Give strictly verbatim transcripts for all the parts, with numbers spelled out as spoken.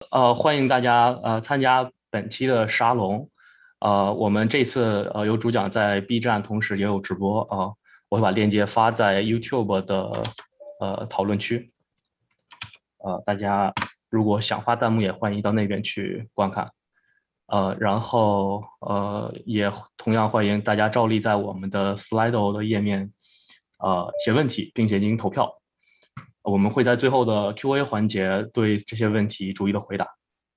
呃，欢迎大家呃参加本期的沙龙。呃，我们这次呃有主讲在 B 站，同时也有直播啊、呃我会把链接发在 YouTube 的呃讨论区。呃，大家如果想发弹幕，也欢迎到那边去观看。呃，然后呃也同样欢迎大家照例在我们的 Slido 的页面呃写问题，并且进行投票。我们会在最后的 Q A 环节对这些问题逐一的回答。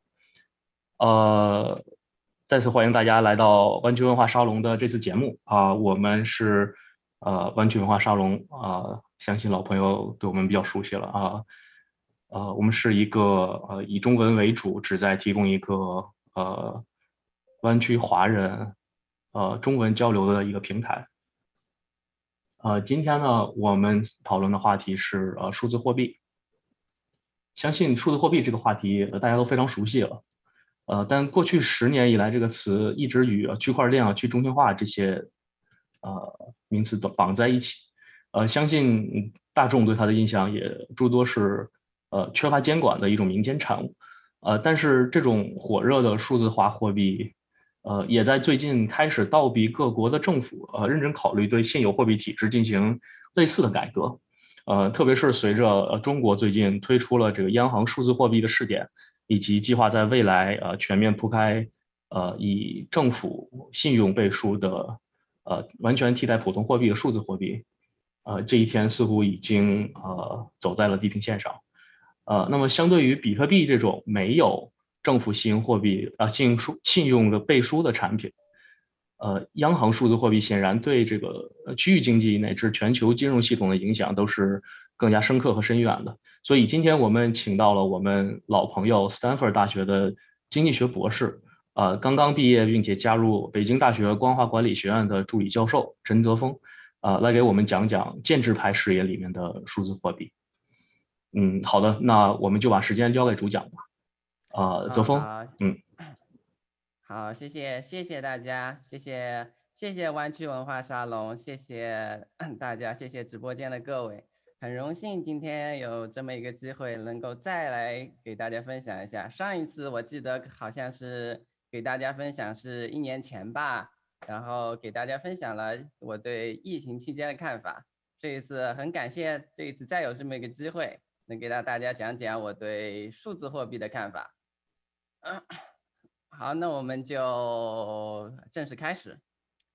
呃，再次欢迎大家来到湾区文化沙龙的这次节目啊、我们是呃湾区文化沙龙啊、相信老朋友对我们比较熟悉了啊。呃，我们是一个呃以中文为主，旨在提供一个呃湾区华人呃中文交流的一个平台。呃，今天呢，我们讨论的话题是呃数字货币。相信数字货币这个话题，呃大家都非常熟悉了。呃，但过去十年以来，这个词一直与呃区块链啊、去中心化这些呃名词都绑在一起。呃，相信嗯大众对它的印象也诸多是呃缺乏监管的一种民间产物。呃，但是这种火热的数字化货币，呃，也在最近开始倒逼各国的政府呃认真考虑对现有货币体制进行类似的改革。呃，特别是随着呃中国最近推出了这个央行数字货币的试点，以及计划在未来呃全面铺开呃以政府信用背书的呃完全替代普通货币的数字货币，呃这一天似乎已经呃走在了地平线上。呃，那么相对于比特币这种没有政府信用货币啊、呃信用书信用的背书的产品，呃，央行数字货币显然对这个呃区域经济乃至全球金融系统的影响都是更加深刻和深远的。所以今天我们请到了我们老朋友斯坦福大学的经济学博士，呃，刚刚毕业并且加入北京大学光华管理学院的助理教授陈泽峰，呃，来给我们讲讲建制派视野里面的数字货币。嗯，好的，那我们就把时间交给主讲吧。呃，泽峰， 好好嗯。 好，谢谢谢谢大家，谢谢谢谢湾区文化沙龙，谢谢大家，谢谢直播间的各位，很荣幸今天有这么一个机会，能够再来给大家分享一下。上一次我记得好像是给大家分享是一年前吧，然后给大家分享了我对疫情期间的看法。这一次很感谢这一次再有这么一个机会，能给到大家讲讲我对数字货币的看法。好，那我们就正式开始。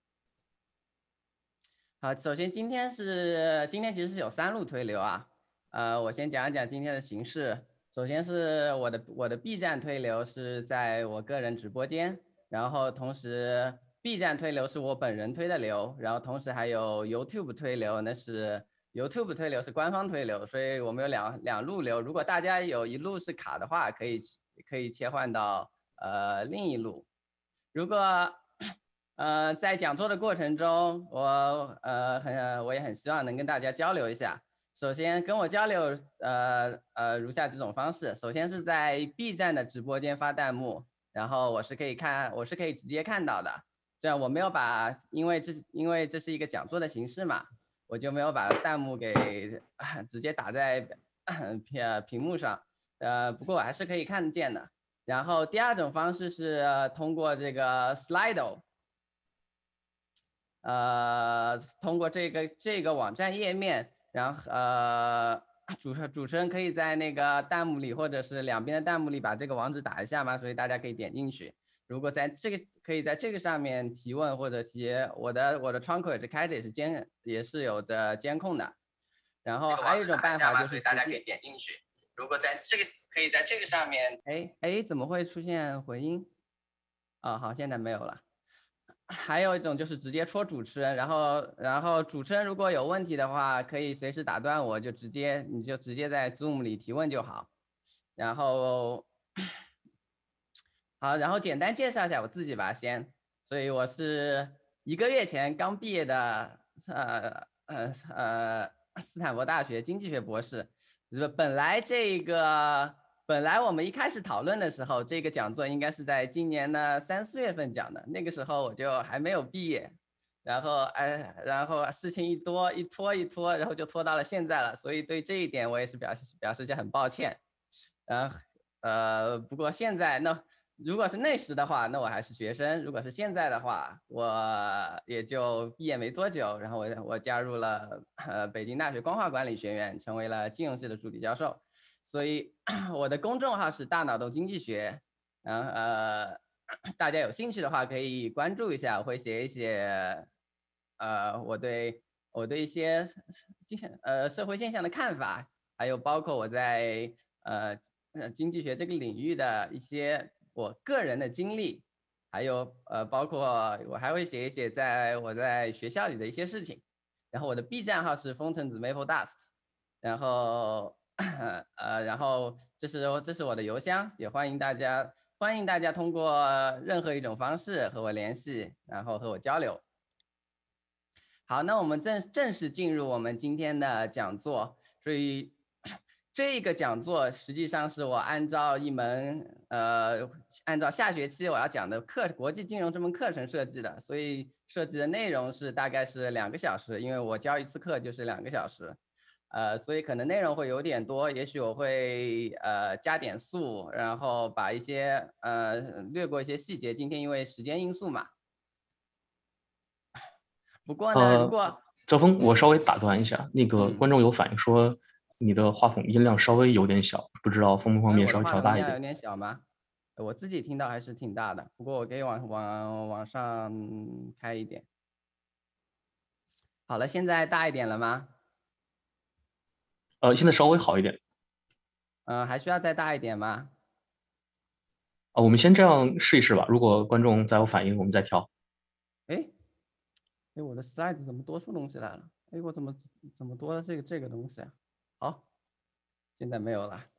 好，首先今天是今天其实是有三路推流啊，呃，我先讲一讲今天的形式。首先是我的我的 B 站推流是在我个人直播间，然后同时 B 站推流是我本人推的流，然后同时还有 YouTube 推流，那是 YouTube 推流是官方推流，所以我们有两两路流。如果大家有一路是卡的话，可以可以切换到呃另一路。如果呃，在讲座的过程中，我呃很我也很希望能跟大家交流一下。首先跟我交流，呃呃如下几种方式。首先是在 B 站的直播间发弹幕，然后我是可以看，我是可以直接看到的。这样我没有把，因为这因为这是一个讲座的形式嘛，我就没有把弹幕给直接打在屏屏幕上。呃，不过我还是可以看得见的。然后第二种方式是通过这个 Slido。呃，通过这个这个网站页面，然后呃，主持主持人可以在那个弹幕里或者是两边的弹幕里把这个网址打一下嘛，所以大家可以点进去。如果在这个可以在这个上面提问或者提，我的我的窗口也是开着，也是监也是有着监控的。然后还有一种办法就是大家可以点进去。如果在这个可以在这个上面，哎哎，怎么会出现回音？啊，好，现在没有了。还有一种就是直接戳主持人，然后然后主持人如果有问题的话，可以随时打断我，就直接你就直接在 Zoom 里提问就好。然后好，然后简单介绍一下我自己吧，先。所以我是一个月前刚毕业的，呃呃呃，斯坦福大学经济学博士。本来这个本来我们一开始讨论的时候，这个讲座应该是在今年的三四月份讲的，那个时候我就还没有毕业。然后哎，然后事情一多一拖一拖，然后就拖到了现在了，所以对这一点我也是表示表示一下很抱歉。然后呃，不过现在那如果是那时的话，那我还是学生；如果是现在的话，我也就毕业没多久，然后我我加入了呃北京大学光华管理学院，成为了金融系的助理教授。所以我的公众号是大脑洞经济学，然后呃大家有兴趣的话可以关注一下，我会写一写呃我对我对一些呃社会现象的看法，还有包括我在呃。呃，经济学这个领域的一些我个人的经历，还有呃，包括我还会写一写在我在学校里的一些事情。然后我的 B 站号是风橙子 Maple Dust，然后呃，然后这是这是我的邮箱，也欢迎大家欢迎大家通过任何一种方式和我联系，然后和我交流。好，那我们正正式进入我们今天的讲座，所以。这个讲座实际上是我按照一门呃，按照下学期我要讲的课国际金融这门课程设计的，所以设计的内容是大概是两个小时，因为我教一次课就是两个小时，呃，所以可能内容会有点多，也许我会呃加点速，然后把一些呃略过一些细节。今天因为时间因素嘛，不过呢，如呃， 果泽峰，我稍微打断一下，那个嗯观众有反映说你的话筒音量稍微有点小，不知道方不方哎， 便稍微我的话调大一点？ 筒音量有点小吗？我自己听到还是挺大的，不过我可以往往往上开一点。好了，现在大一点了吗？ 呃，现在稍微好一点。 嗯、呃，还需要再大一点吗？ 啊，我们先这样试一试吧。如果观众再有反应，我们再调。 哎哎，我的 slide 怎么多出东西来了？哎，我怎么怎么多了这个这个东西啊？好，现在没有了。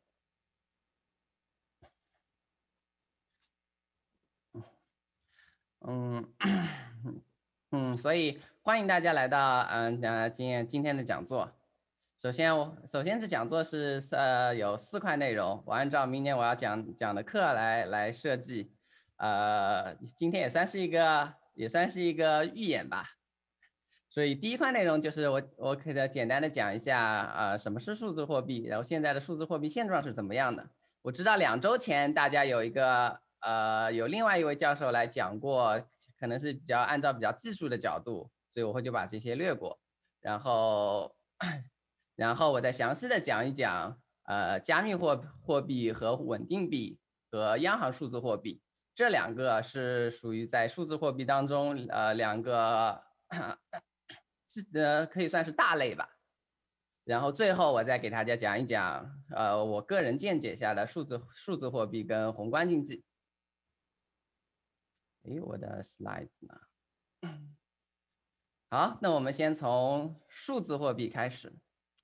嗯嗯，所以欢迎大家来到嗯呃今天今天的讲座。首先我首先这讲座是呃有四块内容，我按照明年我要讲讲的课来来设计。呃，今天也算是一个也算是一个预演吧。所以第一块内容就是我我可以简单的讲一下呃什么是数字货币，然后现在的数字货币现状是怎么样的。我知道两周前大家有一个呃有另外一位教授来讲过，可能是比较按照比较技术的角度，所以我会就把这些略过，然后然后我再详细的讲一讲呃加密货货币和稳定币和央行数字货币这两个是属于在数字货币当中呃两个。呃，可以算是大类吧。然后最后我再给大家讲一讲，呃，我个人见解下的数字数字货币跟宏观经济。哎，我的 slides 呢？好，那我们先从数字货币开始。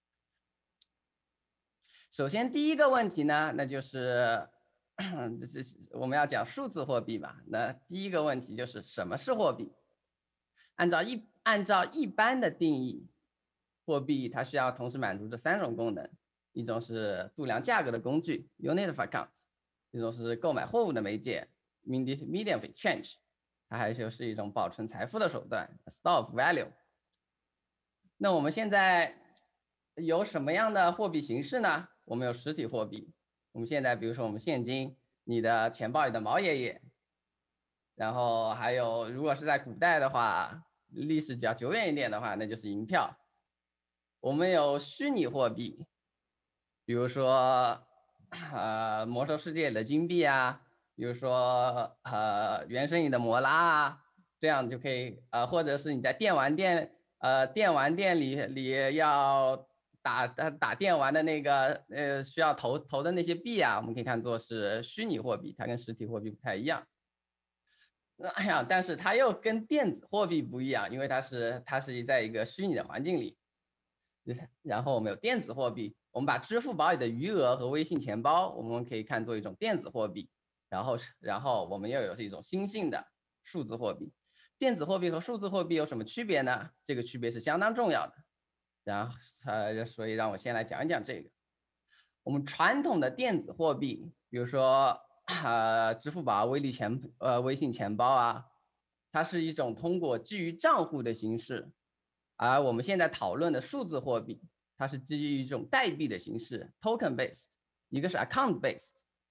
首先第一个问题呢，那就是就是我们要讲数字货币嘛。那第一个问题就是什么是货币？按照一按照一般的定义，货币它需要同时满足这三种功能：一种是度量价格的工具 （unit of account），一种是购买货物的媒介 （medium of exchange），它还就是一种保存财富的手段 （store of value）。那我们现在有什么样的货币形式呢？我们有实体货币，我们现在比如说我们现金，你的钱包里的毛爷爷。然后还有，如果是在古代的话，历史比较久远一点的话，那就是银票。我们有虚拟货币，比如说呃魔兽世界里的金币啊，比如说呃原神里的摩拉啊，这样就可以呃，或者是你在电玩店呃电玩店里里要打打打电玩的那个呃需要投投的那些币啊，我们可以看作是虚拟货币，它跟实体货币不太一样。哎呀，但是它又跟电子货币不一样，因为它是它是在一个虚拟的环境里。然后我们有电子货币，我们把支付宝里的余额和微信钱包，我们可以看作一种电子货币。然后然后我们又有一种新兴的数字货币。电子货币和数字货币有什么区别呢？这个区别是相当重要的。然后呃，所以让我先来讲一讲这个。我们传统的电子货币，比如说呃，支付宝、微利钱呃、微信钱包啊，它是一种通过基于账户的形式，而我们现在讨论的数字货币，它是基于一种代币的形式 （token based），一个是 account based，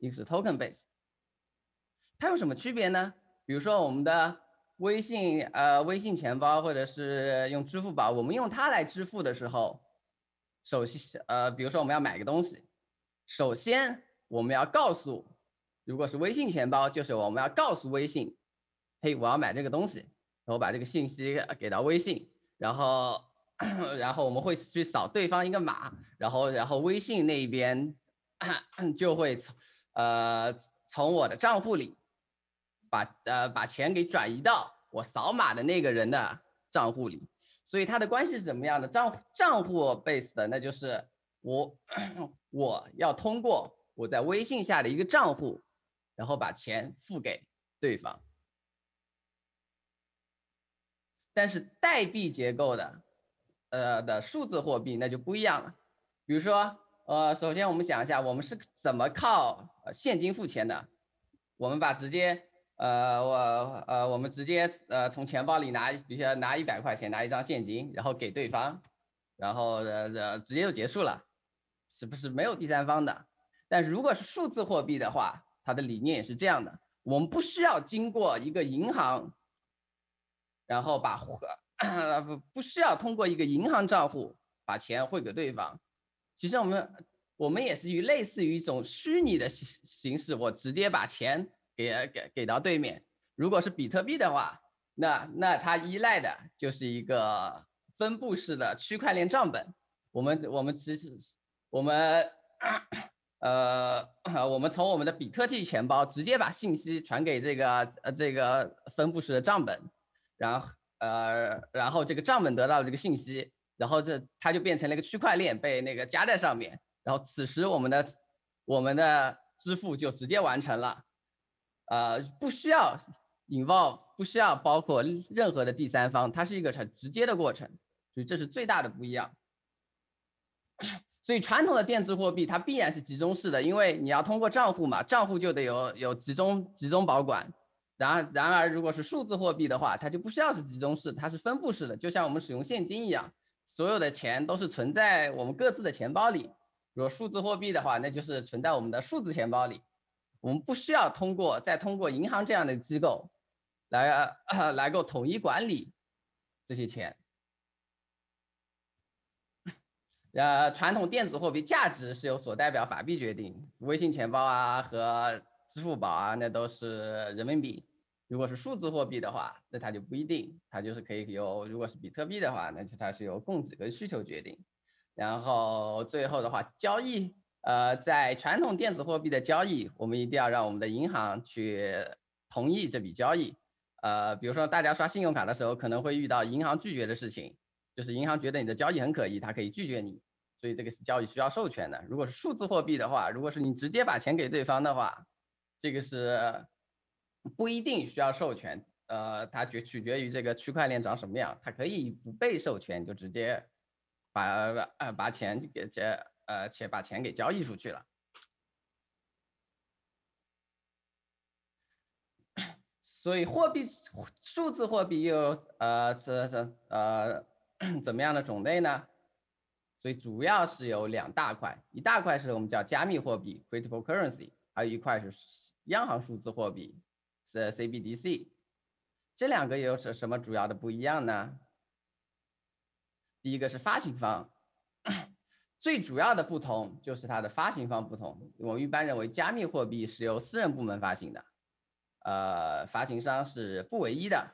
一个是 token base。它有什么区别呢？比如说我们的微信呃微信钱包或者是用支付宝，我们用它来支付的时候，首先呃比如说我们要买个东西，首先我们要告诉，如果是微信钱包，就是我们要告诉微信，嘿，我要买这个东西，然后把这个信息给到微信，然后然后我们会去扫对方一个码，然后然后微信那边就会从呃从我的账户里把呃把钱给转移到我扫码的那个人的账户里，所以它的关系是怎么样的？账账户 base 的，那就是我我要通过我在微信下的一个账户，然后把钱付给对方。但是代币结构的，呃的数字货币那就不一样了。比如说，呃，首先我们想一下，我们是怎么靠现金付钱的？我们把直接，呃，我呃我们直接呃从钱包里拿，比如说拿一百块钱，拿一张现金，然后给对方，然后呃呃直接就结束了，是不是没有第三方的？但如果是数字货币的话，它的理念也是这样的，我们不需要经过一个银行。然后把呃不不需要通过一个银行账户把钱汇给对方，其实我们我们也是于类似于一种虚拟的形形式，我直接把钱给给给到对面。如果是比特币的话，那那它依赖的就是一个分布式的区块链账本。我们我们其实我们呃我们从我们的比特币钱包直接把信息传给这个呃这个分布式的账本。然后呃，然后这个账本得到了这个信息，然后这它就变成了一个区块链，被那个加在上面。然后此时我们的我们的支付就直接完成了，呃，不需要 involve，不需要包括任何的第三方，它是一个很直接的过程，所以这是最大的不一样。所以传统的电子货币它必然是集中式的，因为你要通过账户嘛，账户就得有有集中集中保管。然而，然而，如果是数字货币的话，它就不需要是集中式，它是分布式的，就像我们使用现金一样，所有的钱都是存在我们各自的钱包里。如果数字货币的话，那就是存在我们的数字钱包里，我们不需要通过再通过银行这样的机构来呃来够统一管理这些钱。呃，传统电子货币价值是由所代表法币决定，微信钱包啊和支付宝啊，那都是人民币。如果是数字货币的话，那它就不一定，它就是可以由，如果是比特币的话，那就它是由供给跟需求决定。然后最后的话，交易，呃，在传统电子货币的交易，我们一定要让我们的银行去同意这笔交易。呃，比如说大家刷信用卡的时候，可能会遇到银行拒绝的事情，就是银行觉得你的交易很可疑，它可以拒绝你。所以这个是交易需要授权的。如果是数字货币的话，如果是你直接把钱给对方的话，这个是不一定需要授权。呃，它取取决于这个区块链长什么样，它可以不被授权就直接把呃把钱给这呃且把钱给交易出去了。所以货币数字货币又呃是是呃怎么样的种类呢？所以主要是有两大块，一大块是我们叫加密货币 （cryptocurrency），还有一块是央行数字货币，是 C B D C。这两个有什什么主要的不一样呢？第一个是发行方，最主要的不同就是它的发行方不同。我们一般认为加密货币是由私人部门发行的，呃，发行商是不唯一的。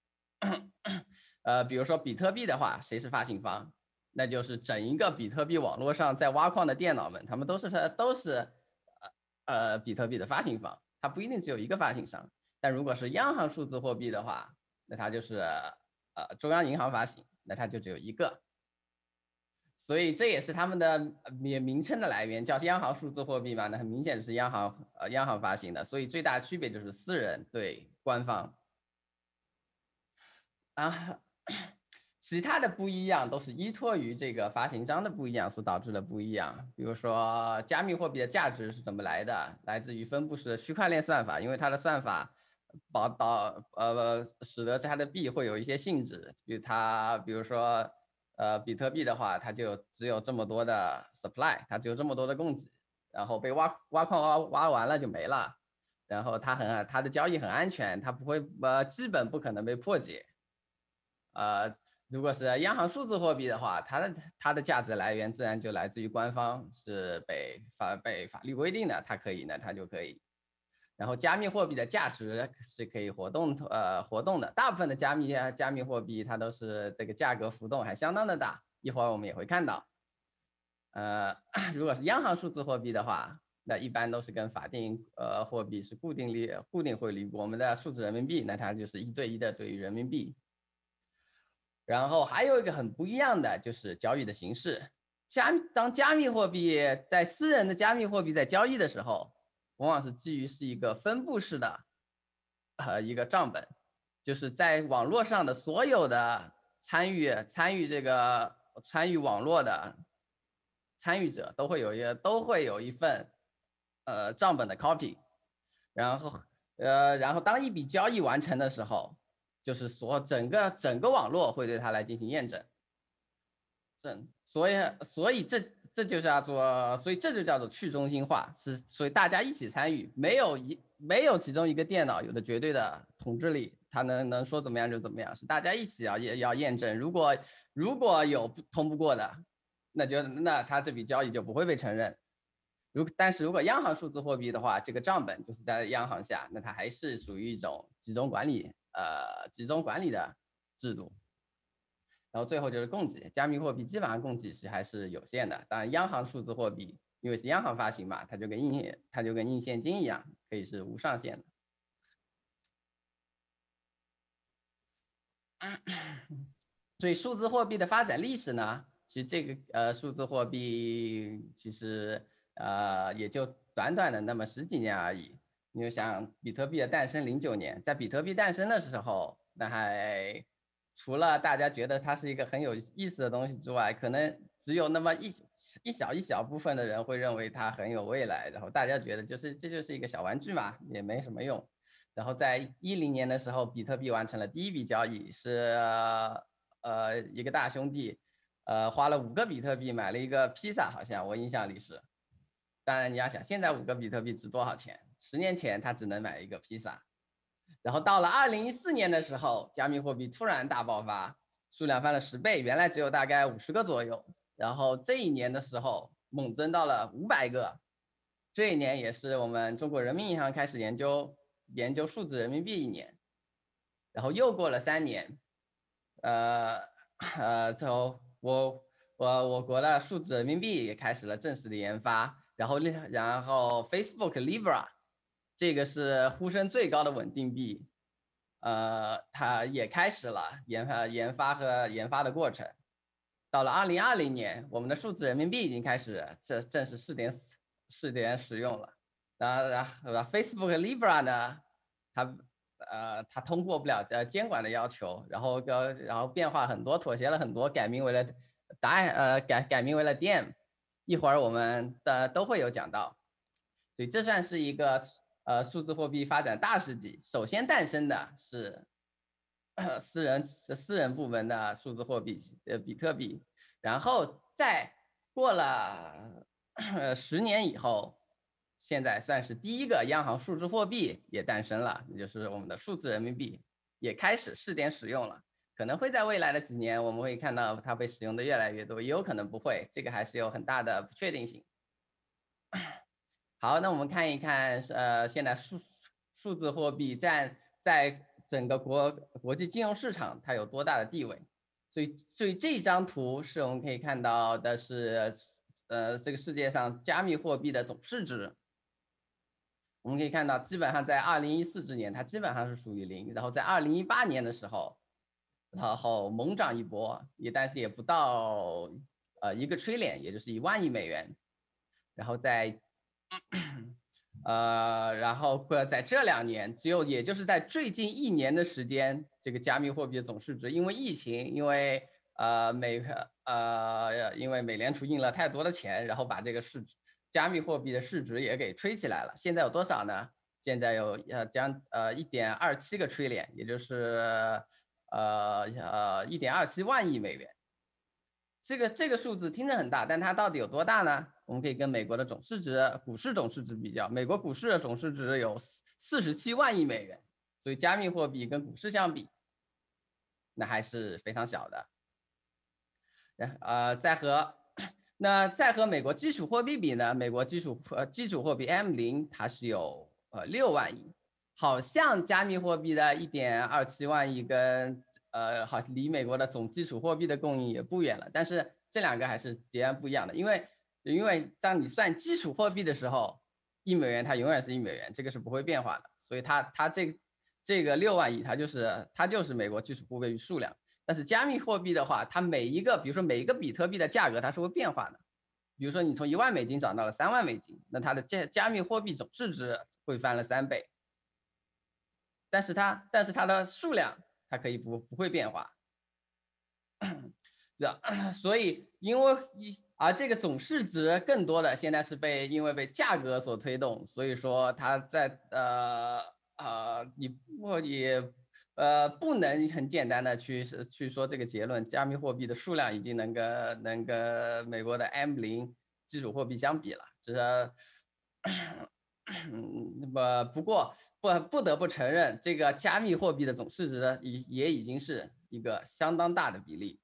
呃，比如说比特币的话，谁是发行方？那就是整一个比特币网络上在挖矿的电脑们，他们都是都是呃比特币的发行方，它不一定只有一个发行商。但如果是央行数字货币的话，那它就是呃中央银行发行，那它就只有一个。所以这也是他们的名名称的来源，叫央行数字货币嘛，那很明显是央行呃央行发行的。所以最大的区别就是私人对官方啊。其他的不一样都是依托于这个发行商的不一样所导致的不一样。比如说，加密货币的价值是怎么来的？来自于分布式的区块链算法，因为它的算法导导呃使得它的币会有一些性质，比如它比如说呃比特币的话，它就只有这么多的 supply， 它只有这么多的供给， 然后被挖挖矿挖挖完了就没了。然后它很它的交易很安全，它不会呃基本不可能被破解。呃，如果是央行数字货币的话，它的它的价值来源自然就来自于官方，是被法被法律规定的，它可以呢，它就可以。然后加密货币的价值是可以活动呃活动的，大部分的加密加密货币它都是这个价格浮动还相当的大，一会儿我们也会看到。呃，如果是央行数字货币的话，那一般都是跟法定呃货币是固定利固定汇率，我们的数字人民币，那它就是一对一的对于人民币。然后还有一个很不一样的就是交易的形式，加当加密货币在私人的加密货币在交易的时候，往往是基于是一个分布式的呃一个账本，就是在网络上的所有的参与参与这个参与网络的参与者都会有一个都会有一份呃账本的 copy， 然后呃然后当一笔交易完成的时候，就是所整个整个网络会对它来进行验证。这所以所以这这就叫做所以这就叫做去中心化，是所以大家一起参与，没有一没有其中一个电脑有的绝对的统治力，它能能说怎么样就怎么样，是大家一起要要验证。如果如果有通不过的，那就那它这笔交易就不会被承认。如但是如果央行数字货币的话，这个账本就是在央行下，那它还是属于一种集中管理呃集中管理的制度。然后最后就是供给，加密货币基本上供给是还是有限的。当然，央行数字货币因为是央行发行嘛，它就跟硬它就跟硬现金一样，可以是无上限的。所以数字货币的发展历史呢，其实这个呃数字货币其实呃也就短短的那么十几年而已。你就想比特币的诞生零九年，在比特币诞生的时候，那还除了大家觉得它是一个很有意思的东西之外，可能只有那么一一小一小部分的人会认为它很有未来，然后大家觉得就是这就是一个小玩具嘛，也没什么用。然后在一零年的时候，比特币完成了第一笔交易，是呃一个大兄弟，呃花了五个比特币买了一个披萨，好像我印象里是。当然你要想，现在五个比特币值多少钱？十年前他只能买一个披萨。然后到了二零一四年的时候，加密货币突然大爆发，数量翻了十倍，原来只有大概五十个左右。然后这一年的时候猛增到了五百个。这一年也是我们中国人民银行开始研究研究数字人民币一年。然后又过了三年，呃呃，就我我我国的数字人民币也开始了正式的研发。然后然后 Facebook Libra 这个是呼声最高的稳定币，呃，它也开始了研发研发和研发的过程。到了二零二零年，我们的数字人民币已经开始正正式试点试点使用了。然然后 Facebook Libra 呢，它呃它通过不了呃监管的要求，然后呃然后变化很多，妥协了很多，改名为了答案呃改改名为了 D M。一会儿我们的都会有讲到。所以这算是一个呃数字货币发展大事记。首先诞生的是呃私人私人部门的数字货币呃比特币，然后再过了呃十年以后，现在算是第一个央行数字货币也诞生了，也就是我们的数字人民币也开始试点使用了。可能会在未来的几年，我们会看到它被使用的越来越多，也有可能不会，这个还是有很大的不确定性。好，那我们看一看，呃，现在数数字货币占在整个国国际金融市场它有多大的地位？所以，所以这张图是我们可以看到的是，呃，这个世界上加密货币的总市值。我们可以看到，基本上在二零一四之年，它基本上是属于零，然后在二零一八年的时候，然后猛涨一波，也但是也不到呃一个 trillion，也就是一万亿美元。然后在呃，然后在这两年，只有也就是在最近一年的时间，这个加密货币的总市值因为疫情，因为呃美呃因为美联储印了太多的钱，然后把这个市值加密货币的市值也给吹起来了。现在有多少呢？现在有呃将呃一点二七个 trillion，也就是呃呃一点二七万亿美元。 这个这个数字听着很大，但它到底有多大呢？我们可以跟美国的总市值、股市总市值比较。美国股市的总市值有四十七万亿美元，所以加密货币跟股市相比，那还是非常小的。呃，再和那再和美国基础货币比呢？美国基础呃基础货币 M 零它是有呃六万亿，好像加密货币的一点二七万亿跟呃好离美国的总基础货币的供应也不远了，但是这两个还是截然不一样的，因为因为当你算基础货币的时候，一美元它永远是一美元，这个是不会变化的，所以它它这这个六万亿它就是它就是美国基础货币数量。但是加密货币的话，它每一个，比如说每一个比特币的价格它是会变化的。比如说你从一万美金涨到了三万美金，那它的加加密货币总市值会翻了三倍。但是它但是它的数量它可以不不会变化。这所以因为而这个总市值更多的现在是被因为被价格所推动，所以说它在呃呃你不也。呃，不能很简单的去去说这个结论，加密货币的数量已经能跟能跟美国的 M 零基础货币相比了，这是，那么不过不不得不承认，这个加密货币的总市值也也已经是一个相当大的比例。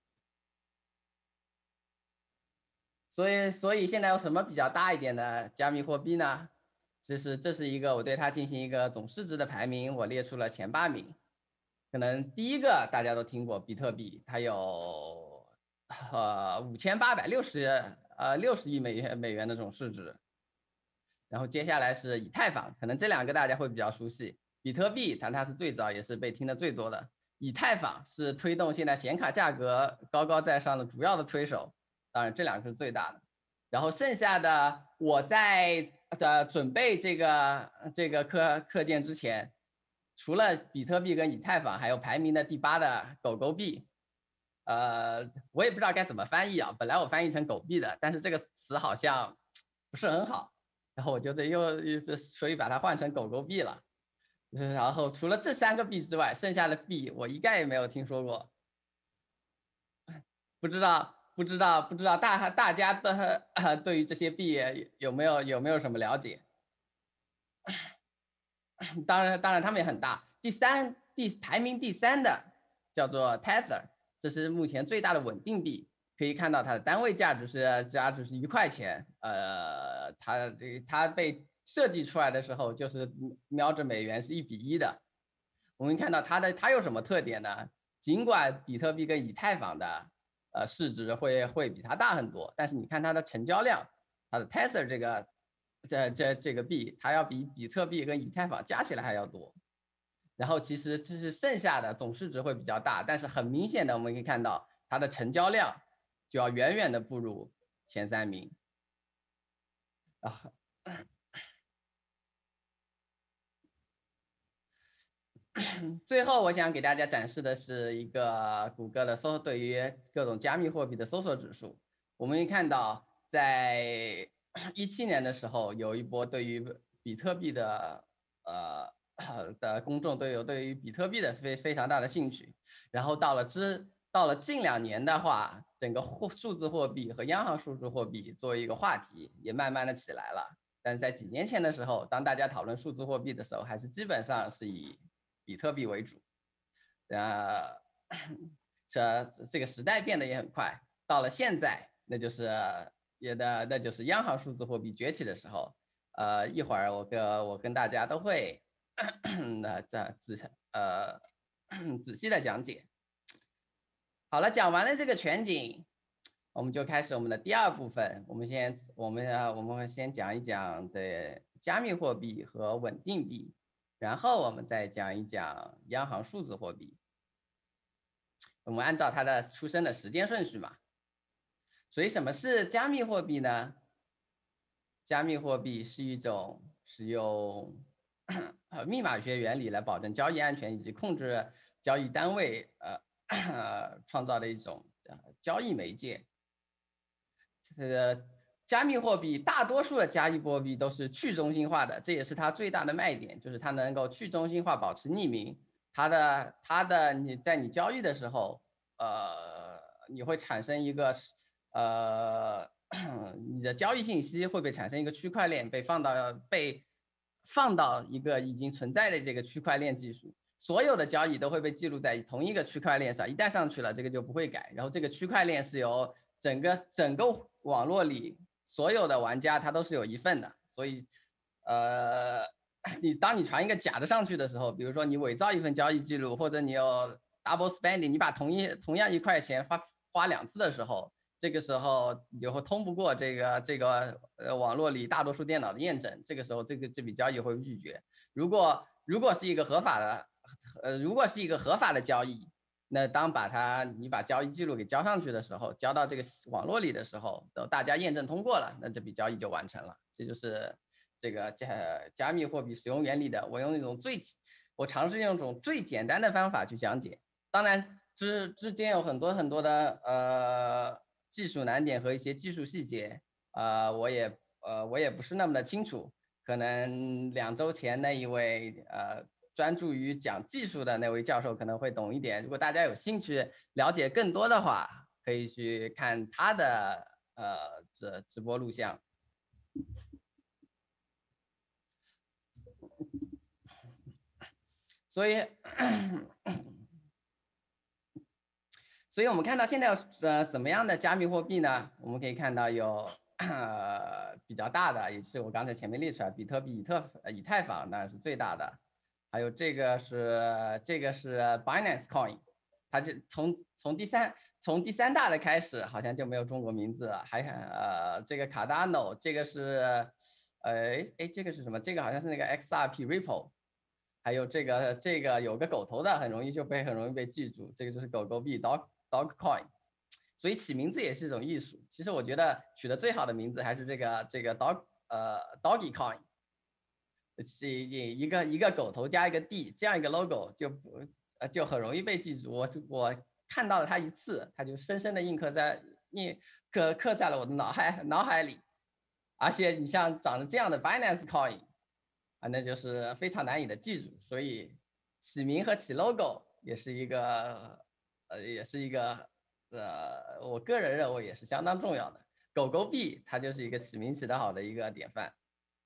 所以所以现在有什么比较大一点的加密货币呢？这是这是一个我对它进行一个总市值的排名，我列出了前八名。可能第一个大家都听过比特币，它有呃五千八百六十呃六十亿美元美元的总市值。然后接下来是以太坊，可能这两个大家会比较熟悉。比特币它它是最早也是被听的最多的，以太坊是推动现在显卡价格高高在上的主要的推手。当然这两个是最大的。然后剩下的我在呃准备这个这个课课件之前。除了比特币跟以太坊，还有排名的第八的狗狗币，呃，我也不知道该怎么翻译啊。本来我翻译成狗币的，但是这个词好像不是很好，然后我就得又所以把它换成狗狗币了。然后除了这三个币之外，剩下的币我一概也没有听说过，不知道不知道不知道大大家的、呃、对于这些币有没有有没有什么了解？当然，当然，他们也很大。第三，第排名第三的叫做 Tether， 这是目前最大的稳定币。可以看到它的单位价值是价值是一块钱。呃，它这它被设计出来的时候就是瞄着美元是一比一的。我们看到它的它有什么特点呢？尽管比特币跟以太坊的呃市值会会比它大很多，但是你看它的成交量，它的 Tether 这个。这这这个币，它要比比特币跟以太坊加起来还要多。然后其实就是剩下的总市值会比较大，但是很明显的我们可以看到它的成交量就要远远的不如前三名。啊，最后我想给大家展示的是一个谷歌的搜对于各种加密货币的搜索指数。我们可以看到在一七年的时候，有一波对于比特币的呃的公众都有对于比特币的非非常大的兴趣。然后到了之到了近两年的话，整个货数字货币和央行数字货币作为一个话题也慢慢的起来了。但是在几年前的时候，当大家讨论数字货币的时候，还是基本上是以比特币为主。呃，这这个时代变得也很快，到了现在，那就是也的那就是央行数字货币崛起的时候。呃，一会儿我跟我跟大家都会那这仔呃仔细的讲解。好了，讲完了这个全景，我们就开始我们的第二部分。我们先我们我们会先讲一讲的加密货币和稳定币，然后我们再讲一讲央行数字货币。我们按照它的出生的时间顺序嘛。所以什么是加密货币呢？加密货币是一种使用密码学原理来保证交易安全以及控制交易单位呃创造的一种交易媒介。呃，加密货币大多数的加密货币都是去中心化的，这也是它最大的卖点，就是它能够去中心化，保持匿名。它的它的你在你交易的时候，呃你会产生一个呃，你的交易信息会被产生一个区块链被放到被放到一个已经存在的这个区块链技术，所有的交易都会被记录在同一个区块链上，一旦上去了，这个就不会改。然后这个区块链是由整个整个网络里所有的玩家他都是有一份的，所以呃，你当你传一个假的上去的时候，比如说你伪造一份交易记录，或者你有 double spending， 你把同一同样一块钱花花两次的时候，这个时候你就会通不过这个这个呃网络里大多数电脑的验证，这个时候这个这笔交易会拒绝。如果如果是一个合法的呃如果是一个合法的交易，那当把它你把交易记录给交上去的时候，交到这个网络里的时候，等大家验证通过了，那这笔交易就完成了。这就是这个加加密货币使用原理的，我用那种最我尝试用一种最简单的方法去讲解。当然之之间有很多很多的呃技术难点和一些技术细节，呃我也呃我也不是那么的清楚。可能两周前那一位呃专注于讲技术的那位教授可能会懂一点。如果大家有兴趣了解更多的话，可以去看他的呃这直播录像。所以，所以我们看到现在呃怎么样的加密货币呢？我们可以看到有呃比较大的，也是我刚才前面列出来，比特币、以特、以太坊当然是最大的，还有这个是这个是 Binance Coin， 它是从从第三从第三大的开始，好像就没有中国名字了，还呃这个 Cardano， 这个是呃哎这个是什么？这个好像是那个 X R P Ripple。还有这个这个有个狗头的，很容易就被很容易被记住，这个就是狗狗币 dog dog coin。所以起名字也是一种艺术。其实我觉得取的最好的名字还是这个这个 dog 呃 doggy coin， 是一个一个狗头加一个 d 这样一个 logo 就不呃就很容易被记住。我我看到了它一次，它就深深的印刻在印刻刻在了我的脑海脑海里。而且你像长得这样的 Binance coin。啊，那就是非常难以的记住，所以起名和起 logo 也是一个，呃，也是一个，呃，我个人认为也是相当重要的。狗狗币它就是一个起名起得好的一个典范。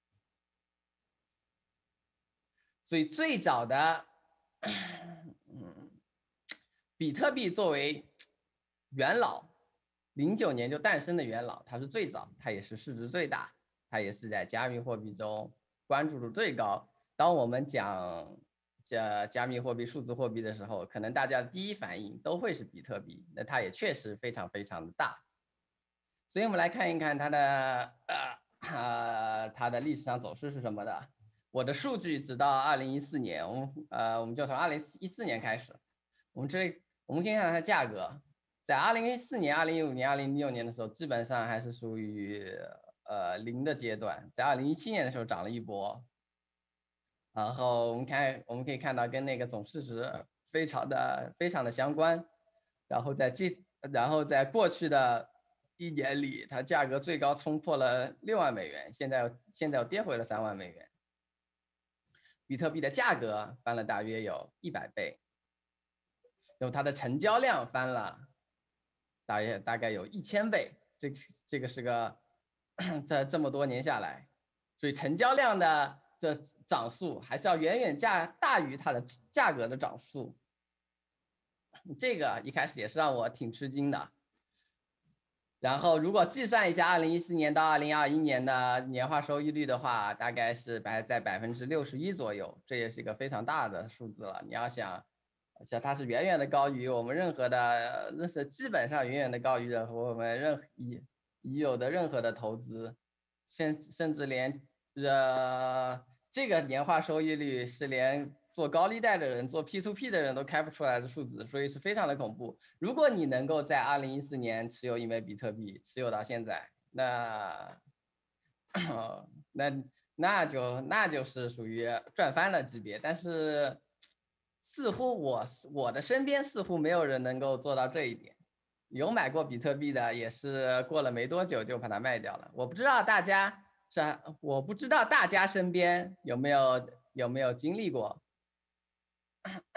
所以最早的，嗯，比特币作为元老，零九年就诞生的元老，它是最早，它也是市值最大，它也是在加密货币中关注度最高。当我们讲加加密货币、数字货币的时候，可能大家的第一反应都会是比特币，那它也确实非常非常的大。所以我们来看一看它的呃呃它的历史上走势是什么的。我的数据直到二零一四年，我们呃我们就从二零一四年开始，我们这我们可以看到它的价格，在二零一四年、二零一五年、二零一六年的时候，基本上还是属于呃零的阶段，在二零一七年的时候涨了一波，然后我们看我们可以看到跟那个总市值非常的非常的相关，然后在这然后在过去的一年里，它价格最高冲破了六万美元，现在现在又跌回了三万美元。比特币的价格翻了大约有一百倍，然后它的成交量翻了大约大概有一千倍，这这个是个在这么多年下来，所以成交量的的涨速还是要远远价大于它的价格的涨速。这个一开始也是让我挺吃惊的。然后如果计算一下二零一四年到二零二一年的年化收益率的话，大概是百在百分之六十一左右，这也是一个非常大的数字了。你要想，像它是远远的高于我们任何的，那是基本上远远的高于我们任已已有的任何的投资，甚甚至连呃这个年化收益率是连做高利贷的人、做 P to P 的人都开不出来的数字，所以是非常的恐怖。如果你能够在二零一四年持有一枚比特币，持有到现在，那那那就那就是属于赚翻了级别。但是似乎我我的身边似乎没有人能够做到这一点。有买过比特币的，也是过了没多久就把它卖掉了。我不知道大家是，我不知道大家身边有没有有没有经历过。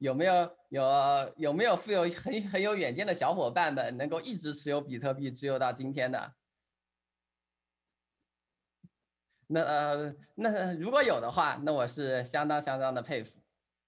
有没有有有没有富有很很有远见的小伙伴们能够一直持有比特币持有到今天的？那呃那如果有的话，那我是相当相当的佩服。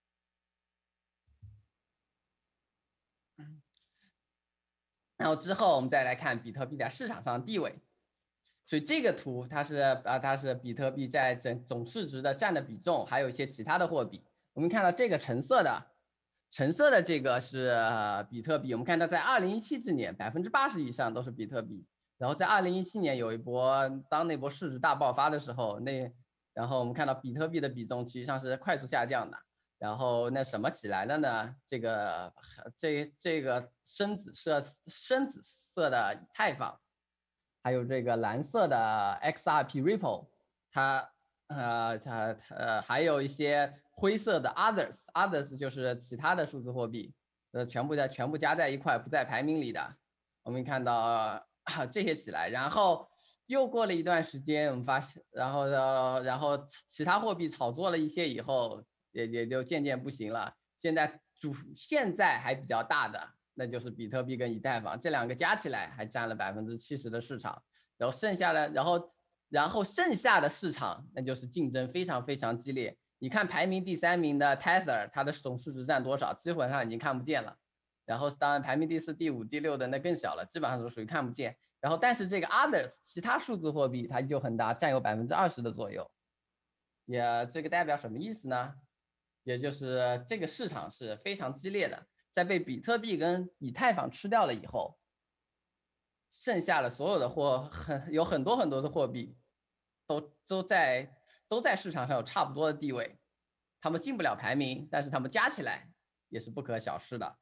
然后之后我们再来看比特币在市场上的地位。所以这个图它是啊它是比特币在整总市值的占的比重，还有一些其他的货币。我们看到这个橙色的，橙色的这个是、呃、比特币。我们看到在二零一七之年，百分之八十以上都是比特币。然后在二零一七年有一波，当那波市值大爆发的时候，那然后我们看到比特币的比重实际上是快速下降的。然后那什么起来了呢？这个这这个深紫色深紫色的以太坊，还有这个蓝色的 X R P Ripple， 它呃它呃还有一些灰色的 Others Others 就是其他的数字货币，呃全部在全部加在一块，不在排名里的。我们看到、啊、这些起来，然后又过了一段时间，我们发现，然后呃然后其他货币炒作了一些以后，也也就渐渐不行了。现在主现在还比较大的，那就是比特币跟以太坊，这两个加起来还占了百分之七十的市场。然后剩下的，然后然后剩下的市场，那就是竞争非常非常激烈。你看排名第三名的 Tether， 它的总市值占多少？基本上已经看不见了。然后当然排名第四、第五、第六的那更小了，基本上都属于看不见。然后但是这个 Others 其他数字货币它就很大，占有百分之二十的左右。也这个代表什么意思呢？也就是这个市场是非常激烈的，在被比特币跟以太坊吃掉了以后，剩下的所有的货很有很多很多的货币都都在都在市场上有差不多的地位，他们进不了排名，但是他们加起来也是不可小视的。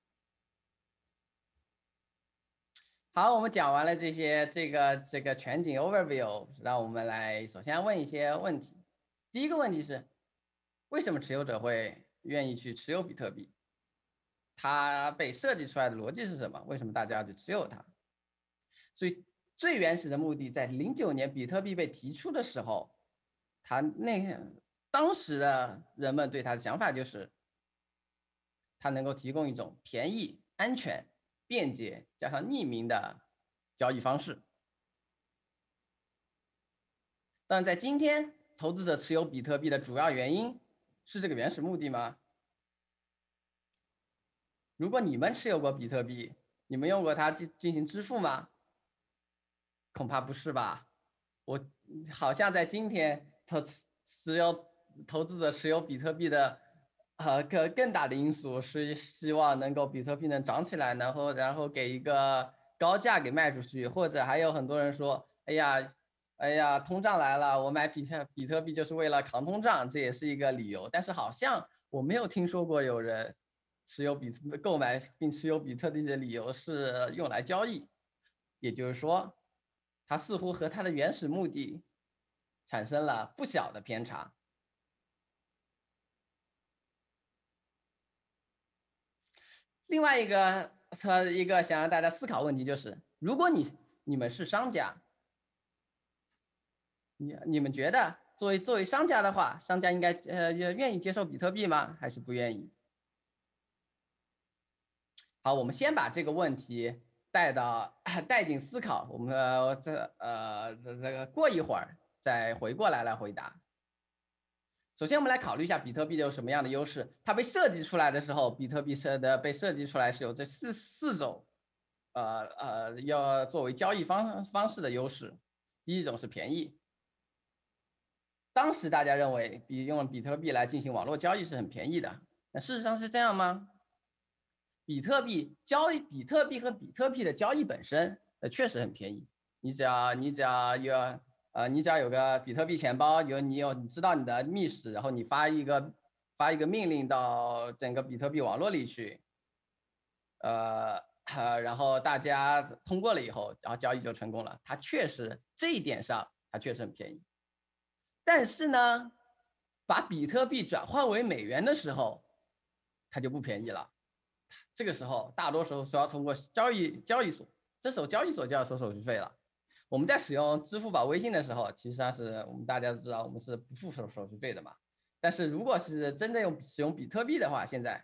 好，我们讲完了这些这个这个全景 overview， 让我们来首先问一些问题。第一个问题是，为什么持有者会愿意去持有比特币？它被设计出来的逻辑是什么？为什么大家要去持有它？所以最原始的目的，在零九年比特币被提出的时候，它那当时的人们对它的想法就是，它能够提供一种便宜、安全、便捷加上匿名的交易方式。但在今天，投资者持有比特币的主要原因是这个原始目的吗？如果你们持有过比特币，你们用过它进进行支付吗？恐怕不是吧。我好像在今天投持有投资者持有比特币的呃更更大的因素是希望能够比特币能涨起来，然后然后给一个高价给卖出去，或者还有很多人说，哎呀哎呀通胀来了，我买比特比特币就是为了抗通胀，这也是一个理由。但是好像我没有听说过有人持有比购买并持有比特币的理由是用来交易，也就是说，它似乎和它的原始目的产生了不小的偏差。另外一个呃一个想让大家思考问题就是，如果你你们是商家，你你们觉得作为作为商家的话，商家应该呃愿意接受比特币吗？还是不愿意？好，我们先把这个问题带到带进思考，我们呃这呃那个过一会儿再回过来来回答。首先，我们来考虑一下比特币有什么样的优势。它被设计出来的时候，比特币设的被设计出来是有这四四种，呃呃，要作为交易方方式的优势。第一种是便宜，当时大家认为比用比特币来进行网络交易是很便宜的。那事实上是这样吗？比特币交易，比特币和比特币的交易本身，呃，确实很便宜。你只要你只要有呃，你只要有个比特币钱包，有你有你知道你的密室，然后你发一个发一个命令到整个比特币网络里去，呃呃，然后大家通过了以后，然后交易就成功了。它确实这一点上，它确实很便宜。但是呢，把比特币转换为美元的时候，它就不便宜了。这个时候，大多时候是要通过交易交易所，这时候交易所就要收手续费了。我们在使用支付宝、微信的时候，其实上是我们大家都知道，我们是不付手手续费的嘛。但是如果是真的用使用比特币的话，现在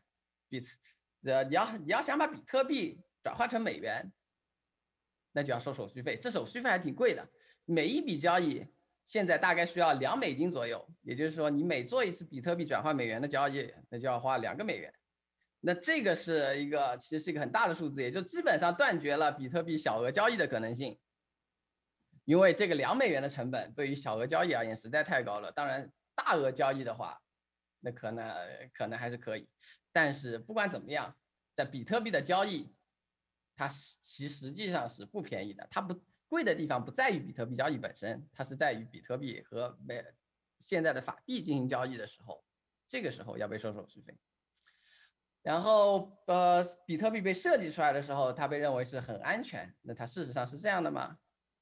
比呃你要你要想把比特币转换成美元，那就要收手续费，这手续费还挺贵的，每一笔交易现在大概需要两美金左右，也就是说你每做一次比特币转换美元的交易，那就要花两个美元。那这个是一个其实是一个很大的数字，也就基本上断绝了比特币小额交易的可能性。因为这个两美元的成本对于小额交易而言实在太高了。当然，大额交易的话，那可能可能还是可以。但是不管怎么样，在比特币的交易，它其实际上是不便宜的。它不贵的地方不在于比特币交易本身，它是在于比特币和美现在的法币进行交易的时候，这个时候要被收手续费。然后呃，比特币被设计出来的时候，它被认为是很安全。那它事实上是这样的吗？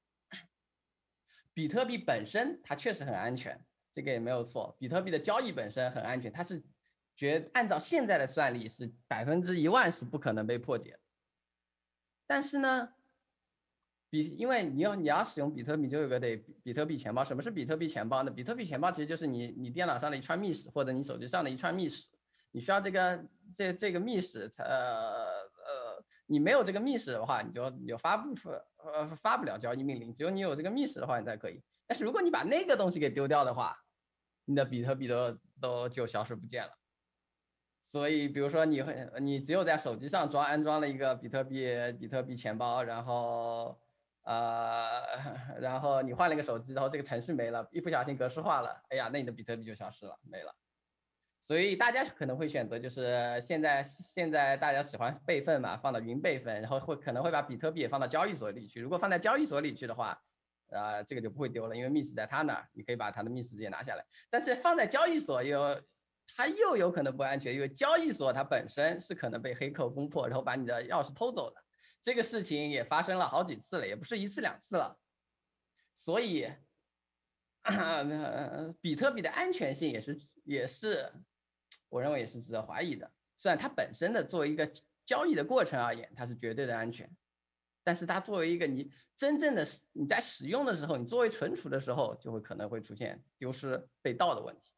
比特币本身它确实很安全，这个也没有错。比特币的交易本身很安全，它是绝按照现在的算力是百分之一万是不可能被破解的。但是呢，比因为你要你要使用比特币，就有个得比特币钱包。什么是比特币钱包呢？比特币钱包其实就是你你电脑上的一串密匙，或者你手机上的一串密匙。你需要这个这这个密匙才呃呃，你没有这个密匙的话，你就你就发不出呃发不了交易命令。只有你有这个密匙的话，你才可以。但是如果你把那个东西给丢掉的话，你的比特币都都就消失不见了。所以，比如说你会你只有在手机上装安装了一个比特币比特币钱包，然后呃然后你换了一个手机，然后这个程序没了，一不小心格式化了，哎呀，那你的比特币就消失了，没了。所以大家可能会选择，就是现在现在大家喜欢备份嘛，放到云备份，然后会可能会把比特币也放到交易所里去。如果放在交易所里去的话，呃，这个就不会丢了，因为密匙在他那儿，你可以把他的密匙直接拿下来。但是放在交易所又它又有可能不安全，因为交易所它本身是可能被黑客攻破，然后把你的钥匙偷走的。这个事情也发生了好几次了，也不是一次两次了。所以，比特币的安全性也是也是。我认为也是值得怀疑的。虽然它本身的作为一个交易的过程而言，它是绝对的安全，但是它作为一个你真正的你在使用的时候，你作为存储的时候，就会可能会出现丢失、被盗的问题。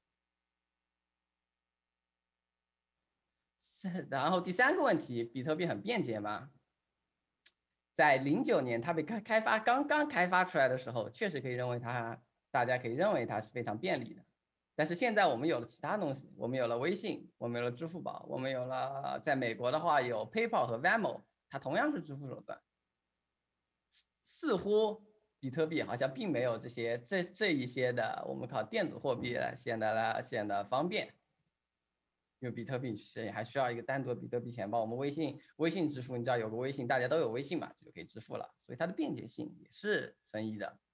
然后第三个问题，比特币很便捷吗？在零九年它被开开发刚刚开发出来的时候，确实可以认为它，大家可以认为它是非常便利的。但是现在我们有了其他东西，我们有了微信，我们有了支付宝，我们有了在美国的话有 PayPal 和 Venmo， 它同样是支付手段。似乎比特币好像并没有这些这这一些的我们靠电子货币来显得来显得方便。因为比特币是还需要一个单独的比特币钱包，我们微信微信支付，你知道有个微信，大家都有微信嘛，就可以支付了，所以它的便捷性也是存疑的。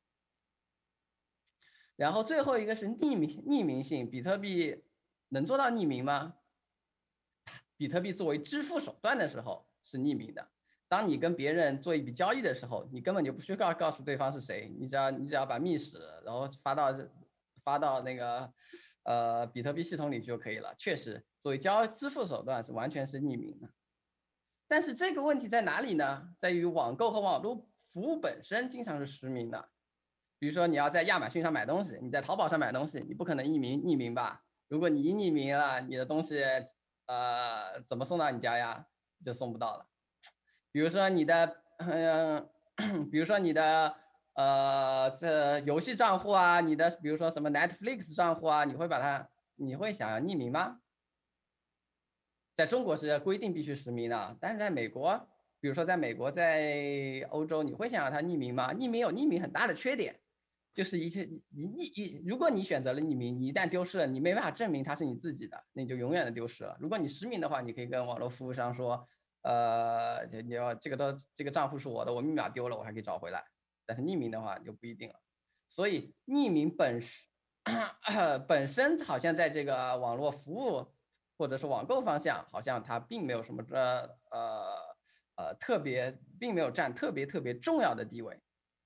然后最后一个是匿名匿名性，比特币能做到匿名吗？比特币作为支付手段的时候是匿名的。当你跟别人做一笔交易的时候，你根本就不需要告诉对方是谁，你只要你只要把密匙然后发到发到那个呃比特币系统里就可以了。确实，作为交支付手段是完全是匿名的。但是这个问题在哪里呢？在于网购和网络服务本身经常是实名的。比如说你要在亚马逊上买东西，你在淘宝上买东西，你不可能匿名匿名吧？如果你一匿名了，你的东西呃怎么送到你家呀？就送不到了。比如说你的嗯、呃，比如说你的呃这游戏账户啊，你的比如说什么 Netflix 账户啊，你会把它你会想要匿名吗？在中国是规定必须实名的，但是在美国，比如说在美国，在欧洲，你会想要它匿名吗？匿名有匿名很大的缺点，就是一些你你如果你选择了匿名，你一旦丢失了，你没办法证明它是你自己的，那你就永远的丢失了。如果你实名的话，你可以跟网络服务商说，呃，你要这个都这个账户是我的，我密码丢了，我还可以找回来。但是匿名的话就不一定了。所以匿名本身本身好像在这个网络服务或者是网购方向，好像它并没有什么呃呃呃特别，并没有占特别特别重要的地位。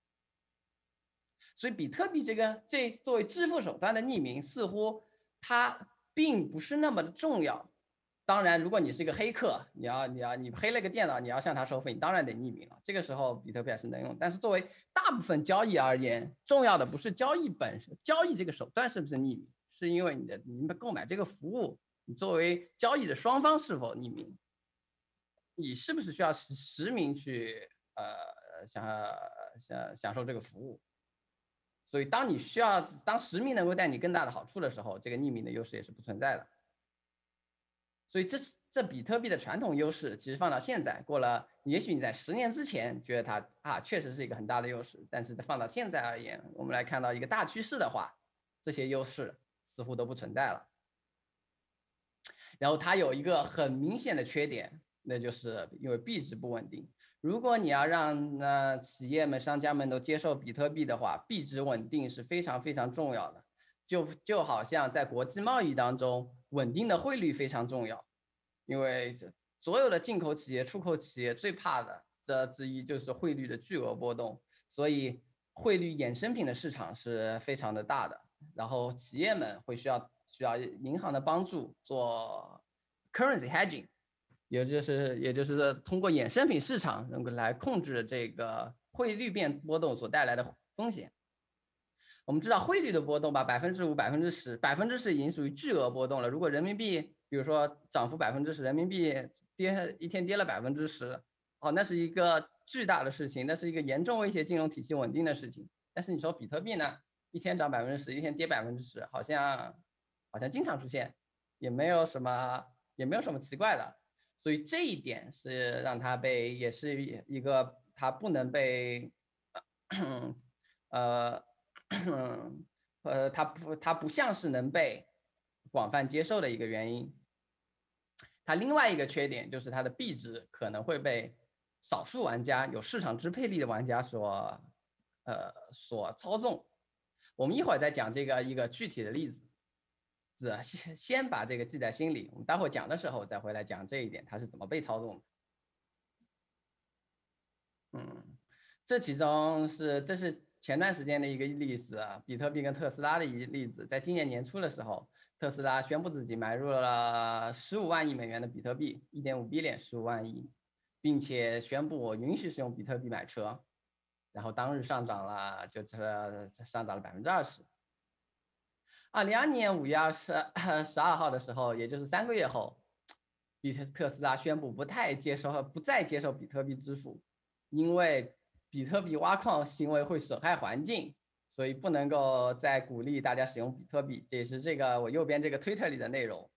所以比特币这个这作为支付手段的匿名，似乎它并不是那么的重要。当然，如果你是一个黑客，你要你要你黑了个电脑，你要向他收费，你当然得匿名了。这个时候比特币还是能用，但是作为大部分交易而言，重要的不是交易本身，交易这个手段是不是匿名，是因为你的你们购买这个服务你作为交易的双方是否匿名？你是不是需要实实名去呃享享享受这个服务？所以当你需要当实名能够带你更大的好处的时候，这个匿名的优势也是不存在的。所以这是这比特币的传统优势，其实放到现在过了，也许你在十年之前觉得它啊确实是一个很大的优势，但是放到现在而言，我们来看到一个大趋势的话，这些优势似乎都不存在了。然后它有一个很明显的缺点，那就是因为币值不稳定。如果你要让呃企业们、商家们都接受比特币的话，币值稳定是非常非常重要的。就就好像在国际贸易当中，稳定的汇率非常重要，因为所有的进口企业、出口企业最怕的这之一就是汇率的巨额波动，所以汇率衍生品的市场是非常的大的。然后企业们会需要需要银行的帮助做 currency hedging。也就是也就是通过衍生品市场能够来控制这个汇率变波动所带来的风险。我们知道汇率的波动吧，百分之五、百分之十、百分之十已经属于巨额波动了。如果人民币，比如说涨幅百分之十，人民币跌一天跌了百分之十，哦，那是一个巨大的事情，那是一个严重威胁金融体系稳定的事情。但是你说比特币呢，一天涨百分之十，一天跌百分之十，好像好像经常出现，也没有什么也没有什么奇怪的。所以这一点是让它被，也是一个它不能被，呃，呃，它不它不像是能被广泛接受的一个原因。它另外一个缺点就是它的币值可能会被少数玩家有市场支配力的玩家所呃所操纵。我们一会儿再讲这个一个具体的例子。先先把这个记在心里，我们待会讲的时候再回来讲这一点，它是怎么被操纵的。嗯，这其中是这是前段时间的一个例子啊，比特币跟特斯拉的一个例子。在今年年初的时候，特斯拉宣布自己买入了十五万亿美元的比特币，一点五 billion 十五万亿，并且宣布我允许使用比特币买车，然后当日上涨了，就是上涨了百分之二十。二零二二年五月二十十二号的时候，也就是三个月后，比特特斯拉宣布不太接受不再接受比特币支付，因为比特币挖矿行为会损害环境，所以不能够再鼓励大家使用比特币。这也是这个我右边这个 Twitter 里的内容。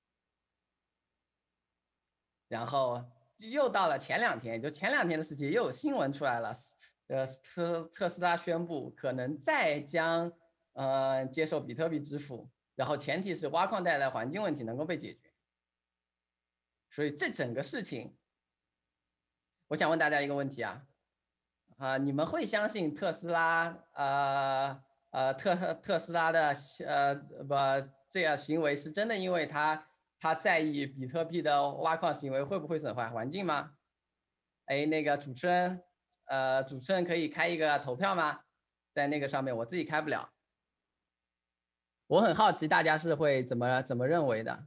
然后又到了前两天，就前两天的事情，又有新闻出来了，呃，特特斯拉宣布可能再将呃接受比特币支付，然后前提是挖矿带来环境问题能够被解决。所以这整个事情，我想问大家一个问题啊，啊、呃，你们会相信特斯拉呃呃特特斯拉的呃不这样行为是真的，因为他他在意比特币的挖矿行为会不会损坏环境吗？哎，那个主持人，呃，主持人可以开一个投票吗？在那个上面，我自己开不了。我很好奇大家是会怎么怎么认为的。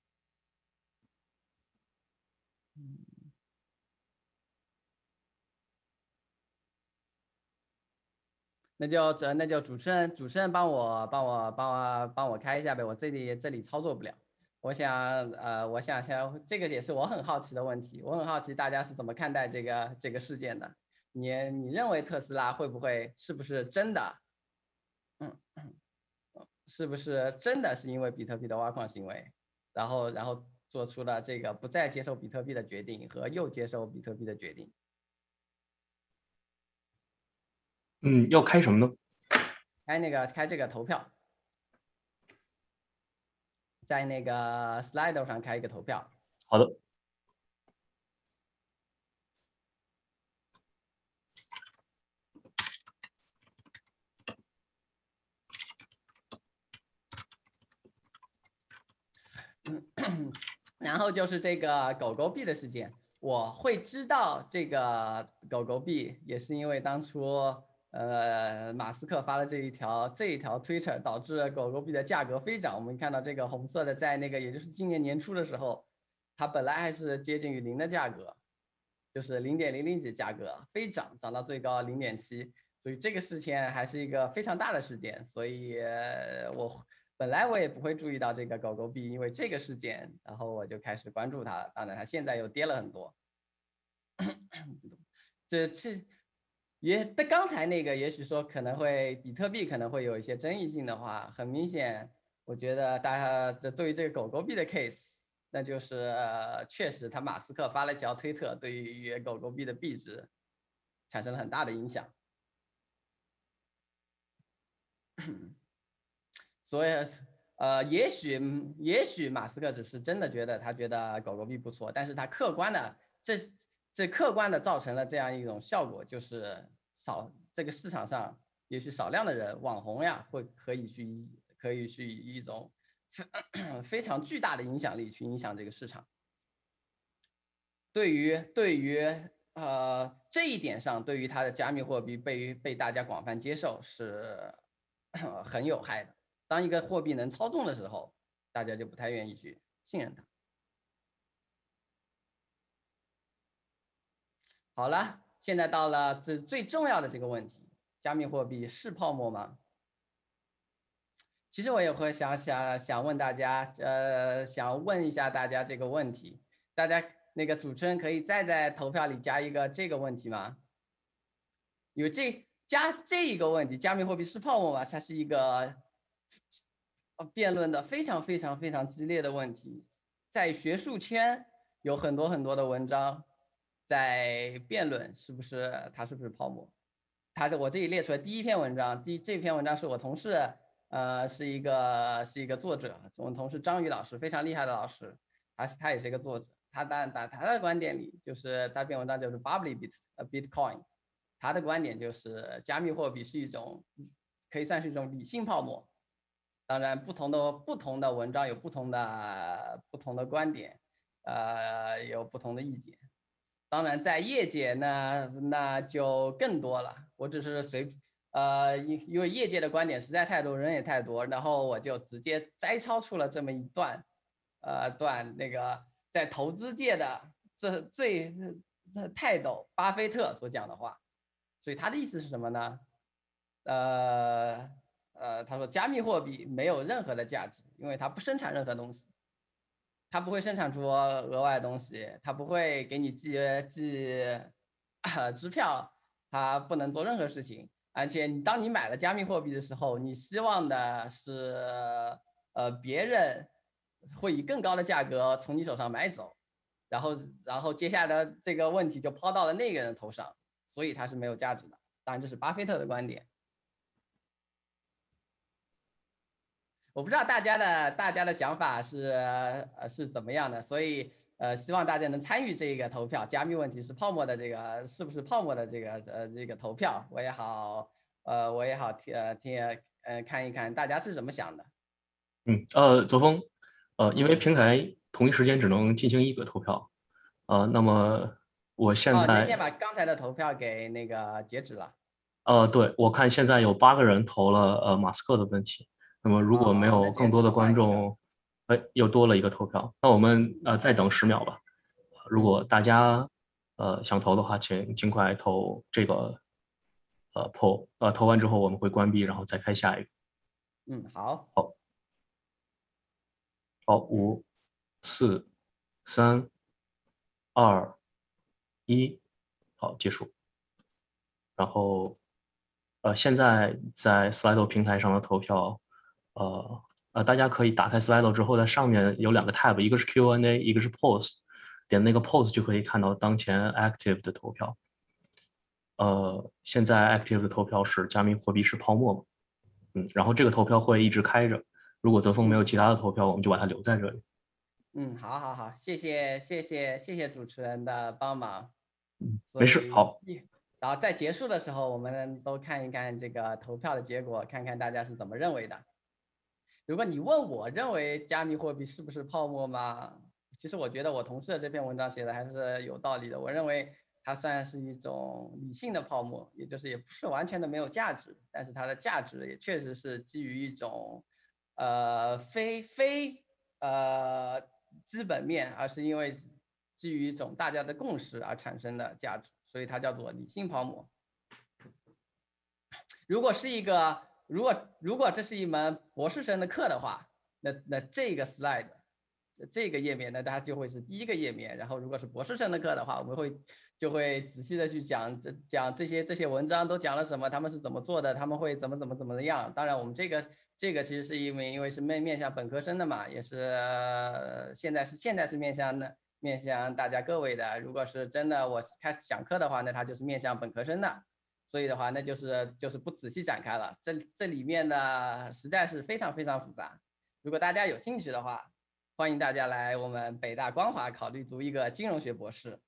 那就这那就主持人主持人帮我帮我帮我帮我开一下呗，我这里这里操作不了。我想呃，我想想，这个也是我很好奇的问题。我很好奇大家是怎么看待这个这个事件的。你你认为特斯拉会不会是不是真的？嗯，是不是真的是因为比特币的挖矿行为，然后然后做出了这个不再接受比特币的决定和又接受比特币的决定？ 嗯，要开什么呢？ 开那个开这个投票，在那个 Slido 上开一个投票。 好的。 然后就是这个狗狗币的事件，我会知道这个狗狗币，也是因为当初呃马斯克发了这一条这一条 Twitter，导致狗狗币的价格飞涨。我们看到这个红色的，在那个也就是今年年初的时候，它本来还是接近于零的价格，就是零点零零几价格飞涨，涨到最高零点七。所以这个事件还是一个非常大的事件，所以我本来我也不会注意到这个狗狗币，因为这个事件，然后我就开始关注它了。当然，它现在又跌了很多。这这也，但刚才那个也许说可能会比特币可能会有一些争议性的话，很明显，我觉得大家这对于这个狗狗币的 case，那就是呃确实他马斯克发了一条推特，对于狗狗币的币值产生了很大的影响。所以呃，也许也许马斯克只是真的觉得他觉得狗狗币不错，但是他客观的这这客观的造成了这样一种效果，就是少这个市场上也许少量的人网红呀会可以去可以去以一种非非常巨大的影响力去影响这个市场。对于对于呃这一点上，对于它的加密货币被被大家广泛接受是很有害的。当一个货币能操纵的时候，大家就不太愿意去信任它。好了，现在到了这最重要的这个问题：加密货币是泡沫吗？其实我也会想想想问大家，呃，想问一下大家这个问题。大家那个主持人可以再在投票里加一个这个问题吗？因为这加这一个问题，加密货币是泡沫吗？它是一个辩论的非常非常非常激烈的问题，在学术圈有很多很多的文章在辩论是不是它是不是泡沫。它的我这里列出来第一篇文章，第这篇文章是我同事，呃，是一个是一个作者，我们同事张宇老师，非常厉害的老师，他是他也是一个作者，他的他他的观点里就是他篇文章就是 Bubbly Bit 呃 Bitcoin， 他的观点就是加密货币是一种可以算是一种理性泡沫。当然，不同的不同的文章有不同的不同的观点，呃，有不同的意见。当然，在业界呢，那就更多了。我只是随呃，因因为业界的观点实在太多，人也太多，然后我就直接摘抄出了这么一段，呃，段那个在投资界的这最这泰斗巴菲特所讲的话。所以他的意思是什么呢？呃。呃，他说加密货币没有任何的价值，因为它不生产任何东西，它不会生产出额外的东西，它不会给你寄寄、呃、支票，它不能做任何事情。而且你当你买了加密货币的时候，你希望的是呃别人会以更高的价格从你手上买走，然后然后接下来的这个问题就抛到了那个人头上，所以它是没有价值的。当然，这是巴菲特的观点。我不知道大家的大家的想法是呃是怎么样的，所以呃希望大家能参与这个投票，加密问题是泡沫的这个是不是泡沫的这个呃这个投票，我也好呃我也好听呃听呃看一看大家是怎么想的。 嗯，呃，泽峰，呃，因为嗯， 平台同一时间只能进行一个投票，呃，那么我现哦，那在， 先把刚才的投票给那个截止了。 呃，对，我看现在有八个人投了呃马斯克的问题，那么如果没哦，那有更多的截止的话一个。 观众，哎，又多了一个投票，那我们呃再等十秒吧。如果嗯大家呃想投的话，请尽快投这个呃 poll，呃投完之后我们会关闭，然后再开下一个。 嗯，好。 好，好，五、四、三、二、一，好，结束。然后呃，现在在 Slido 平台上的投票，呃呃，大家可以打开 Slido 之后，在上面有两个 tab，一个是 Q and A，一个是 Polls，点那个 Polls 就可以看到当前 active 的投票。呃，现在 active 的投票是加密货币是泡沫吗？嗯，然后这个投票会一直开着，如果泽峰没有嗯其他的投票，我们就把它留在这里。 嗯，好好好，谢谢谢谢谢谢主持人的帮忙。 没事， 所以好， 一，然后在结束的时候，我们都看一看这个投票的结果，看看大家是怎么认为的。如果你问我认为加密货币是不是泡沫吗？其实我觉得我同事的这篇文章写的还是有道理的。我认为它算是一种理性的泡沫，也就是也不是完全的没有价值，但是它的价值也确实是基于一种呃非非呃基本面，而是因为基于一种大家的共识而产生的价值，所以它叫做理性泡沫。如果是一个如果如果这是一门博士生的课的话，那那这个 slide 这个页面呢，它就会是第一个页面。然后如果是博士生的课的话，我们会就会仔细的去讲这讲这些这些文章都讲了什么，他们是怎么做的，他们会怎么怎么怎么样。当然，我们这个这个其实是因为因为是面面向本科生的嘛，也是、呃、现在是现在是面向的面向大家各位的。如果是真的我开始讲课的话，那它就是面向本科生的。所以的话，那就是就是不仔细展开了。这这里面呢，实在是非常非常复杂。如果大家有兴趣的话，欢迎大家来我们北大光华考虑读一个金融学博士。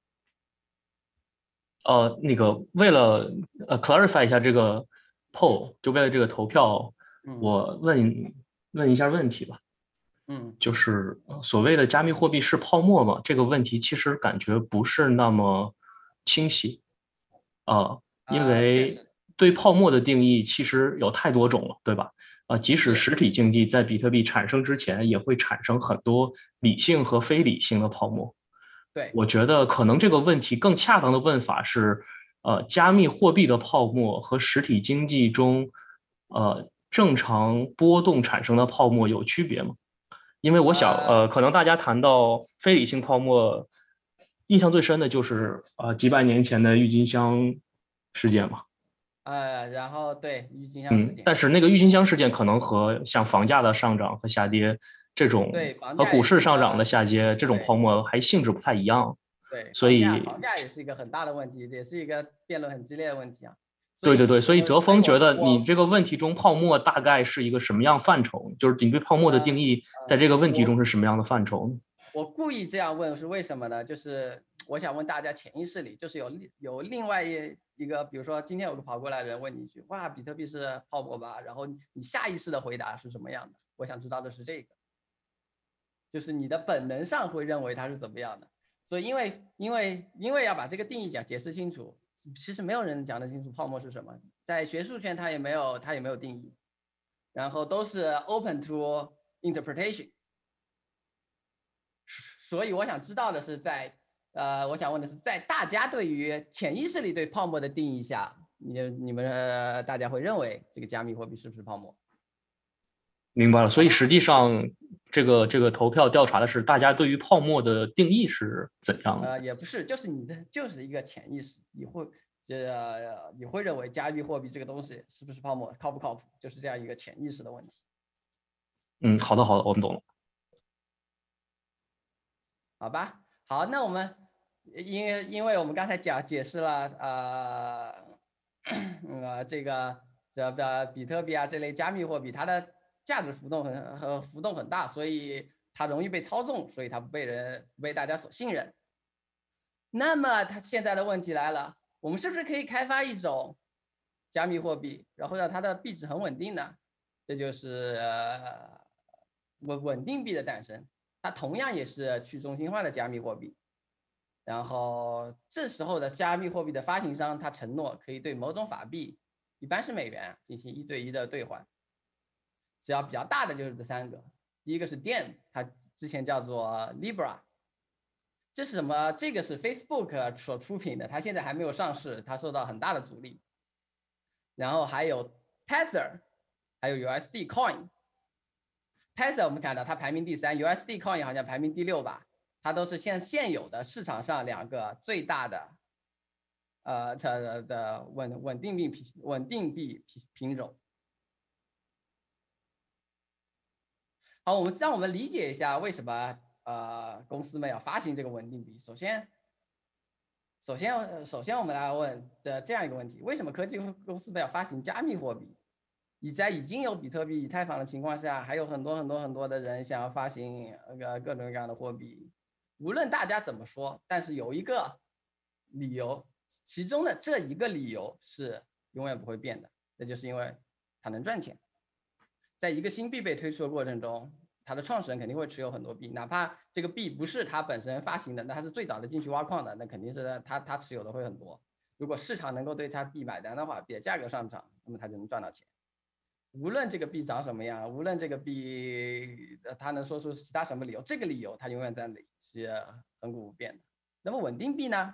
呃，那个为了呃 clarify 一下这个 poll，就为了这个投票， 嗯我问问一下问题吧。 嗯， 就是呃所谓的加密货币是泡沫吗？这个问题其实感觉不是那么清晰啊，因为啊、确实， 对泡沫的定义其实有太多种了，对吧？啊，即使是， 实体经济在比特币产生之前，也会产生很多理性和非理性的泡沫。 对， 我觉得可能这个问题更恰当的问法是，呃，加密货币的泡沫和实体经济中，呃，正常波动产生的泡沫有区别吗？因为我想， 呃呃，可能大家谈到非理性泡沫，印象最深的就是呃几百年前的郁金香事件嘛。 呃，然后对郁金香事嗯， 件， 但是那个郁金香事件可能和像房价的上涨和下跌这种， 对，房和股价也是市上涨的一个， 下跌这种泡对沫还性质不太一样。 对，房价所以房价也是一个很大的问题，也是一个辩论很激烈的问题啊。所以对对对，所以我所以泽峰觉我我得你这个问题中泡沫大概是一个什么样范畴？就是你对泡沫的呃定义，在呃这个问题中我是什么样的范畴呢？ 我故意这样问是为什么呢？就是我想问大家潜意识里，就是有有另外一一个，比如说今天有个跑过来的人问你一句，哇，比特币是泡沫吧？然后你下意识的回答是什么样的？我想知道的是这个，就是你的本能上会认为它是怎么样的。所以因为因为因为要把这个定义讲解释清楚，其实没有人讲得清楚泡沫是什么，在学术圈它也没有它也没有定义，然后都是 open to interpretation。所以我想知道的是在，呃，我想问的是，在大家对于潜意识里对泡沫的定义下，你你们、呃、大家会认为这个加密货币是不是泡沫？ 明白了，所好吧？ 以实际上这个这个投票调查的是大家对于泡沫的定义是怎样的？ 呃，也不是，就是你的就是一个潜意识，你会这、呃、你会认为加密货币这个东西是不是泡沫，靠不靠谱，就是这样一个潜意识的问题。 嗯，好的好的，我们懂了。 好吧？好，那我们因为因为我们刚才讲解释了呃呃这个这个比特币啊这类加密货币，它的价值浮动很和浮动很大，所以它容易被操纵，所以它不被人不被大家所信任。那么它现在的问题来了，我们是不是可以开发一种加密货币，然后让它的币值很稳定呢？这就是呃稳稳定币的诞生。它同样也是去中心化的加密货币。然后这时候的加密货币的发行商，他承诺可以对某种法币，一般是美元，进行一对一的兑换。只要比较大的就是这三个，第一个是 D E M， 它之前叫做 Libra。这是什么？这个是 Facebook 所出品的，它现在还没有上市，它受到很大的阻力。然后还有 Tether， 还有 U S D Coin。Tether 我们看到它排名第三 ，U S D Coin 好像排名第六吧。它都是现现有的市场上两个最大的，呃，它的稳稳定币品稳定币品种。好，我们让我们理解一下为什么呃公司们要发行这个稳定币。首先，首先首先我们来问这这样一个问题：为什么科技公司们要发行加密货币？你在已经有比特币、以太坊的情况下，还有很多很多很多的人想要发行呃各种各样的货币。无论大家怎么说，但是有一个理由，其中的这一个理由是永远不会变的，那就是因为它能赚钱。在一个新币被推出的过程中，它的创始人肯定会持有很多币，哪怕这个币不是他本身发行的，那他是最早的进去挖矿的，那肯定是他他持有的会很多。如果市场能够对他币买单的话，币的价格上涨，那么他就能赚到钱。无论这个币长什么样，无论这个币他能说出其他什么理由，这个理由他永远在那里是恒古不变的。那么稳定币呢？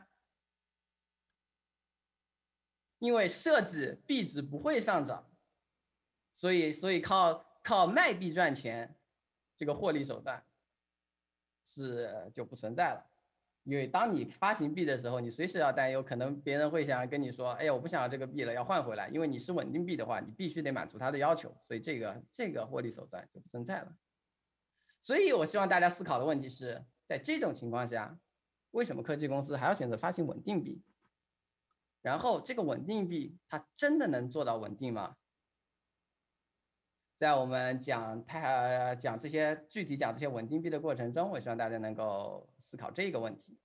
因为设置币值不会上涨， 所以所以靠靠卖币赚钱这个获利手段是就不存在了。因为当你发行币的时候，你随时要担忧，可能别人会想跟你说，哎呀，我不想要这个币了，要换回来。因为你是稳定币的话，你必须得满足他的要求，所以这个这个获利手段就不存在了。所以我希望大家思考的问题是，在这种情况下，为什么科技公司还要选择发行稳定币？然后这个稳定币它真的能做到稳定吗？在我们讲太讲这些具体讲这些稳定币的过程中，我希望大家能够思考这个问题。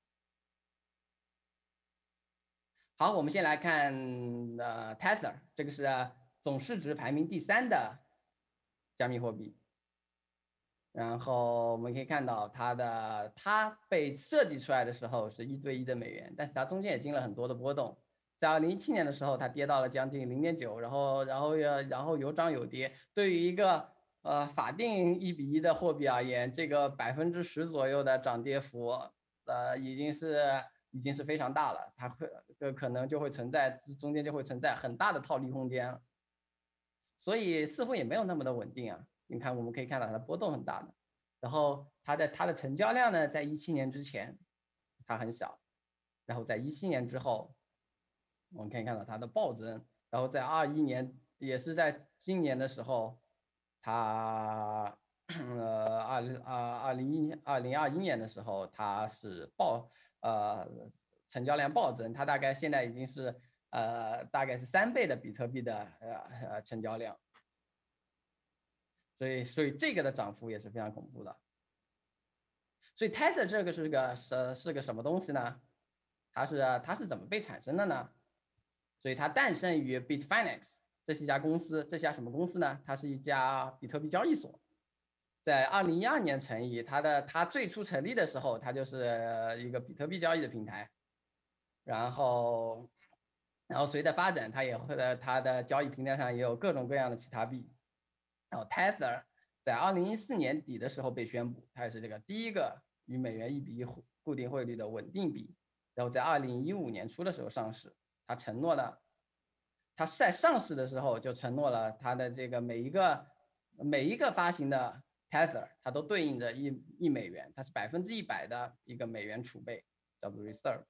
好，我们先来看呃 Tether， 这个是总市值排名第三的加密货币。然后我们可以看到它的它被设计出来的时候是一对一的美元，但是它中间也经历了很多的波动。在二零一七年的时候，它跌到了将近零点九，然后然后然后有涨有跌。对于一个呃法定一比一的货币而言，这个百分之十左右的涨跌幅，呃已经是已经是非常大了，它会呃可能就会存在中间就会存在很大的套利空间，所以似乎也没有那么的稳定啊。你看我们可以看到它的波动很大的，然后它的它的成交量呢，在一七年之前它很小，然后在一七年之后。我们可以看到它的暴增，然后在二一年，也是在今年的时候，它呃二零二二零一二零二一年的时候，它是暴呃成交量暴增，它大概现在已经是呃大概是三倍的比特币的呃呃成交量，所以所以这个的涨幅也是非常恐怖的。所以 Tether 这个是个是是个什么东西呢？它是它是怎么被产生的呢？所以它诞生于 Bitfinex， 这是一家公司，这家什么公司呢？它是一家比特币交易所，在二零一二年成立。它的它最初成立的时候，它就是一个比特币交易的平台，然后然后随着发展，它也会在它的交易平台上也有各种各样的其他币。然后 Tether 在二零一四年底的时候被宣布，它也是这个第一个与美元一比一固定汇率的稳定币。然后在二零一五年初的时候上市。他承诺了，他在上市的时候就承诺了他的这个每一个每一个发行的 Tether， 它都对应着一一美元，它是百分之一百的一个美元储备，叫做 reserve。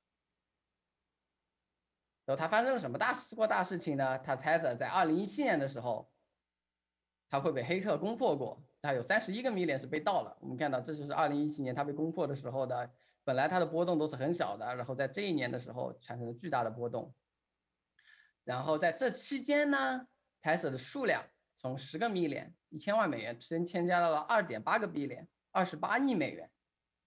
然后它发生了什么大事过大事情呢？它 Tether 在二零一七年的时候，它会被黑客攻破过，它有三十一个 million 是被盗了。我们看到这就是二零一七年它被攻破的时候的，本来它的波动都是很小的，然后在这一年的时候产生了巨大的波动。然后在这期间呢 ，Tether 的数量从十个 million 一千万美元，增添加到了二点八个 billion 二十八亿美元。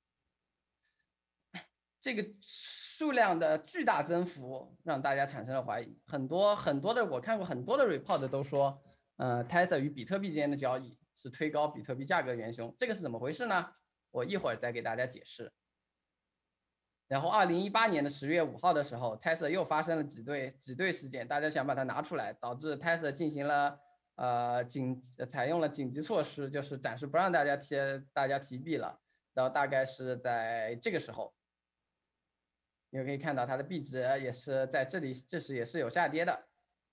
这个数量的巨大增幅让大家产生了怀疑。很多很多的我看过很多的 report 都说，呃 ，Tether 与比特币之间的交易是推高比特币价格元凶。这个是怎么回事呢？我一会儿再给大家解释。然后二零一八年的十月五号的时候 ，Tether 又发生了挤兑挤兑事件，大家想把它拿出来，导致 Tether 进行了呃紧采用了紧急措施，就是暂时不让大家提大家提币了。然后大概是在这个时候，你可以看到它的币值也是在这里，这时也是有下跌的。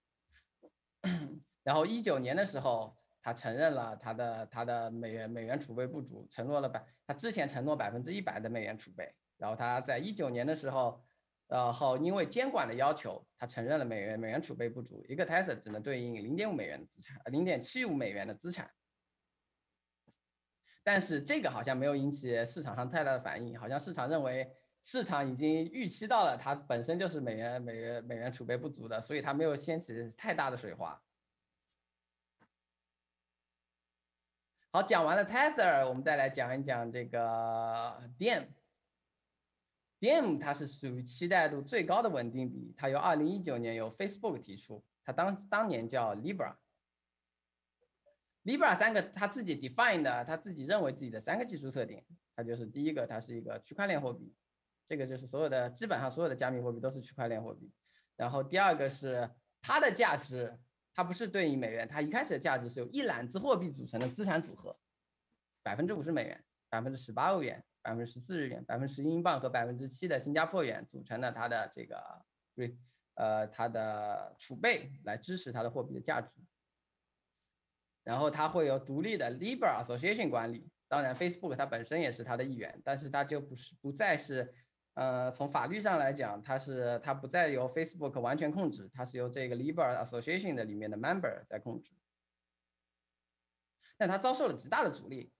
然后一九年的时候，他承认了他的他的美元美元储备不足，承诺了百他之前承诺百分之一百的美元储备。然后他在一九年的时候，然后因为监管的要求，他承认了美元美元储备不足，一个 Tether 只能对应零点五美元的资产，零点七五美元的资产。但是这个好像没有引起市场上太大的反应，好像市场认为市场已经预期到了它本身就是美元美元美元储备不足的，所以它没有掀起太大的水花。好，讲完了 Tether， 我们再来讲一讲这个 Diem。Diem 它是属于期待度最高的稳定币，它由二零一九年由 Facebook 提出，它当当年叫 Libra。Libra 三个它自己 define 的，它自己认为自己的三个技术特点，它就是第一个，它是一个区块链货币，这个就是所有的基本上所有的加密货币都是区块链货币。然后第二个是它的价值。它不是对应美元，它一开始的价值是由一揽子货币组成的资产组合，百分之五十美元、百分之十八欧元、百分之十四日元、百分之十英镑和百分之七的新加坡元组成了它的这个对呃它的储备来支持它的货币的价值。 然后它会有独立的 Libra Association 管理。当然 Facebook 它本身也是它的一员，但是它就不是不再是，呃，从法律上来讲，它是它不再由 Facebook 完全控制，它是由这个 Libra Association 的里面的 member 在控制。但它遭受了极大的阻力。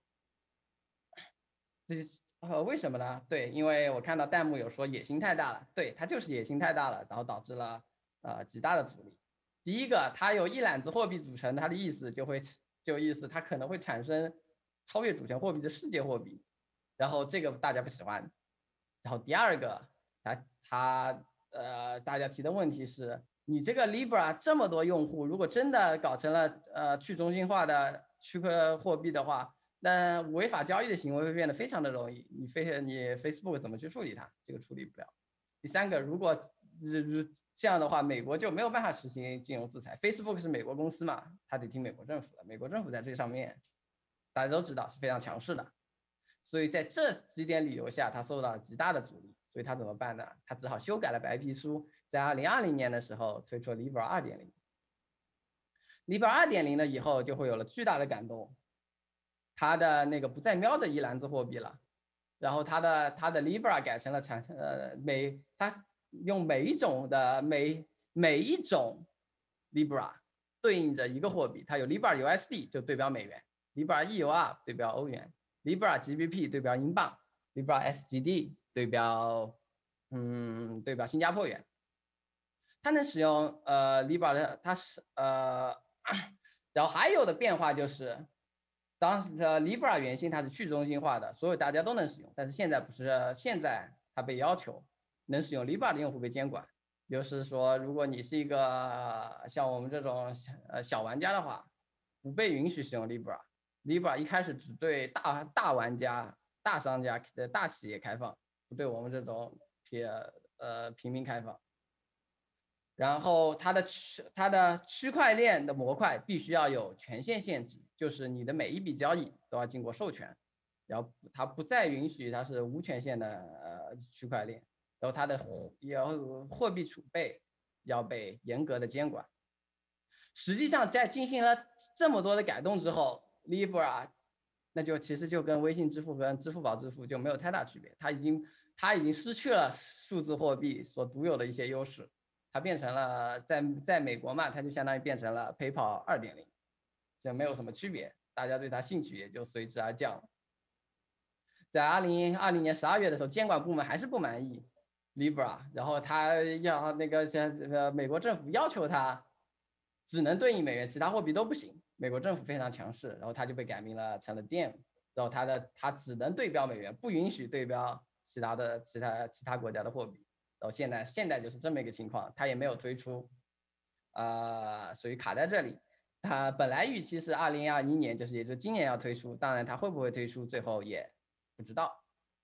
这呃为什么呢？对，因为我看到弹幕有说野心太大了，对，它就是野心太大了，然后导致了呃极大的阻力。第一个，它由一揽子货币组成，它的意思就会就意思它可能会产生超越主权货币的世界货币，然后这个大家不喜欢。然后第二个，它它呃大家提的问题是，你这个 Libra 这么多用户，如果真的搞成了呃去中心化的区块货币的话，那违法交易的行为会变得非常的容易，你非你 Facebook 怎么去处理它？这个处理不了。第三个，如果这样的话，美国就没有办法实行金融制裁。Facebook 是美国公司嘛，它得听美国政府的，美国政府在这上面大家都知道是非常强势的，所以在这几点理由下，它受到了极大的阻力。所以它怎么办呢？它只好修改了白皮书，在二零二零年的时候推出了 Libra 二点零。Libra 二点零了以后，就会有了巨大的感动。它的那个不再瞄着一篮子货币了，然后它的它的 Libra 改成了产呃每它用每一种的每每一种 Libra 对应着一个货币，它有 Libra U S D 就对标美元， Libra E U R 对标欧元， Libra G B P 对标英镑， Libra S G D 对标嗯对标新加坡元。它能使用呃 Libra 的，它是呃然后还有的变化就是，当时的 Libra 原先它是去中心化的，所有大家都能使用，但是现在不是，现在它被要求能使用 Libra 的用户被监管，就是说，如果你是一个、呃、像我们这种呃小玩家的话，不被允许使用 Libra。Libra 一开始只对大大玩家、大商家的大企业开放，不对我们这种平呃平民开放。然后它的区它的区块链的模块必须要有权限限制，就是你的每一笔交易都要经过授权，然后它不再允许它是无权限的呃区块链，然后它的要货币储备要被严格的监管。实际上在进行了这么多的改动之后 ，Libra 那就其实就跟微信支付跟支付宝支付就没有太大区别，它已经它已经失去了数字货币所独有的一些优势。它变成了在在美国嘛，它就相当于变成了 PayPal 二点零，这没有什么区别，大家对它兴趣也就随之而降了。在二零二零年十二月的时候，监管部门还是不满意 Libra， 然后他要那个像这个美国政府要求他只能对应美元，其他货币都不行。美国政府非常强势，然后他就被改名了成了 D I E M， 然后他的他只能对标美元，不允许对标其他的其他其他国家的货币。然后现在现在就是这么一个情况，它也没有推出，呃，所以卡在这里。它本来预期是二零二一年，就是也就是今年要推出，当然它会不会推出，最后也不知道。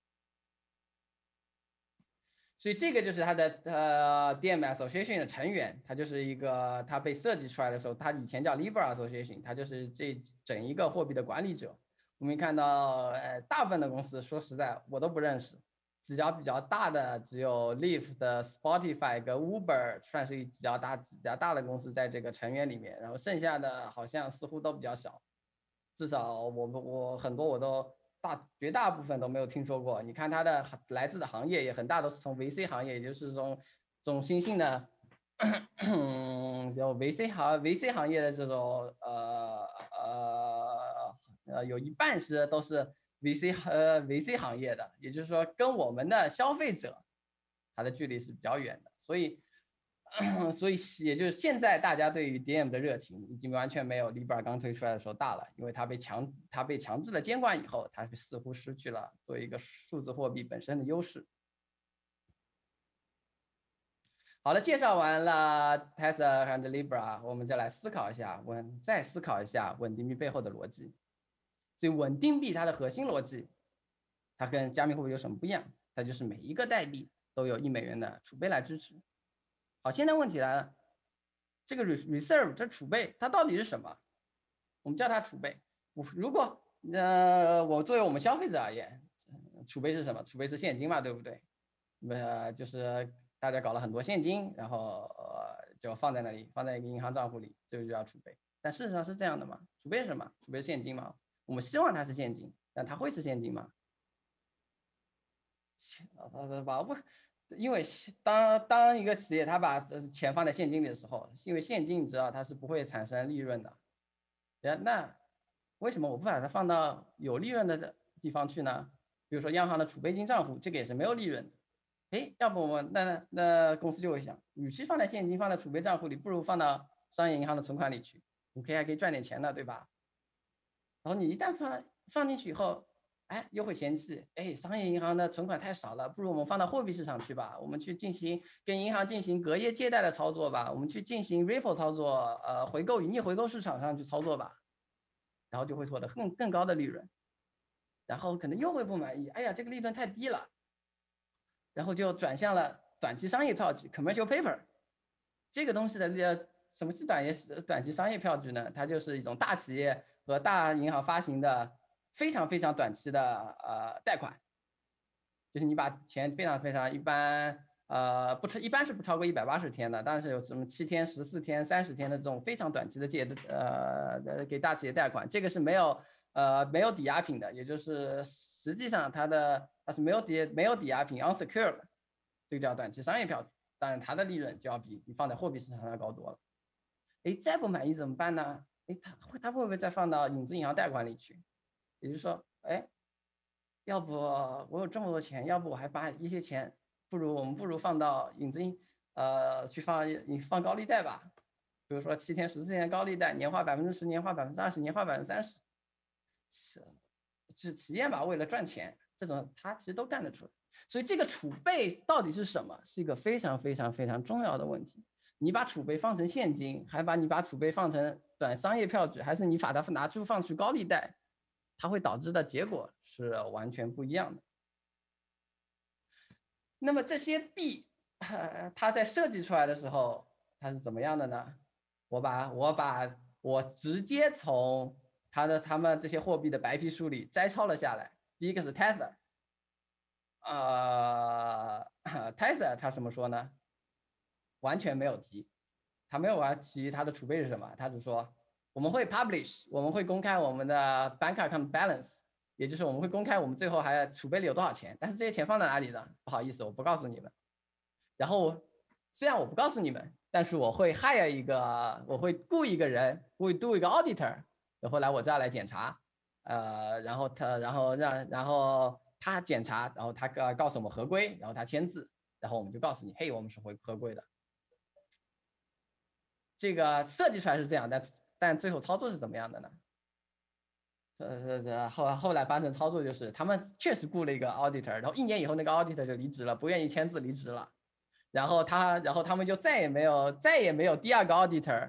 所以这个就是它的呃 D I E M Association 的成员，它就是一个它被设计出来的时候，它以前叫 Libra Association，它就是这整一个货币的管理者。我们看到，呃，大部分的公司，说实在我都不认识。比较比较大的只有 Lyft 的 Spotify 跟 Uber 算是比较大比较大的公司在这个成员里面，然后剩下的好像似乎都比较小，至少我们我很多我都大绝大部分都没有听说过。你看它的来自的行业也很大，都是从 V C 行业，也就是从这种新兴的，嗯，就 V C 行 V C 行业的这种呃呃呃有一半是都是。V C 呃 V C 行业的，也就是说跟我们的消费者，它的距离是比较远的，所以所以也就是现在大家对于 D I E M 的热情已经完全没有 Libra 刚推出来的时候大了，因为它被强它被强制了监管以后，它似乎失去了作为一个数字货币本身的优势。好了，介绍完了 Tether 和 Libra， 我们再来思考一下，稳再思考一下稳定币背后的逻辑。所以稳定币它的核心逻辑，它跟加密货币有什么不一样？它就是每一个代币都有一美元的储备来支持。好，现在问题来了，这个 reserve 这储备它到底是什么？我们叫它储备。如果呃我作为我们消费者而言，储备是什么？储备是现金嘛，对不对？呃，就是大家搞了很多现金，然后呃就放在那里，放在一个银行账户里，这个就叫储备。但事实上是这样的吗？储备是什么？储备现金吗？我们希望它是现金，但它会是现金吗？呃，吧，不，因为当当一个企业它把钱放在现金里的时候，因为现金你知道它是不会产生利润的，那为什么我不把它放到有利润的地方去呢？比如说央行的储备金账户，这个也是没有利润的。哎，要不我们那那公司就会想，与其放在现金放在储备账户里，不如放到商业银行的存款里去，你可以还可以赚点钱的，对吧？然后你一旦放放进去以后，哎，又会嫌弃，哎，商业银行的存款太少了，不如我们放到货币市场去吧，我们去进行跟银行进行隔夜借贷的操作吧，我们去进行 repo 操作，呃，回购、逆回购市场上去操作吧，然后就会获得更更高的利润，然后可能又会不满意，哎呀，这个利润太低了，然后就转向了短期商业票据 commercial paper， 这个东西的呃，什么是短业短期商业票据呢？它就是一种大企业和大银行发行的非常非常短期的呃贷款，就是你把钱非常非常一般呃不超一般是不超过一百八十天的，但是有什么七天、十四天、三十天的这种非常短期的借呃给大企业贷款，这个是没有呃没有抵押品的，也就是实际上它的它是没有抵没有抵押品 unsecured 的，这个叫短期商业票据，当然它的利润就要比你放在货币市场上高多了。哎，再不满意怎么办呢？哎，他会他会不会再放到影子银行贷款里去？也就是说，哎，要不我有这么多钱，要不我还把一些钱，不如我们不如放到影子银呃去放你放高利贷吧，比如说七天、十四天高利贷，年化百分之十，年化百分之二十，年化百分之三十，是企业吧？为了赚钱，这种他其实都干得出来。所以这个储备到底是什么，是一个非常非常非常重要的问题。你把储备放成现金，还把你把储备放成短商业票据，还是你把它拿出放去高利贷，它会导致的结果是完全不一样的。那么这些币，它在设计出来的时候，它是怎么样的呢？我把我把我直接从它的他们这些货币的白皮书里摘抄了下来。第一个是 Tether， 呃 ，Tether 他怎么说呢？完全没有提，他没有玩提他的储备是什么，他只说我们会 publish， 我们会公开我们的 bank account balance， 也就是我们会公开我们最后还储备里有多少钱，但是这些钱放在哪里呢？不好意思，我不告诉你们。然后虽然我不告诉你们，但是我会 hire 一个，我会雇一个人，会 do 一个 auditor， 然后来我这儿来检查，呃，然后他，然后让，然后他检查，然后他告诉我们合规，然后他签字，然后我们就告诉你，嘿，我们是合合规的。这个设计出来是这样，但但最后操作是怎么样的呢？呃呃，后后来发生操作就是他们确实雇了一个 auditor， 然后一年以后那个 auditor 就离职了，不愿意签字离职了，然后他然后他们就再也没有再也没有第二个 auditor，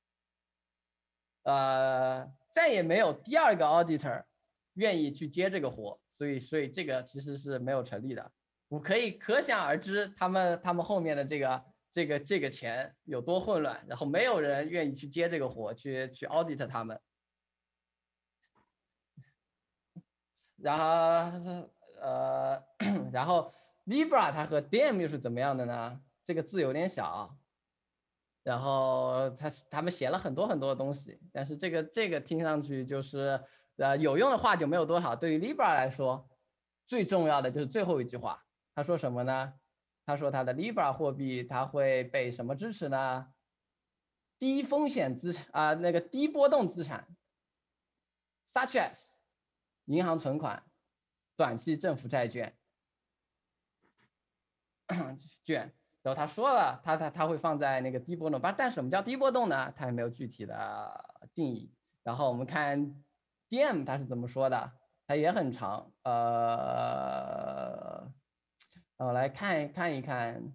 呃，再也没有第二个 auditor 愿意去接这个活，所以所以这个其实是没有成立的。我可以可想而知他们他们后面的这个。这个这个钱有多混乱，然后没有人愿意去接这个活，去去 audit 他们，然后呃，然后 Libra 它和 Diem 又是怎么样的呢？这个字有点小，然后他他们写了很多很多的东西，但是这个这个听上去就是呃有用的话就没有多少。对于 Libra 来说，最重要的就是最后一句话，他说什么呢？他说他的 Libra 货币它会被什么支持呢？低风险资产啊、呃，那个低波动资产 ，such as 银行存款、短期政府债券券。然后他说了，他他他会放在那个低波动，但什么叫低波动呢？他也没有具体的定义。然后我们看 D M 他是怎么说的，他也很长，呃。我来看看一看，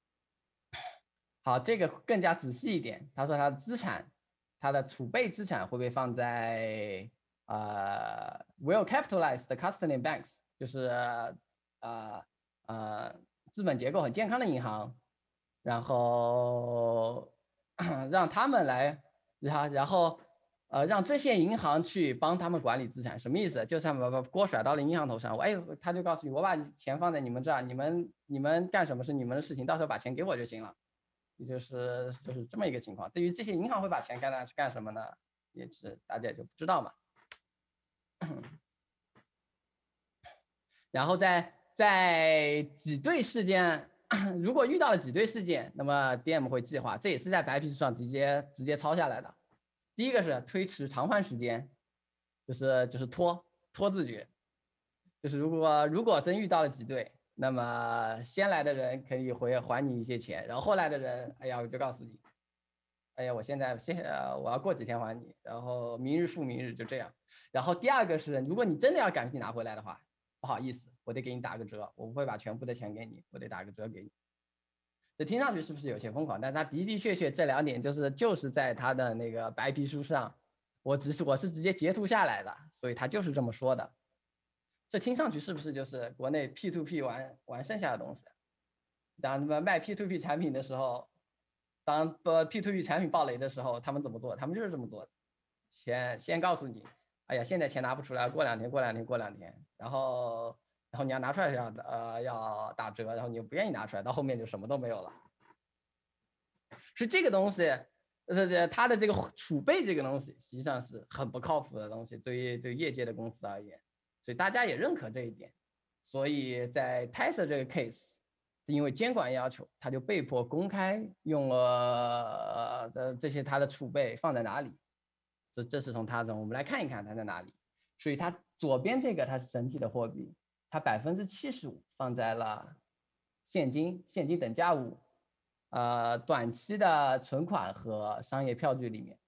好，这个更加仔细一点。他说他的资产，他的储备资产会被放在呃 well capitalized custody banks， 就是呃呃资本结构很健康的银行，然后让他们来，然后然后呃让这些银行去帮他们管理资产，什么意思？就是把把锅甩到了银行头上，我哎他就告诉你，我把钱放在你们这儿，你们你们干什么是你们的事情，到时候把钱给我就行了。 也就是就是这么一个情况。至于这些银行会把钱干拿去干什么呢？也是大家也就不知道嘛。然后在在挤兑事件，如果遇到了挤兑事件，那么 D M 会计划，这也是在白皮书上直接直接抄下来的。第一个是推迟偿还时间，就是就是拖拖字诀，就是如果如果真遇到了挤兑，那么先来的人可以回还你一些钱，然后后来的人，哎呀，我就告诉你，哎呀，我现在现呃我要过几天还你，然后明日复明日就这样。然后第二个是，如果你真的要赶紧拿回来的话，不好意思，我得给你打个折，我不会把全部的钱给你，我得打个折给你。这听上去是不是有些疯狂？但他的的确确这两点就是就是在他的那个白皮书上，我只是我是直接截图下来的，所以他就是这么说的。这听上去是不是就是国内 P to P 玩玩剩下的东西？当他们卖 P to P 产品的时候，当呃 P to P 产品爆雷的时候，他们怎么做？他们就是这么做的，先先告诉你，哎呀，现在钱拿不出来，过两天，过两天，过两天，然后然后你要拿出来要呃要打折，然后你又不愿意拿出来，到后面就什么都没有了。所以这个东西，呃，它的这个储备这个东西，实际上是很不靠谱的东西，对于对业界的公司而言，所以大家也认可这一点。所以在 Tesla 这个 case， 因为监管要求，他就被迫公开用了呃这些他的储备放在哪里。这这是从他这，我们来看一看它在哪里。所以它左边这个它是整体的货币，它百分之七十五放在了现金、现金等价物、呃短期的存款和商业票据里面。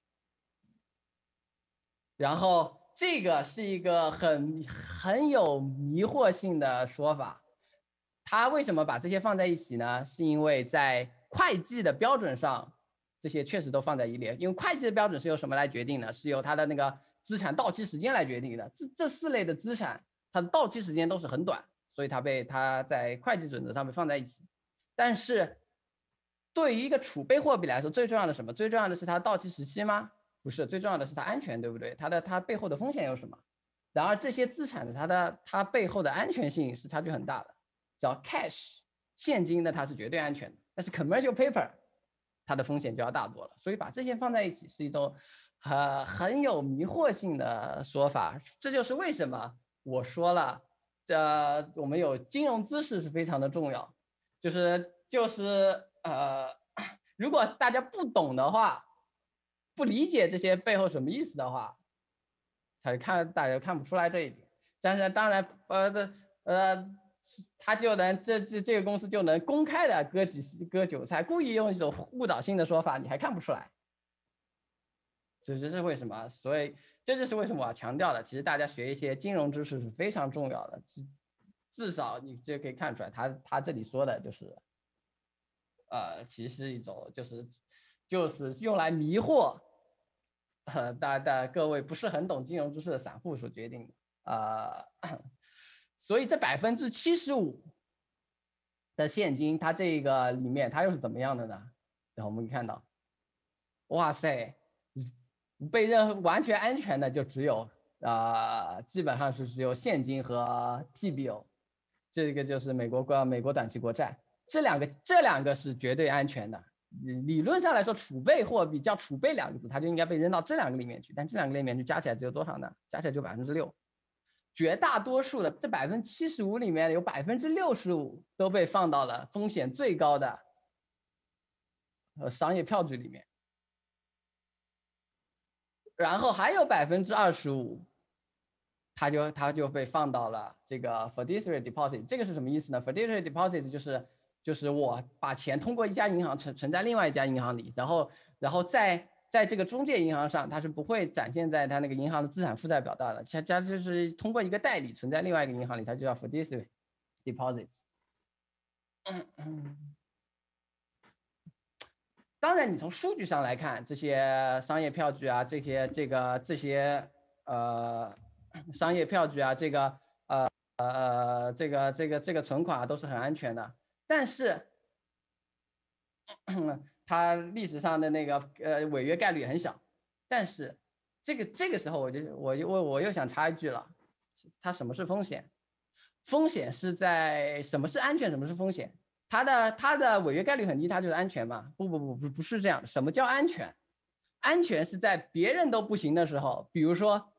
然后这个是一个很很有迷惑性的说法，他为什么把这些放在一起呢？是因为在会计的标准上，这些确实都放在一列，因为会计的标准是由什么来决定的？是由它的那个资产到期时间来决定的。这这四类的资产，它的到期时间都是很短，所以它被它在会计准则上面放在一起。但是对于一个储备货币来说，最重要的什么？最重要的是它的到期时期吗？不是，最重要的是它安全，对不对？它的它背后的风险有什么？然而这些资产的它的它背后的安全性是差距很大的。只要 cash 现金呢，它是绝对安全的，但是 commercial paper 它的风险就要大多了。所以把这些放在一起是一种呃很有迷惑性的说法。这就是为什么我说了，这我们有金融知识是非常的重要。就是就是呃，如果大家不懂的话，不理解这些背后什么意思的话，才看大家看不出来这一点。但是当然呃呃。他就能这这这个公司就能公开的割韭割韭菜，故意用一种误导性的说法，你还看不出来，这这是为什么？所以这就是为什么我要强调的。其实大家学一些金融知识是非常重要的，至至少你就可以看出来，他他这里说的就是，呃，其实一种就是就是用来迷惑，呃，大大各位不是很懂金融知识的散户所决定的啊。呃所以这百分之七十五的现金，它这个里面它又是怎么样的呢？然后我们可以看到，哇塞，被认完全安全的就只有啊、呃，基本上是只有现金和 T B O， 这个就是美国国美国短期国债，这两个这两个是绝对安全的。理论上来说，储备货币叫储备两个字，它就应该被扔到这两个里面去，但这两个里面去加起来只有多少呢？加起来就百分之六。绝大多数的这百分之七十五里面有百分之六十五都被放到了风险最高的呃商业票据里面，然后还有百分之二十五，它就它就被放到了这个 fiduciary deposit。这个是什么意思呢 ？fiduciary deposit 就是就是我把钱通过一家银行存存在另外一家银行里，然后然后在在这个中介银行上，它是不会展现在它那个银行的资产负债表上的，它它就是通过一个代理存在另外一个银行里，它就叫 fiduciary deposits。嗯嗯。当然，你从数据上来看，这些商业票据啊，这些这个这些呃商业票据啊，这个呃呃这个这个这个存款啊，都是很安全的。但是，它历史上的那个呃违约概率很小。但是这个这个时候我就我又我我又想插一句了，它什么是风险？风险是在什么是安全，什么是风险？ 它的它的违约概率很低，它就是安全嘛？不不不不不是这样的。什么叫安全？安全是在别人都不行的时候，比如说，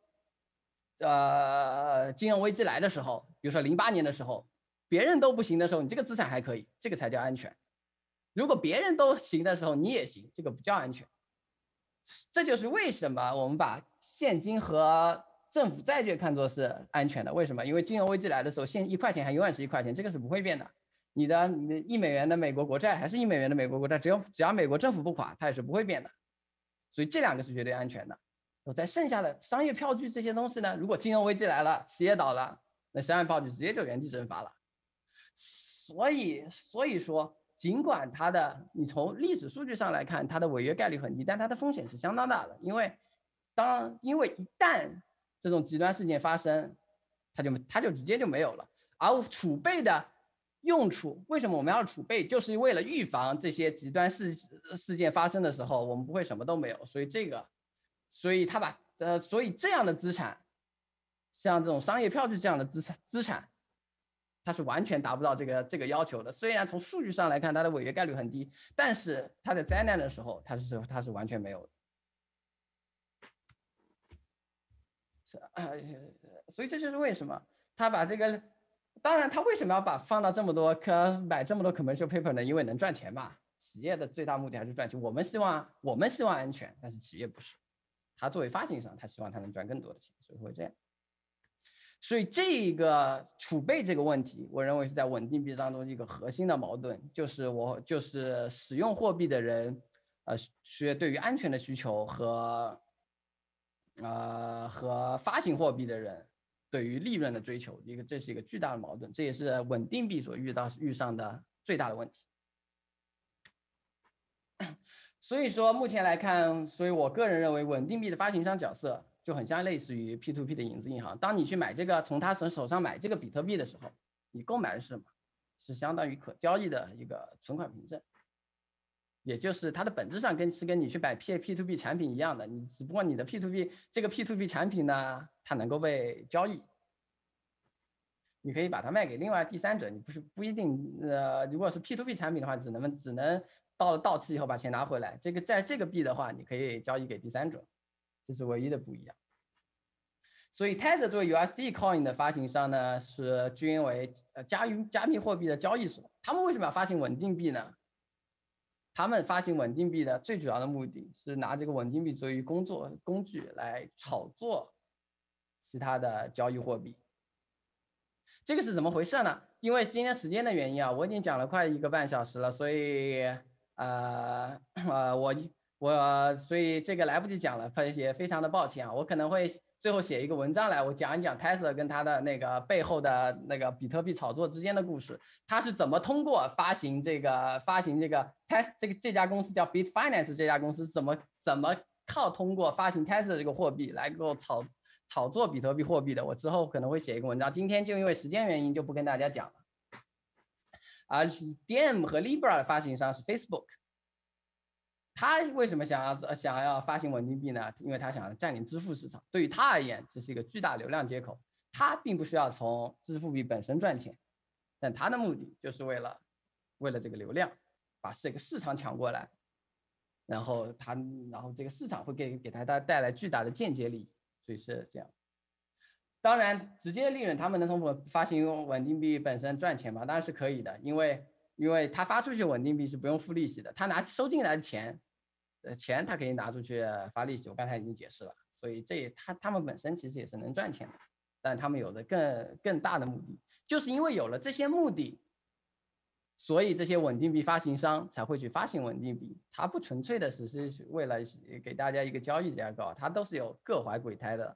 呃，金融危机来的时候，比如说零八年的时候，别人都不行的时候，你这个资产还可以，这个才叫安全。如果别人都行的时候，你也行，这个不叫安全。这就是为什么我们把现金和政府债券看作是安全的。为什么？因为金融危机来的时候，现一块钱还永远是一块钱，这个是不会变的。你的你的一美元的美国国债还是一美元的美国国债，只要只要美国政府不垮，它也是不会变的。所以这两个是绝对安全的。在剩下的商业票据这些东西呢，如果金融危机来了，企业倒了，那商业票据直接就原地蒸发了。所以所以说，尽管它的你从历史数据上来看，它的违约概率很低，但它的风险是相当大的，因为当因为一旦这种极端事件发生，它就它就直接就没有了。而储备的用处，为什么我们要储备？就是为了预防这些极端事事件发生的时候，我们不会什么都没有。所以这个，所以他把呃，所以这样的资产，像这种商业票据这样的资产资产，它是完全达不到这个这个要求的。虽然从数据上来看，它的违约概率很低，但是它在灾难的时候，它是它是完全没有的。呃，所以这就是为什么他把这个。当然，他为什么要把放到这么多可买这么多 commercial paper 呢？因为能赚钱嘛。企业的最大目的还是赚钱。我们希望我们希望安全，但是企业不是。他作为发行商，他希望他能赚更多的钱，所以会这样。所以这个储备这个问题，我认为是在稳定币当中一个核心的矛盾，就是我就是使用货币的人，呃，需对于安全的需求和呃和发行货币的人。对于利润的追求，一个这是一个巨大的矛盾，这也是稳定币所遇到遇上的最大的问题。所以说，目前来看，所以我个人认为，稳定币的发行商角色就很像类似于 P to P 的影子银行。当你去买这个，从他手上买这个比特币的时候，你购买的是什么？是相当于可交易的一个存款凭证，也就是它的本质上跟是跟你去买 P P to P 产品一样的，你只不过你的 P to P 这个 P to P 产品呢，它能够被交易，你可以把它卖给另外第三者，你不是不一定呃，如果是 P to P 产品的话，只能只能到了到期以后把钱拿回来。这个在这个币的话，你可以交易给第三者，这是唯一的不一样。所以 Tether 作为 U S D Coin 的发行商呢，是均为呃加密加密货币的交易所。他们为什么要发行稳定币呢？他们发行稳定币的最主要的目的是拿这个稳定币作为工作工具来炒作其他的交易货币。这个是怎么回事呢？因为今天时间的原因啊，我已经讲了快一个半小时了，所以呃呃我我所以这个来不及讲了，也非常的抱歉啊，我可能会最后写一个文章来，我讲一讲 Tesla 跟他的那个背后的那个比特币炒作之间的故事，他是怎么通过发行这个发行这个 Tesla 这个这家公司叫 Bitfinance 这家公司怎么怎么靠通过发行 Tesla 这个货币来够炒。炒作比特币货币的，我之后可能会写一个文章，今天就因为时间原因就不跟大家讲了。而 D M 和 Libra 的发行商是 Facebook， 他为什么想要想要发行稳定币呢？因为他想占领支付市场，对于他而言，这是一个巨大流量接口，他并不需要从支付币本身赚钱，但他的目的就是为了为了这个流量，把这个市场抢过来，然后他然后这个市场会给给他带来巨大的间接利益。所以是这样，当然直接利润他们能从发行稳定币本身赚钱吗？当然是可以的，因为因为他发出去稳定币是不用付利息的，他拿收进来的钱，呃钱他可以拿出去发利息，我刚才已经解释了，所以这他他们本身其实也是能赚钱的，但他们有的更更大的目的，就是因为有了这些目的，所以这些稳定币发行商才会去发行稳定币，它不纯粹的只是为了给大家一个交易架构，它都是有各怀鬼胎的。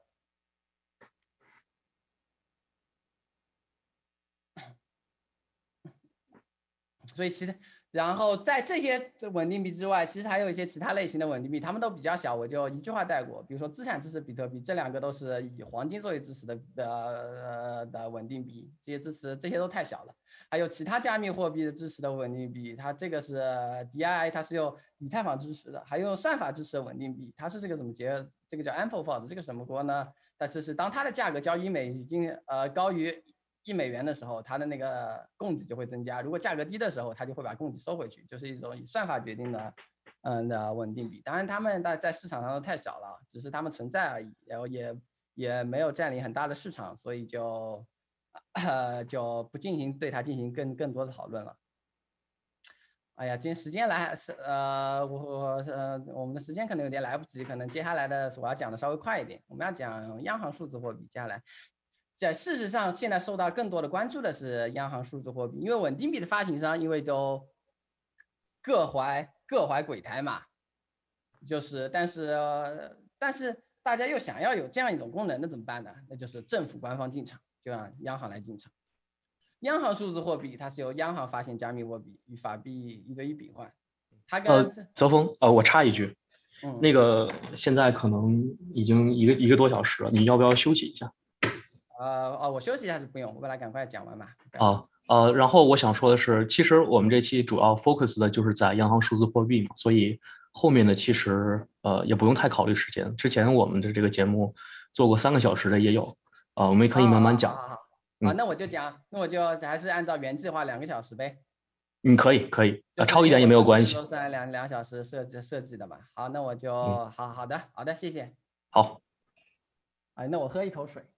所以其实，然后在这些稳定币之外，其实还有一些其他类型的稳定币，它们都比较小，我就一句话带过。比如说资产支持比特币，这两个都是以黄金作为支持的呃的稳定币，这些支持这些都太小了。还有其他加密货币的支持的稳定币，它这个是 D I I， 它是用以太坊支持的，还有算法支持的稳定币，它是这个怎么结？这个叫 Ampleforth， 这个什么锅呢？但是是当它的价格较一美已经呃高于一美元的时候，它的那个供给就会增加；如果价格低的时候，它就会把供给收回去，就是一种以算法决定的，嗯的稳定币。当然，它们在在市场上都太小了，只是它们存在而已，然后也也没有占领很大的市场，所以就呃就不进行对它进行更更多的讨论了。哎呀，今天时间来是呃，我我呃，我们的时间可能有点来不及，可能接下来的我要讲的稍微快一点。我们要讲央行数字货币，接下来，在事实上，现在受到更多的关注的是央行数字货币，因为稳定币的发行商因为都各怀各怀鬼胎嘛，就是但是、呃、但是大家又想要有这样一种功能，那怎么办呢？那就是政府官方进场，就让央行来进场。央行数字货币它是由央行发行加密货币与法币一对一兑换，它跟呃，泽峰，呃，我插一句， 嗯那个现在可能已经一个一个多小时了，你要不要休息一下？ 呃哦，我休息一下是不用，我把它赶快讲完吧。 啊呃，然后我想说的是，其实我们这期主要 focus 的就是在央行数字货币嘛，所以后面的其实呃也不用太考虑时间。之前我们的这个节目做过三个小时的也有，啊、呃，我们也可以慢慢讲。 好好好好， 嗯啊，那我就讲，那我就还是按照原计划两个小时呗。 嗯，可以可以，啊、 就是超一点也因为我上没有关系。 次都是按两两小时设置设计的嘛。好，那我就嗯， 好好的好的，谢谢。 好。 哎，那我喝一口水。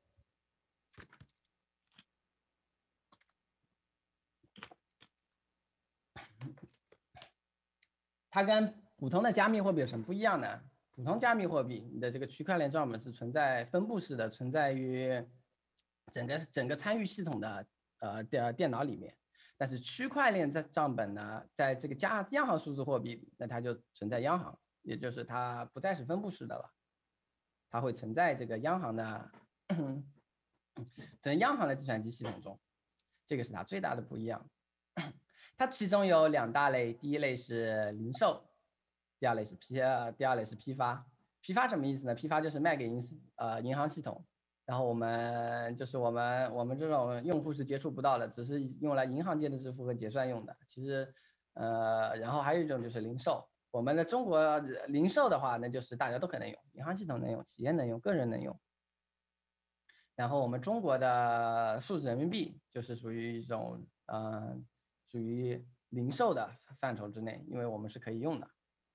它跟普通的加密货币有什么不一样呢？普通加密货币，你的这个区块链账本是存在分布式的，存在于整个整个参与系统的呃电电脑里面。但是区块链在账本呢，在这个加央行数字货币里，那它就存在央行，也就是它不再是分布式的了，它会存在这个央行的，在央行的计算机系统中，这个是它最大的不一样。它其中有两大类，第一类是零售，第二类是批，第二类是批发。批发什么意思呢？批发就是卖给银呃银行系统，然后我们就是我们我们这种用户是接触不到的，只是用来银行间的支付和结算用的。其实呃，然后还有一种就是零售。我们的中国零售的话，那就是大家都可能用，银行系统能用，企业能用，个人能用。然后我们中国的数字人民币就是属于一种呃。属于零售的范畴之内，因为我们是可以用的。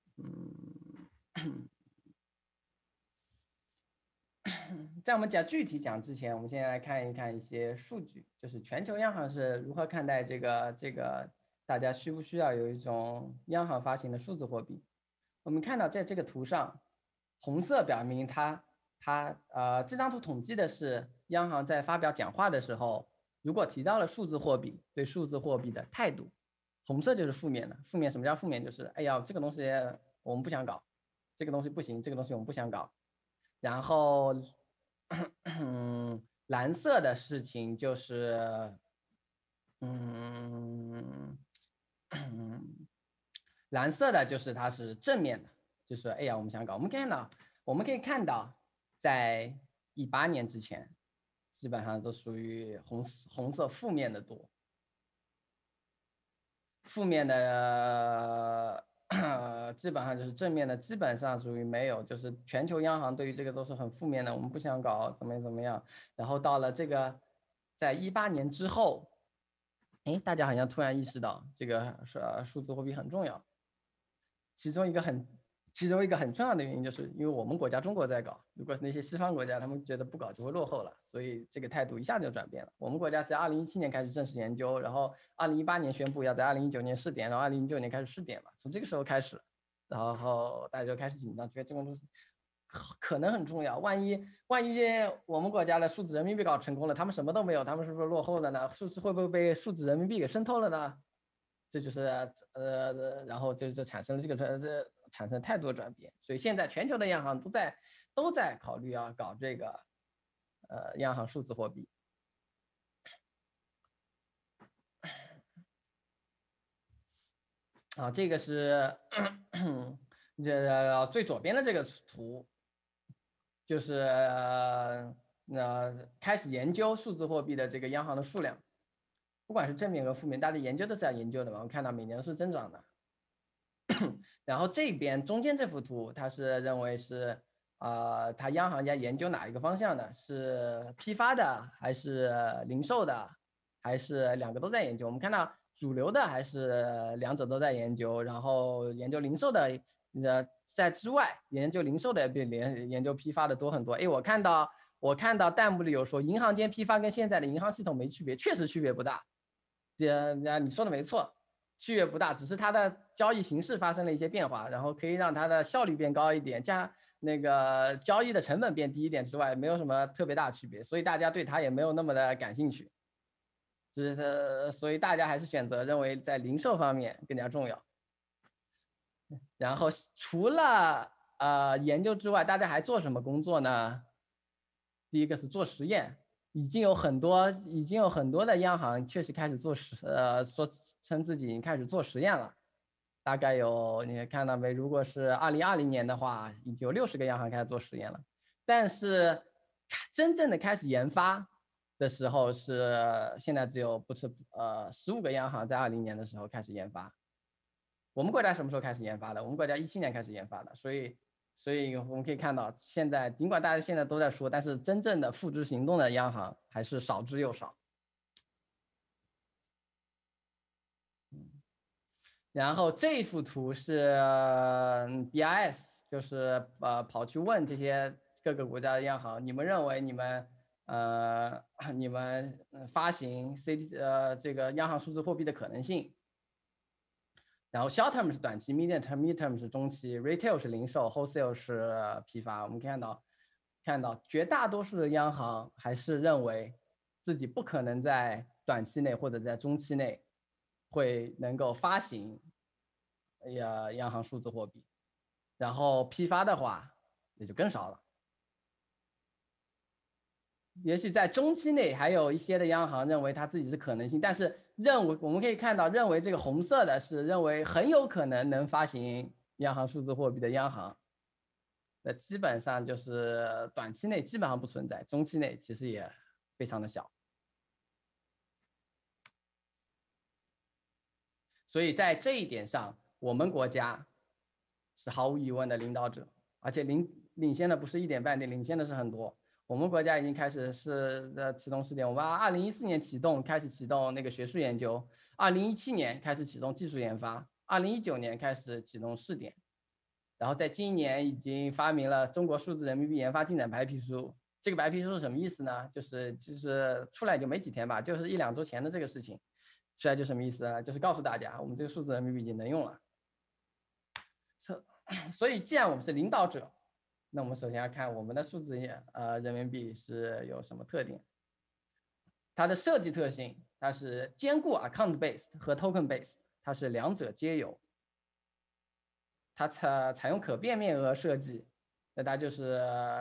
嗯，在我们讲具体讲之前，我们先来看一看一些数据，就是全球央行是如何看待这个这个，大家需不需要有一种央行发行的数字货币？我们看到在这个图上，红色表明它它呃这张图统计的是央行在发表讲话的时候，如果提到了数字货币，对数字货币的态度。红色就是负面的，负面什么叫负面？就是哎呀，这个东西我们不想搞，这个东西不行，这个东西我们不想搞。然后，嗯，蓝色的事情就是，嗯，蓝色的就是它是正面的，就是哎呀，我们想搞。我们看到，我们可以看到，在一八年之前，基本上都属于红红色负面的多。负面的呃基本上就是正面的，基本上属于没有，就是全球央行对于这个都是很负面的，我们不想搞怎么样怎么样。然后到了这个，在一八年之后，哎，大家好像突然意识到这个是数字货币很重要，其中一个很。其中一个很重要的原因，就是因为我们国家中国在搞，如果那些西方国家他们觉得不搞就会落后了，所以这个态度一下就转变了。我们国家在二零一七年开始正式研究，然后二零一八年宣布要在二零一九年试点，然后二零一九年开始试点嘛，从这个时候开始，然后大家就开始紧张，觉得这种东西可能很重要，万一万一我们国家的数字人民币搞成功了，他们什么都没有，他们是不是落后了呢？数字会不会被数字人民币给渗透了呢？这就是呃，然后就就产生了这个这产生态度的转变，所以现在全球的央行都在都在考虑要搞这个呃央行数字货币。啊，这个是这最左边的这个图，就是呃开始研究数字货币的这个央行的数量。不管是正面和负面，大家研究都是要研究的嘛。我们看到每年是增长的。然后这边中间这幅图，它是认为是啊、呃，它央行家研究哪一个方向呢？是批发的，还是零售的， 还是两个都在研究。我们看到主流的还是两者都在研究，然后研究零售的呃在之外，研究零售的比研研究批发的多很多。哎，我看到我看到弹幕里有说银行间批发跟现在的银行系统没区别，确实区别不大。呃，你说的没错，区别不大，只是它的交易形式发生了一些变化，然后可以让它的效率变高一点，加那个交易的成本变低一点之外，没有什么特别大区别，所以大家对它也没有那么的感兴趣。就是所以大家还是选择认为在零售方面更加重要。然后除了呃研究之外，大家还做什么工作呢？第一个是做实验，已经有很多已经有很多的央行确实开始做实呃说称自己已经开始做实验了。大概有你看到没？如果是二零二零年的话，已经有六十个央行开始做实验了。但是真正的开始研发的时候是现在只有不是呃十五个央行在二零年的时候开始研发。我们国家什么时候开始研发的？我们国家一七年开始研发的，所以所以我们可以看到，现在尽管大家现在都在说，但是真正的付诸行动的央行还是少之又少。然后这幅图是 B I S， 就是呃跑去问这些各个国家的央行，你们认为你们呃你们发行 C D 呃这个央行数字货币的可能性。然后 short term 是短期 ，medium term mid term 是中期 ，retail 是零售 ，wholesale 是批发。我们看到看到绝大多数的央行还是认为自己不可能在短期内或者在中期内会能够发行呀央行数字货币，然后批发的话也就更少了。也许在中期内还有一些的央行认为它自己是可能性，但是认为我们可以看到，认为这个红色的是认为很有可能能发行央行数字货币的央行，那基本上就是短期内基本上不存在，中期内其实也非常的小。所以在这一点上，我们国家是毫无疑问的领导者，而且领领先的不是一点半点，领先的是很多。我们国家已经开始是呃启动试点，我们二零一四年启动开始启动那个学术研究，二零一七年开始启动技术研发，二零一九年开始启动试点，然后在今年已经发明了中国数字人民币研发进展白皮书。这个白皮书是什么意思呢？就是就是出来就没几天吧，就是一两周前的这个事情。出来就什么意思呢？就是告诉大家，我们这个数字人民币已经能用了。所以，既然我们是领导者，那我们首先要看我们的数字呃人民币是有什么特点。它的设计特性，它是兼顾 account based 和 token based， 它是两者皆有。它采采用可变面额设计，那它就是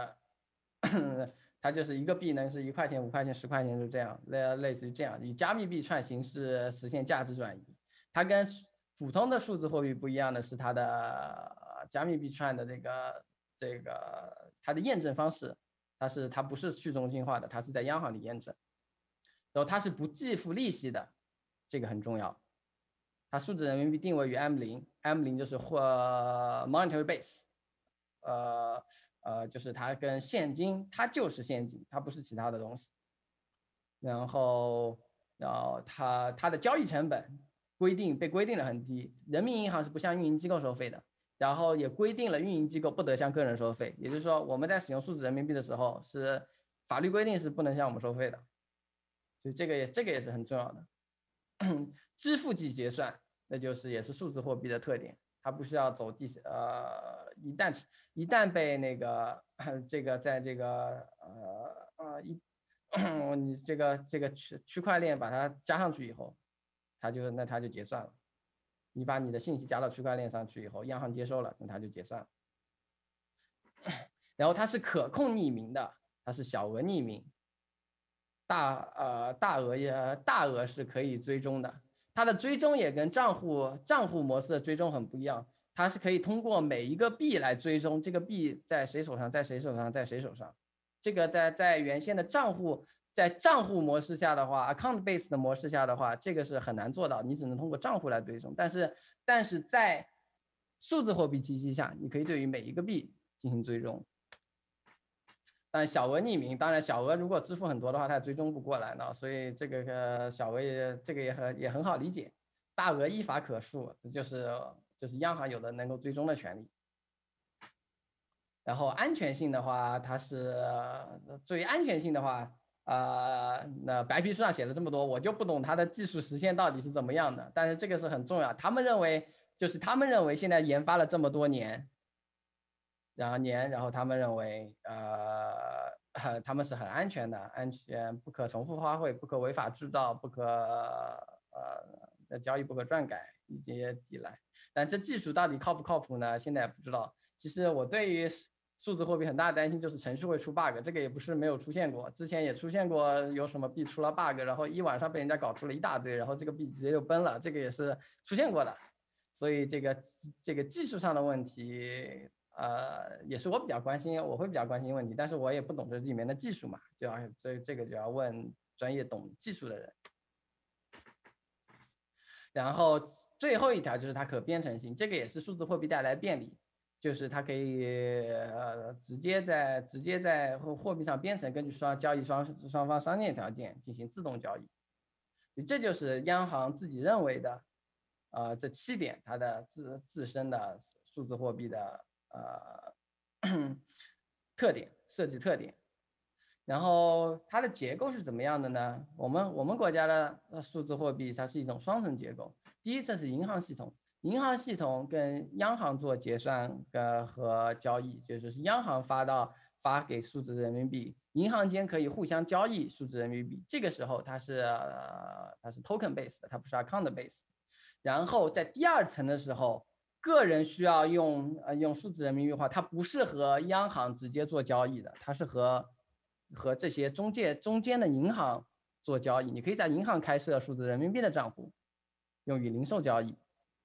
它就是一个币能是一块钱、五块钱、十块钱，就这样，类类似于这样，以加密币串形式实现价值转移。它跟普通的数字货币不一样的是，它的加密币串的这个这个它的验证方式，它是它不是去中心化的，它是在央行里验证，然后它是不计付利息的，这个很重要。它数字人民币定位于 M 零 ，M 零就是或 monetary base， 呃呃，就是它跟现金，它就是现金，它不是其他的东西。然后，然后它它的交易成本规定被规定的很低，人民银行是不向运营机构收费的，然后也规定了运营机构不得向个人收费，也就是说我们在使用数字人民币的时候，是法律规定是不能向我们收费的，所以这个也这个也是很重要的。支付即结算，那就是也是数字货币的特点，它不需要走第呃，一旦一旦被那个这个在这个呃呃一你这个这个区区块链把它加上去以后，它就那它就结算了。你把你的信息加到区块链上去以后，央行接收了，那它就结算了。然后它是可控匿名的，它是小额匿名。大呃大额也大额是可以追踪的，它的追踪也跟账户账户模式的追踪很不一样，它是可以通过每一个币来追踪这个币在谁手上，在谁手上，在谁手上。这个在在原先的账户在账户模式下的话 ，account based 的模式下的话，这个是很难做到，你只能通过账户来追踪。但是但是在数字货币体系下，你可以对于每一个币进行追踪。 但小额匿名，当然小额如果支付很多的话，它追踪不过来呢，所以这个呃小额也这个也很也很好理解。大额依法可述，这就是就是央行有的能够追踪的权利。然后安全性的话，它是至于安全性的话，呃，那白皮书上写了这么多，我就不懂它的技术实现到底是怎么样的。但是这个是很重要，他们认为就是他们认为现在研发了这么多年，然后年，然后他们认为呃他们是很安全的，安全不可重复花卉，不可违法制造，不可呃交易不可篡改以及抵赖。但这技术到底靠不靠谱呢？现在也不知道。其实我对于数字货币很大的担心就是程序会出 bug， 这个也不是没有出现过，之前也出现过有什么币出了 bug， 然后一晚上被人家搞出了一大堆，然后这个币直接就崩了，这个也是出现过的。所以这个这个技术上的问题，呃，也是我比较关心，我会比较关心问题，但是我也不懂这里面的技术嘛，就要这这个就要问专业懂技术的人。然后最后一条就是它可编程性，这个也是数字货币带来便利，就是它可以呃直接在直接在货币上编程，根据双交易双双方商业条件进行自动交易。这就是央行自己认为的，呃这七点它的自自身的数字货币的呃特点设计特点。然后它的结构是怎么样的呢？我们我们国家的数字货币它是一种双层结构。第一层是银行系统，银行系统跟央行做结算呃和交易，就是央行发到发给数字人民币，银行间可以互相交易数字人民币。这个时候它是、呃、它是 token based 的，它不是 account based。然后在第二层的时候，个人需要用呃用数字人民币的话，它不是和央行直接做交易的，它是和和这些中介中间的银行做交易。你可以在银行开设数字人民币的账户，用于零售交易。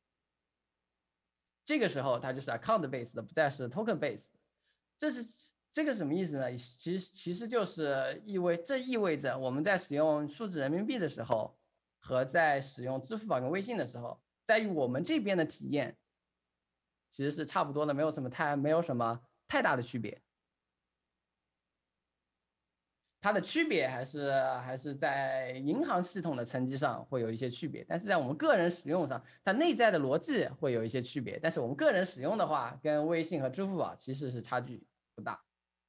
这个时候它就是 account based 的，不再是 token based。这是这个什么意思呢？其实其实就是意味这意味着我们在使用数字人民币的时候，和在使用支付宝跟微信的时候，在于我们这边的体验其实是差不多的，没有什么太没有什么太大的区别。它的区别还是还是在银行系统的层级上会有一些区别，但是在我们个人使用上，它内在的逻辑会有一些区别。但是我们个人使用的话，跟微信和支付宝其实是差距不大。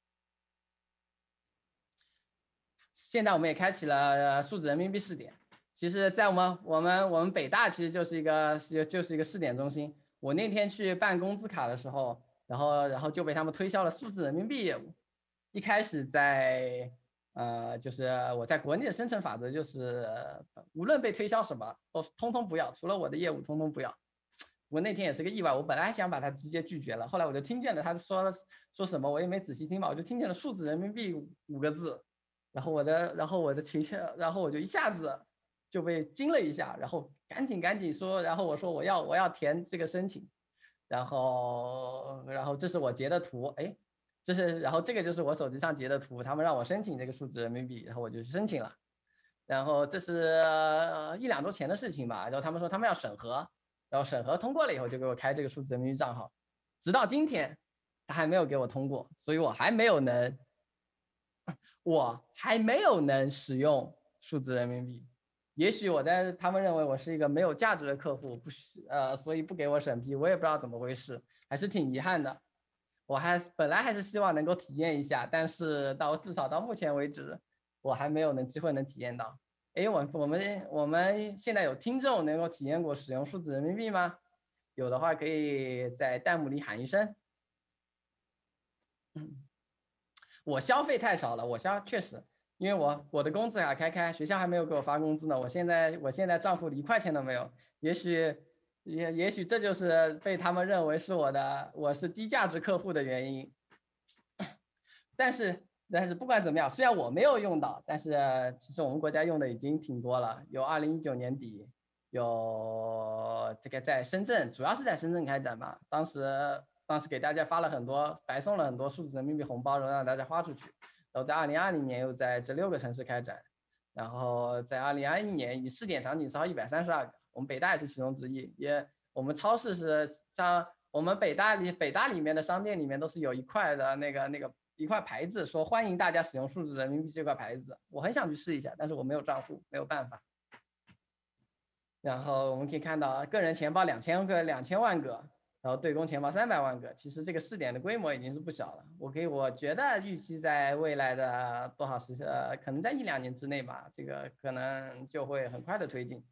现在我们也开启了数字人民币试点。其实，在我们我们我们北大其实就是一个就是一个试点中心。我那天去办工资卡的时候，然后然后就被他们推销了数字人民币业务。一开始在呃，就是我在国内的生存法则就是，无论被推销什么，都通通不要，除了我的业务，通通不要。我那天也是个意外，我本来还想把他直接拒绝了，后来我就听见了他说了说什么，我也没仔细听吧，我就听见了数字人民币五个字，然后我的然后我的情绪，然后我就一下子就被惊了一下，然后赶紧赶紧说，然后我说我要我要填这个申请，然后然后这是我截的图，哎。这是，然后这个就是我手机上截的图，他们让我申请这个数字人民币，然后我就去申请了。然后这是一两周前的事情吧，然后他们说他们要审核，然后审核通过了以后就给我开这个数字人民币账号，直到今天他还没有给我通过，所以我还没有能，我还没有能使用数字人民币。也许我在他们认为我是一个没有价值的客户，不呃，所以不给我审批，我也不知道怎么回事，还是挺遗憾的。我还本来还是希望能够体验一下，但是到至少到目前为止，我还没有能机会能体验到。哎，我我们我们现在有听众能够体验过使用数字人民币吗？有的话可以在弹幕里喊一声。嗯，我消费太少了，我消确实，因为我我的工资卡开开，学校还没有给我发工资呢，我现在我现在账户里一块钱都没有，也许。也也许这就是被他们认为是我的我是低价值客户的原因。但是但是不管怎么样，虽然我没有用到，但是其实我们国家用的已经挺多了。有二零一九年底有这个在深圳，主要是在深圳开展吧，当时当时给大家发了很多白送了很多数字人民币红包，然后让大家花出去。然后在二零二零年又在这六个城市开展，然后在二零二一年以试点场景超一百三十二个。我们北大也是其中之一，也我们超市是像我们北大里北大里面的商店里面都是有一块的那个那个一块牌子，说欢迎大家使用数字人民币这块牌子，我很想去试一下，但是我没有账户，没有办法。然后我们可以看到，个人钱包两千个、两千万个，然后对公钱包三百万个，其实这个试点的规模已经是不小了。我可以，我觉得预期在未来的多少时呃，可能在一两年之内吧，这个可能就会很快的推进。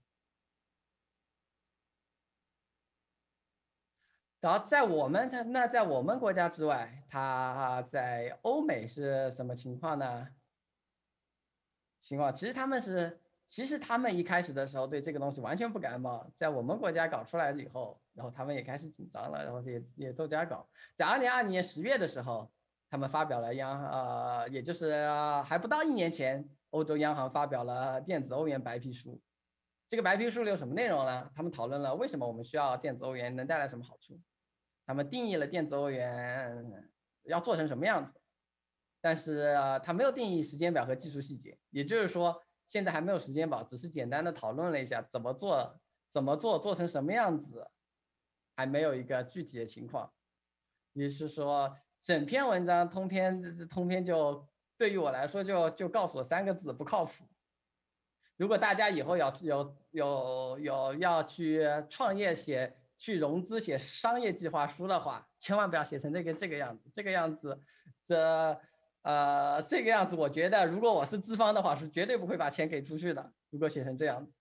然后在我们那在我们国家之外，它在欧美是什么情况呢？情况其实他们是，其实他们一开始的时候对这个东西完全不感冒，在我们国家搞出来以后，然后他们也开始紧张了，然后也也都加搞。在二零二零年十月的时候，他们发表了央呃，也就是、呃、还不到一年前，欧洲央行发表了电子欧元白皮书。这个白皮书里有什么内容呢？他们讨论了为什么我们需要电子欧元，能带来什么好处。他们定义了电子欧元要做成什么样子，但是、呃、他没有定义时间表和技术细节，也就是说现在还没有时间表，只是简单的讨论了一下怎么做，怎么做，做成什么样子，还没有一个具体的情况。也就是说，整篇文章通篇通篇就对于我来说就就告诉我三个字：不靠谱。如果大家以后要有有有要去创业写。去融资写商业计划书的话，千万不要写成这个这个样子，这个样子，这呃这个样子，我觉得如果我是资方的话，是绝对不会把钱给出去的。如果写成这样子，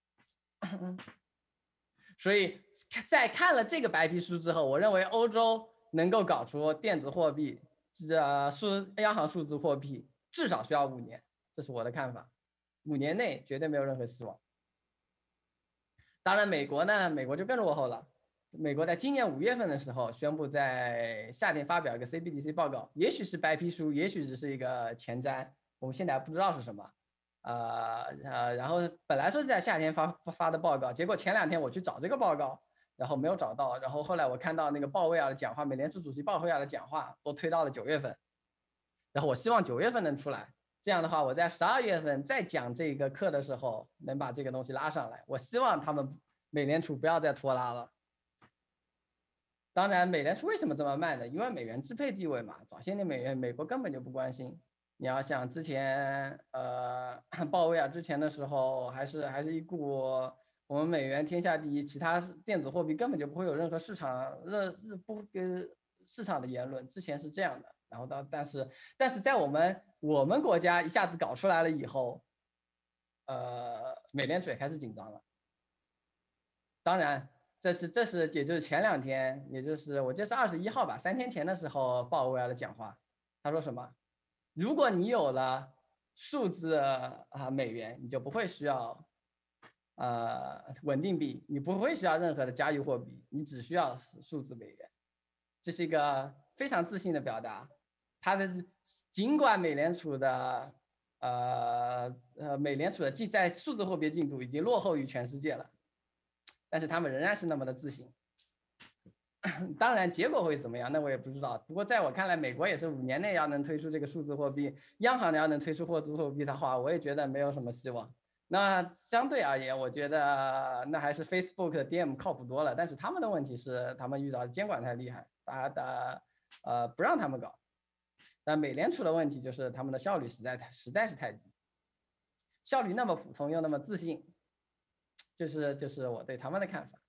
所以在看了这个白皮书之后，我认为欧洲能够搞出电子货币，这数央行数字货币，至少需要五年，这是我的看法，五年内绝对没有任何希望。当然，美国呢，美国就更落后了。美国在今年五月份的时候宣布，在夏天发表一个 C B D C 报告，也许是白皮书，也许只是一个前瞻，我们现在还不知道是什么。呃呃，然后本来说是在夏天发发的报告，结果前两天我去找这个报告，然后没有找到，然后后来我看到那个鲍威尔的讲话，美联储主席鲍威尔的讲话都推到了九月份，然后我希望九月份能出来。这样的话，我在十二月份再讲这个课的时候，能把这个东西拉上来。我希望他们美联储不要再拖拉了。当然，美联储为什么这么慢呢？因为美元支配地位嘛，早些年美元美国根本就不关心。你要想之前，呃，鲍威尔之前的时候，还是还是一股我们美元天下第一，其他电子货币根本就不会有任何市场热不跟市场的言论。之前是这样的。然后到，但是但是在我们我们国家一下子搞出来了以后，呃，美联储也开始紧张了。当然，这是这是也就是前两天，也就是我记得是二十一号吧，三天前的时候，鲍威尔的讲话，他说什么？如果你有了数字啊美元，你就不会需要呃稳定币，你不会需要任何的加密货币，你只需要数字美元。这是一个非常自信的表达。他的尽管美联储的呃呃美联储的进在数字货币进度已经落后于全世界了，但是他们仍然是那么的自信。当然结果会怎么样，那我也不知道。不过在我看来，美国也是五年内要能推出这个数字货币，央行要能推出数字货币的话，我也觉得没有什么希望。那相对而言，我觉得那还是 Facebook 的 D M 靠谱多了。但是他们的问题是，他们遇到监管太厉害，大家的呃不让他们搞。但美联储的问题就是他们的效率实在太实在是太低，效率那么普通又那么自信，就是就是我对他们的看法。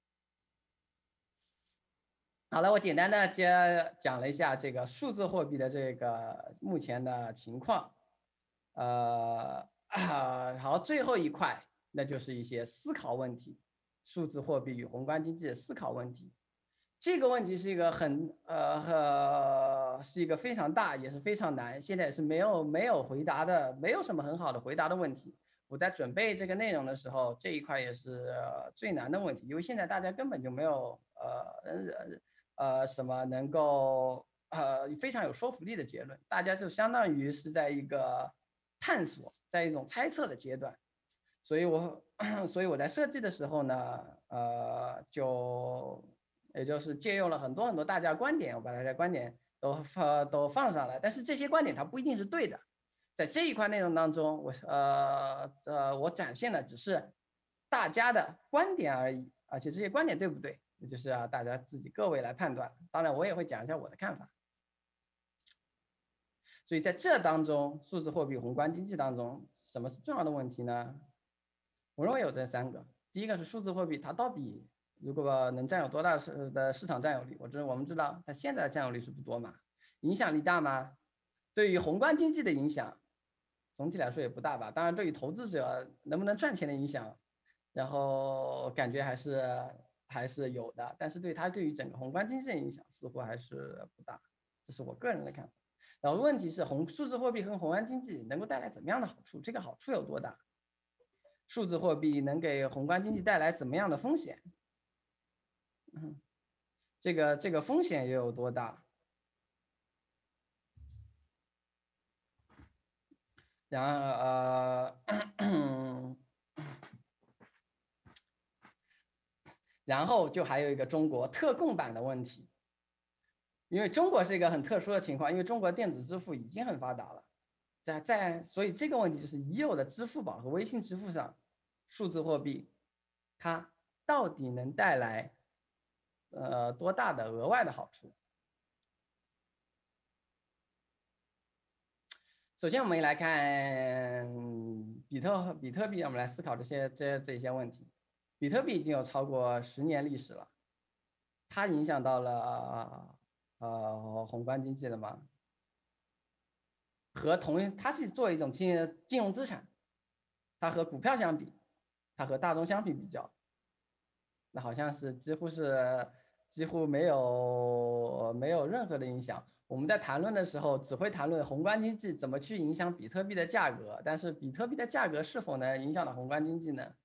好了，我简单的接讲了一下这个数字货币的这个目前的情况。呃，啊，好，最后一块那就是一些思考问题，数字货币与宏观经济的思考问题。这个问题是一个很呃呃是一个非常大也是非常难，现在也是没有没有回答的，没有什么很好的回答的问题。我在准备这个内容的时候，这一块也是最难的问题，因为现在大家根本就没有呃呃什么能够呃非常有说服力的结论，大家就相当于是在一个探索，在一种猜测的阶段。所以我所以我在设计的时候呢，呃就也就是借用了很多很多大家观点，我把大家观点都放都放上来，但是这些观点它不一定是对的。在这一块内容当中，我呃呃我展现的只是大家的观点而已，而且这些观点对不对，那就是啊大家自己各位来判断。当然我也会讲一下我的看法。 所以在这当中，数字货币宏观经济当中，什么是重要的问题呢？我认为有这三个。第一个是数字货币，它到底如果能占有多大的市场占有率？我知我们知道它现在的占有率是不多嘛，影响力大吗？对于宏观经济的影响，总体来说也不大吧。当然，对于投资者能不能赚钱的影响，然后感觉还是还是有的。但是对它对于整个宏观经济的影响似乎还是不大，这是我个人的看法。然后问题是，宏数字货币和宏观经济能够带来怎么样的好处？这个好处有多大？数字货币能给宏观经济带来怎么样的风险？嗯，这个这个风险又有多大？然后呃，然后就还有一个中国特供版的问题，因为中国是一个很特殊的情况，因为中国电子支付已经很发达了，在在所以这个问题就是已有的支付宝和微信支付上，数字货币它到底能带来呃多大的额外的好处？首先，我们来看比特比特币，让我们来思考这些这这些问题。比特币已经有超过十年历史了，它影响到了呃宏观经济了吗？和同它是作为一种金金融资产，它和股票相比，它和大宗商品比较，那好像是几乎是几乎没有没有任何的影响。我们在谈论的时候，只会谈论宏观经济怎么去影响比特币的价格，但是比特币的价格是否能影响到宏观经济呢？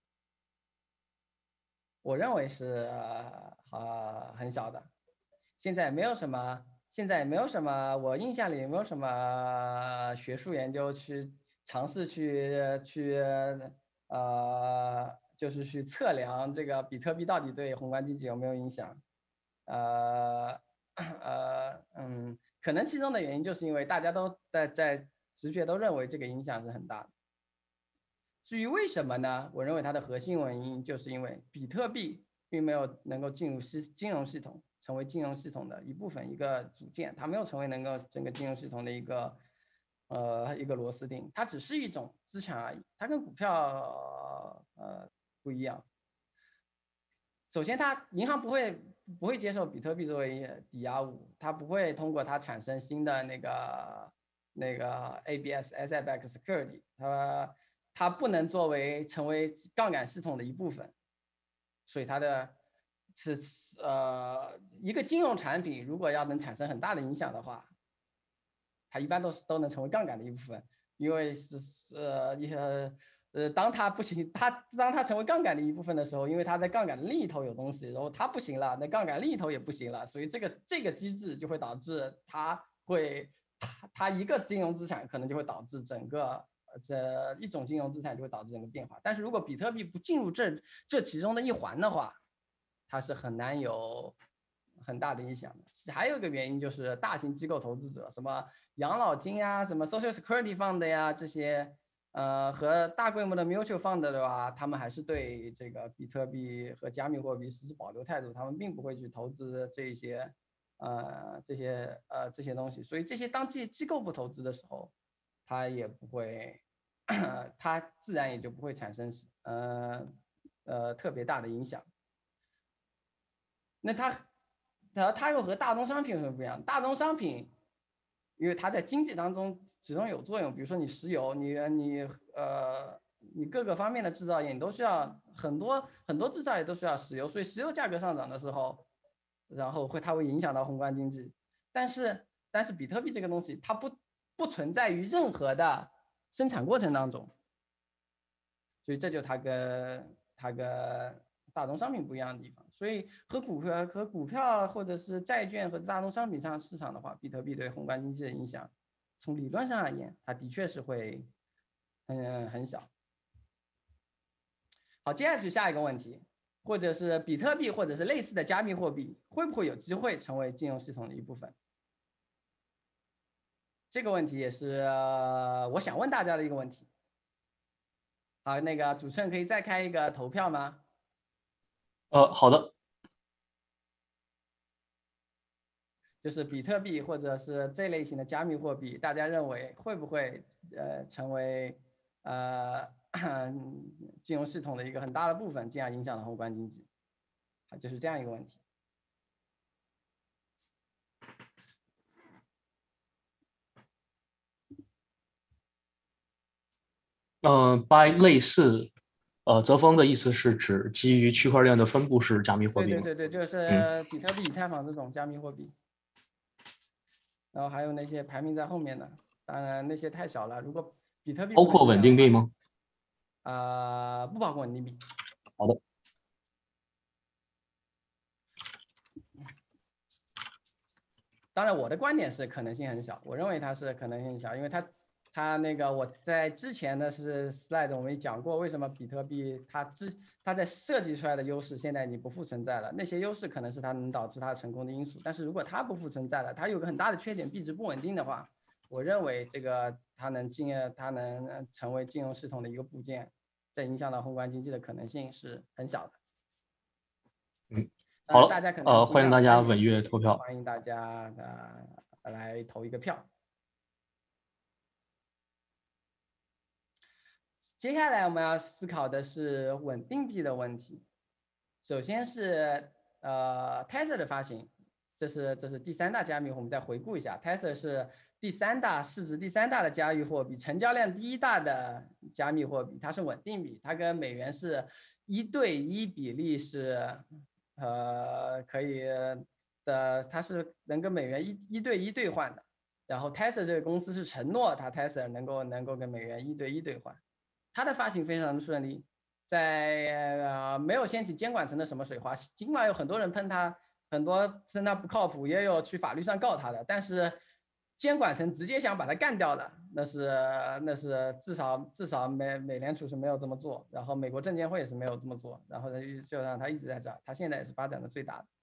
我认为是呃很小的。现在没有什么，现在没有什么，我印象里没有什么学术研究去尝试去去呃，就是去测量这个比特币到底对宏观经济有没有影响。呃呃嗯，可能其中的原因就是因为大家都在在直觉都认为这个影响是很大的。至于为什么呢？我认为它的核心原因就是因为比特币并没有能够进入系金融系统，成为金融系统的一部分、一个组件，它没有成为能够整个金融系统的一个呃一个螺丝钉，它只是一种资产而已，它跟股票呃不一样。首先，它银行不会不会接受比特币作为抵押物，它不会通过它产生新的那个那个 A B S Asset Backed Security，它它不能作为成为杠杆系统的一部分，所以它的是呃一个金融产品如果要能产生很大的影响的话，它一般都是都能成为杠杆的一部分，因为是呃呃。呃，当它不行，它当它成为杠杆的一部分的时候，因为它在杠杆的另一头有东西，然后它不行了，那杠杆另一头也不行了，所以这个这个机制就会导致它会，它它一个金融资产可能就会导致整个这一种金融资产就会导致整个变化。但是如果比特币不进入这这其中的一环的话，它是很难有很大的影响的。还有一个原因就是大型机构投资者，什么养老金呀、什么 Social Security Fund 呀这些。呃，和大规模的 mutual fund 的话，他们还是对这个比特币和加密货币实施保留态度，他们并不会去投资这些，呃，这些呃这些东西。所以这些当这些机构不投资的时候，它也不会，它自然也就不会产生呃呃特别大的影响。那它，它它又和大宗商品有什么不一样？大宗商品。因为它在经济当中始终有作用，比如说你石油，你你呃你各个方面的制造业你都需要很多很多制造业都需要石油，所以石油价格上涨的时候，然后会它会影响到宏观经济。但是但是比特币这个东西它不不存在于任何的生产过程当中，所以这就它跟它跟大宗商品不一样的地方。所以和股票和股票或者是债券和大宗商品上市场的话，比特币对宏观经济的影响，从理论上而言，它的确是会很很小。好，接下去下一个问题，或者是比特币或者是类似的加密货币，会不会有机会成为金融系统的一部分？这个问题也是我想问大家的一个问题。好，那个主持人可以再开一个投票吗？ 呃，好的。 就是比特币或者是这类型的加密货币，大家认为会不会呃成为呃金融系统的一个很大的部分，进而影响了宏观经济？啊，就是这样一个问题。 呃，by 类似，呃，泽峰的意思是指基于区块链的分布式加密货币吗？ 对对对对，就嗯， 是比特币、以太坊这种加密货币。然后还有那些排名在后面的，当然那些太小了。如果比特币包括稳定币吗？ 啊、呃，不包括稳定币。 好的。 当然，我的观点是可能性很小，我认为它是可能性很小，因为它它那个我在之前的是 slide 我们也讲过，为什么比特币它之它在设计出来的优势现在已经不复存在了，那些优势可能是它能导致它成功的因素，但是如果它不复存在了，它有个很大的缺点，币值不稳定的话，我认为这个它能进它能成为金融系统的一个部件，在影响到宏观经济的可能性是很小的。 嗯， 当然， 好了， 大家可能呃， 不一欢迎大家样的观点， 踊跃投票。 欢迎大家呃来投一个票。接下来我们要思考的是稳定币的问题。首先是呃 Tether 的发行，这是这是第三大加密，我们再回顾一下 ，Tether 是第三大市值第三大的加密货币，成交量第一大的加密货币，它是稳定币，它跟美元是一对一比例是呃可以的，它是能跟美元一一对一兑换的。然后 Tether 这个公司是承诺它 Tether 能够能够跟美元一对一兑换。它的发行非常的顺利，在呃没有掀起监管层的什么水花，尽管有很多人喷它，很多称它不靠谱，也有去法律上告它的，但是监管层直接想把它干掉的，那是那是至少至少美美联储是没有这么做，然后美国证监会也是没有这么做，然后呢就让它一直在这儿，它现在也是发展的最大的。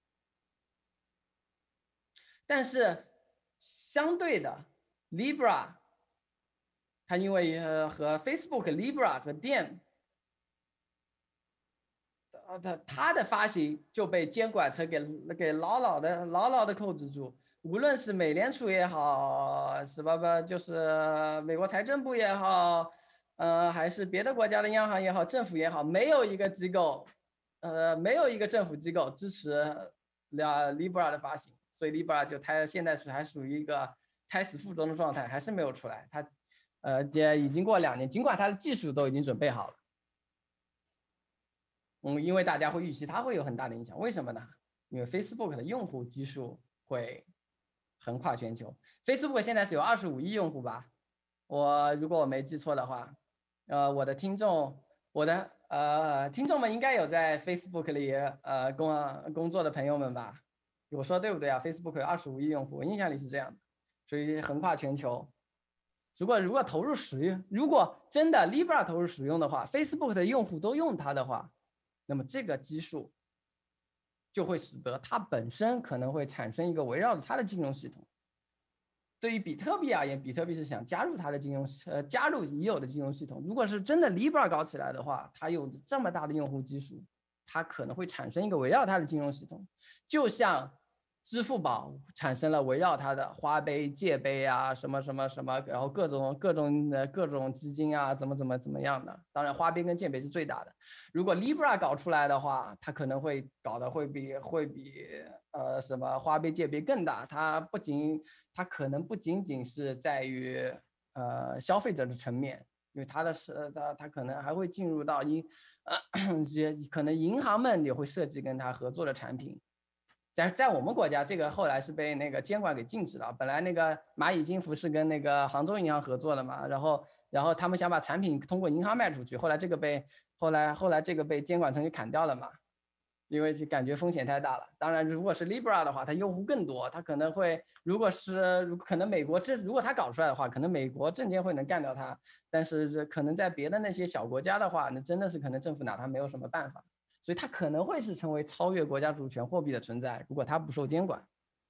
但是相对的 Libra。它因为呃和 Facebook、Libra 和 Diem， 呃它它的发行就被监管层给给牢牢的牢牢的控制住。无论是美联储也好，是吧吧，就是美国财政部也好，呃，还是别的国家的央行也好，政府也好，没有一个机构，呃，没有一个政府机构支持了 Libra 的发行，所以 Libra 就它现在是还属于一个胎死腹中的状态，还是没有出来。它呃，这已经过两年，尽管它的技术都已经准备好了，嗯，因为大家会预期它会有很大的影响。为什么呢？因为 Facebook 的用户基数会横跨全球。Facebook 现在是有二十五亿用户吧？我如果我没记错的话，呃，我的听众，我的呃听众们应该有在 Facebook 里呃工工作的朋友们吧？我说对不对啊 ？Facebook 有二十五亿用户，我印象里是这样的，所以横跨全球。如果如果投入使用，如果真的 Libra 投入使用的话 ，Facebook 的用户都用它的话，那么这个基数就会使得它本身可能会产生一个围绕着它的金融系统。对于比特币而言，比特币是想加入它的金融呃加入已有的金融系统。如果是真的 Libra 搞起来的话，它有这么大的用户基数，它可能会产生一个围绕它的金融系统，就像支付宝产生了围绕它的花呗、借呗啊，什么什么什么，然后各种各种的各种基金啊，怎么怎么怎么样的。当然，花呗跟借呗是最大的。如果 Libra 搞出来的话，它可能会搞得会比会比呃什么花呗、借呗更大。它不仅它可能不仅仅是在于呃消费者的层面，因为它的是它它可能还会进入到银呃这可能银行们也会设计跟它合作的产品。在在我们国家，这个后来是被那个监管给禁止了。本来那个蚂蚁金服是跟那个杭州银行合作的嘛，然后然后他们想把产品通过银行卖出去，后来这个被后来后来这个被监管层给砍掉了嘛，因为就感觉风险太大了。当然，如果是 Libra 的话，它用户更多，它可能会如果是如可能美国这如果它搞出来的话，可能美国证监会能干掉它，但是可能在别的那些小国家的话，那真的是可能政府拿它没有什么办法。所以它可能会是成为超越国家主权货币的存在，如果它不受监管。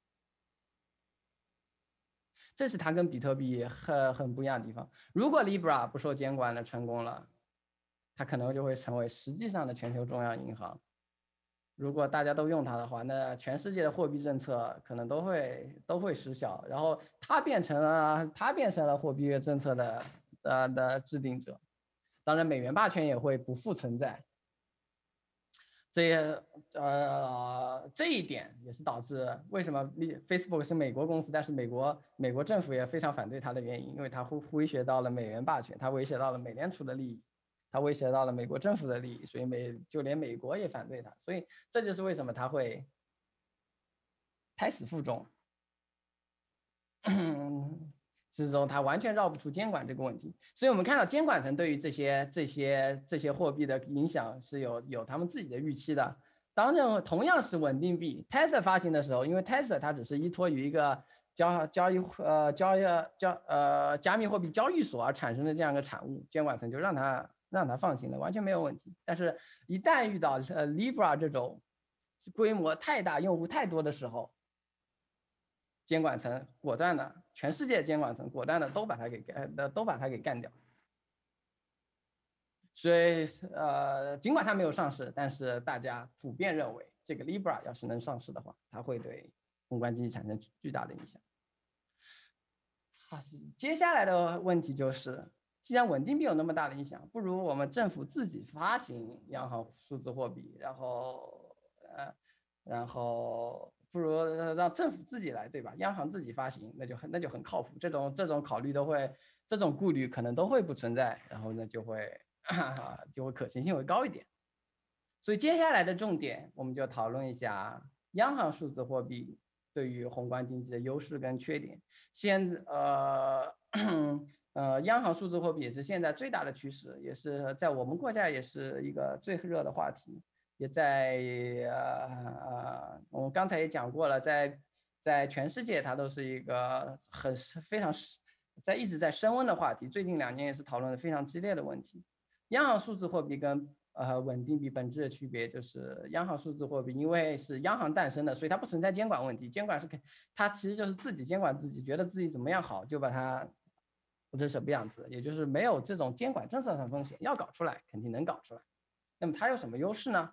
这是它跟比特币很很不一样的地方。如果 Libra 不受监管的成功了，它可能就会成为实际上的全球重要银行。 如果大家都用它的话，那全世界的货币政策可能都会都会失效，然后它变成了它变成了货币政策的呃的制定者，当然美元霸权也会不复存在。这呃这一点也是导致为什么 Facebook 是美国公司，但是美国美国政府也非常反对它的原因，因为它会威胁到了美元霸权，它威胁到了美联储的利益，它威胁到了美国政府的利益，所以美就连美国也反对它，所以这就是为什么它会胎死腹中。之中，它完全绕不出监管这个问题，所以我们看到监管层对于这些这些这些货币的影响是有有他们自己的预期的。当然，同样是稳定币 ，Tether 发行的时候，因为 Tether 它只是依托于一个交交易呃交易交呃加密货币交易所而产生的这样一个产物，监管层就让它让它放行了，完全没有问题。但是，一旦遇到呃 Libra 这种规模太大、用户太多的时候，监管层果断的，全世界监管层果断的都把它给呃都把它给干掉。所以呃，尽管它没有上市，但是大家普遍认为，这个 Libra 要是能上市的话，它会对宏观经济产生巨大的影响。好，接下来的问题就是，既然稳定币有那么大的影响，不如我们政府自己发行央行数字货币，然后呃，然后。不如让政府自己来，对吧？央行自己发行，那就很那就很靠谱。这种这种考虑都会，这种顾虑可能都会不存在，然后呢就会就会可行性会高一点。所以接下来的重点，我们就讨论一下央行数字货币对于宏观经济的优势跟缺点。现呃呃，央行数字货币也是现在最大的趋势，也是在我们国家也是一个最热的话题。也在呃呃，我们刚才也讲过了，在在全世界它都是一个很非常在一直在升温的话题。最近两年也是讨论的非常激烈的问题。央行数字货币跟呃稳定币本质的区别就是，央行数字货币因为是央行诞生的，所以它不存在监管问题。监管是它其实就是自己监管自己，觉得自己怎么样好就把它不成什么样子，也就是没有这种监管政策上风险，要搞出来肯定能搞出来。那么它有什么优势呢？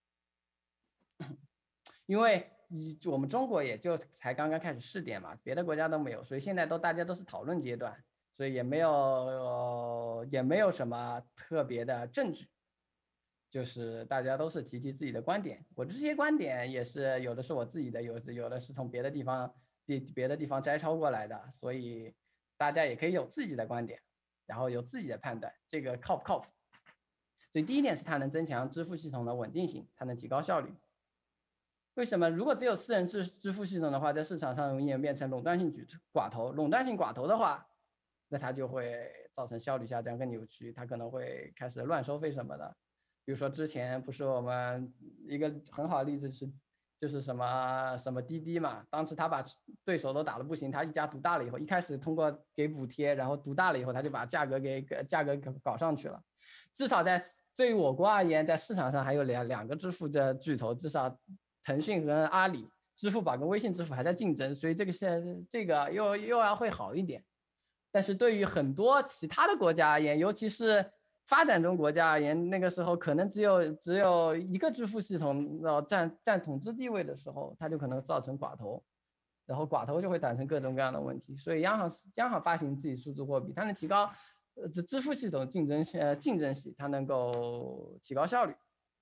因为我们中国也就才刚刚开始试点嘛，别的国家都没有，所以现在都大家都是讨论阶段，所以也没有、呃、也没有什么特别的证据，就是大家都是提提自己的观点。我这些观点也是有的是我自己的，有有的是从别的地方别别的地方摘抄过来的，所以大家也可以有自己的观点，然后有自己的判断，这个靠不靠谱？所以第一点是它能增强支付系统的稳定性，它能提高效率。为什么？如果只有私人支支付系统的话，在市场上容易演变成垄断性举寡头。垄断性寡头的话，那它就会造成效率下降跟扭曲，它可能会开始乱收费什么的。比如说之前不是我们一个很好的例子是，就是什么什么滴滴嘛，当时他把对手都打得不行，他一家独大了以后，一开始通过给补贴，然后独大了以后，他就把价格给价格搞上去了。至少在对于我国而言，在市场上还有两两个支付的巨头，至少。腾讯和阿里、支付宝跟微信支付还在竞争，所以这个现这个又又要会好一点。但是对于很多其他的国家而言，尤其是发展中国家而言，那个时候可能只有只有一个支付系统要占占统治地位的时候，它就可能造成寡头，然后寡头就会产生各种各样的问题。所以央行央行发行自己数字货币，它能提高呃支付系统竞争呃竞争性，它能够提高效率。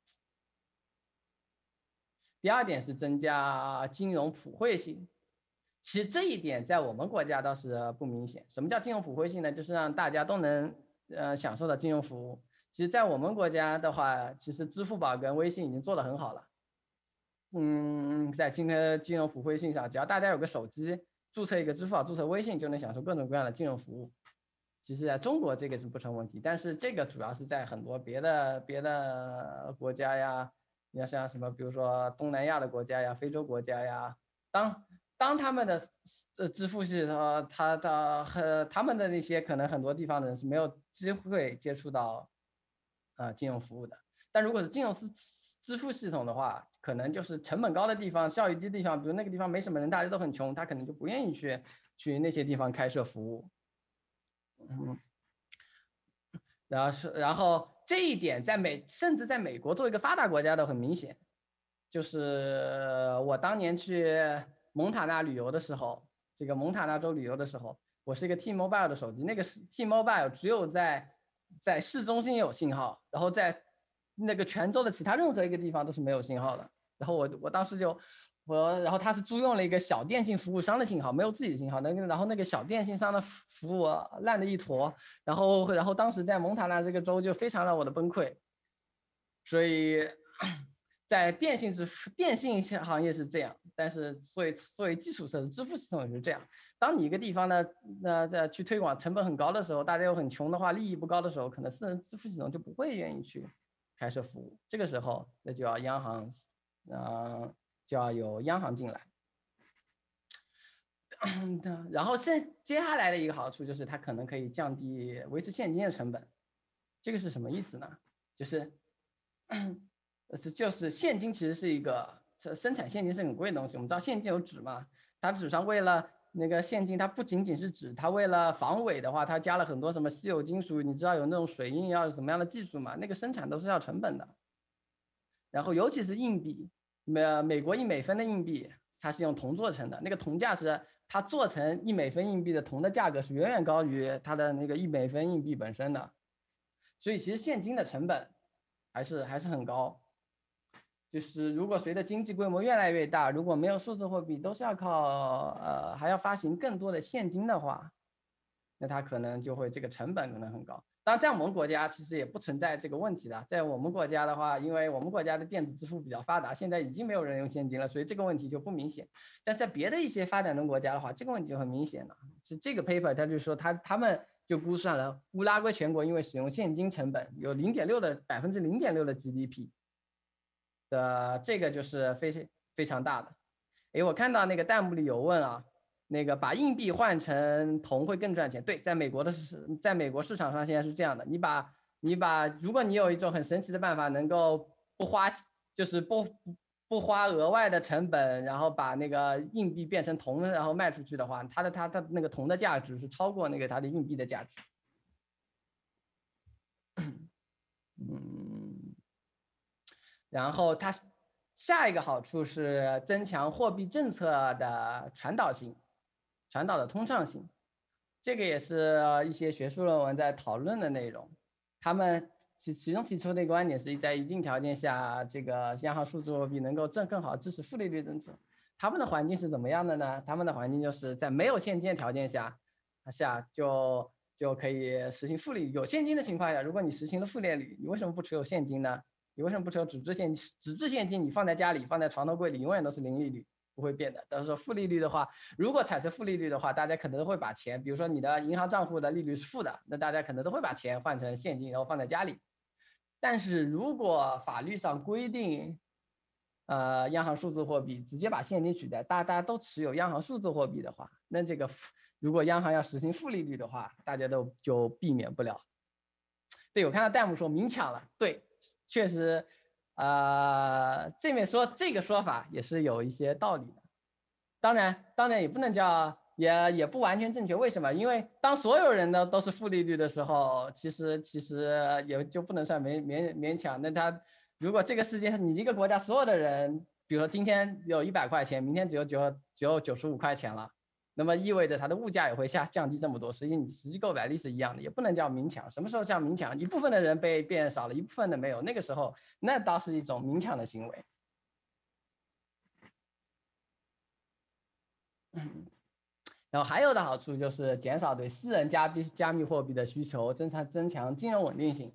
第二点是增加金融普惠性，其实这一点在我们国家倒是不明显。什么叫金融普惠性呢？就是让大家都能呃享受到金融服务。其实，在我们国家的话，其实支付宝跟微信已经做得很好了。嗯，在今天金融普惠性上，只要大家有个手机，注册一个支付宝，注册微信，就能享受各种各样的金融服务。其实在中国这个是不成问题，但是这个主要是在很多别的别的国家呀。你要像什么，比如说东南亚的国家呀、非洲国家呀，当当他们的呃支付系统，他的和他们的那些可能很多地方的人是没有机会接触到啊、呃、金融服务的。但如果是金融支支付系统的话，可能就是成本高的地方、效益低的地方，比如那个地方没什么人，大家都很穷，他可能就不愿意去去那些地方开设服务。嗯，然后是然后。这一点在美，甚至在美国作为一个发达国家都很明显。 就是我当年去蒙塔纳旅游的时候，这个蒙塔纳州旅游的时候，我是一个 T-Mobile 的手机，那个 T-Mobile 只有在在市中心有信号，然后在那个全州的其他任何一个地方都是没有信号的。然后我我当时就我，然后他是租用了一个小电信服务商的信号，没有自己的信号，那个然后那个小电信商的服务烂的一坨，然后然后当时在蒙塔纳这个州就非常让我的崩溃，所以。在电信支付电信行业是这样，但是作为作为基础设施支付系统也是这样。当你一个地方呢，那在去推广成本很高的时候，大家又很穷的话，利益不高的时候，可能私人支付系统就不会愿意去开设服务。这个时候，那就要央行，呃，就要有央行进来。然后剩接下来的一个好处就是它可能可以降低维持现金的成本。这个是什么意思呢？就是。是就是现金其实是一个生产现金是很贵的东西。我们知道现金有纸嘛，它纸上为了那个现金，它不仅仅是纸，它为了防伪的话，它加了很多什么稀有金属。你知道有那种水印要什么样的技术嘛？那个生产都是要成本的。然后尤其是硬币，美美国一美分的硬币，它是用铜做成的，那个铜价是它做成一美分硬币的铜的价格是远远高于它的那个一美分硬币本身的。所以其实现金的成本还是还是很高。就是如果随着经济规模越来越大，如果没有数字货币，都是要靠呃还要发行更多的现金的话，那它可能就会这个成本可能很高。当然，在我们国家其实也不存在这个问题的。在我们国家的话，因为我们国家的电子支付比较发达，现在已经没有人用现金了，所以这个问题就不明显。但是在别的一些发展中国家的话，这个问题就很明显了。是这个 paper 他就说他他们就估算了乌拉圭全国因为使用现金成本有零点六的百分之零点六的 G D P。的这个就是非非常大的。诶，我看到那个弹幕里有问啊，那个把硬币换成铜会更赚钱？对，在美国的市，在美国市场上现在是这样的，你把你把，如果你有一种很神奇的办法，能够不花，就是不不花额外的成本，然后把那个硬币变成铜，然后卖出去的话，它的它它那个铜的价值是超过那个它的硬币的价值。嗯。然后它下一个好处是增强货币政策的传导性、传导的通畅性，这个也是一些学术论文在讨论的内容。他们其其中提出的一个观点是在一定条件下，这个央行数字货币能够正更好支持负利率政策。他们的环境是怎么样的呢？他们的环境就是在没有现金的条件下，下就就可以实行负利率。有现金的情况下，如果你实行了负利率，你为什么不持有现金呢？你为什么不持有纸质现纸质现金？你放在家里，放在床头柜里，永远都是零利率，不会变的。但是说负利率的话，如果产生负利率的话，大家可能都会把钱，比如说你的银行账户的利率是负的，那大家可能都会把钱换成现金，然后放在家里。但是如果法律上规定，呃，央行数字货币直接把现金取代，大大家都持有央行数字货币的话，那这个如果央行要实行负利率的话，大家都就避免不了。对，我看到弹幕说明抢了，对。确实，呃，这面说这个说法也是有一些道理的。当然，当然也不能叫，也也不完全正确。为什么？因为当所有人呢都是负利率的时候，其实其实也就不能算勉勉勉强。那他如果这个世界你一个国家所有的人，比如说今天有一百块钱，明天只有九只有九十五块钱了。那么意味着它的物价也会下降低这么多，实际你实际购买力是一样的，也不能叫明抢。什么时候叫明抢？一部分的人被变少了，一部分的没有，那个时候那倒是一种明抢的行为。嗯，然后还有的好处就是减少对私人加密加密货币的需求，增强增强金融稳定性。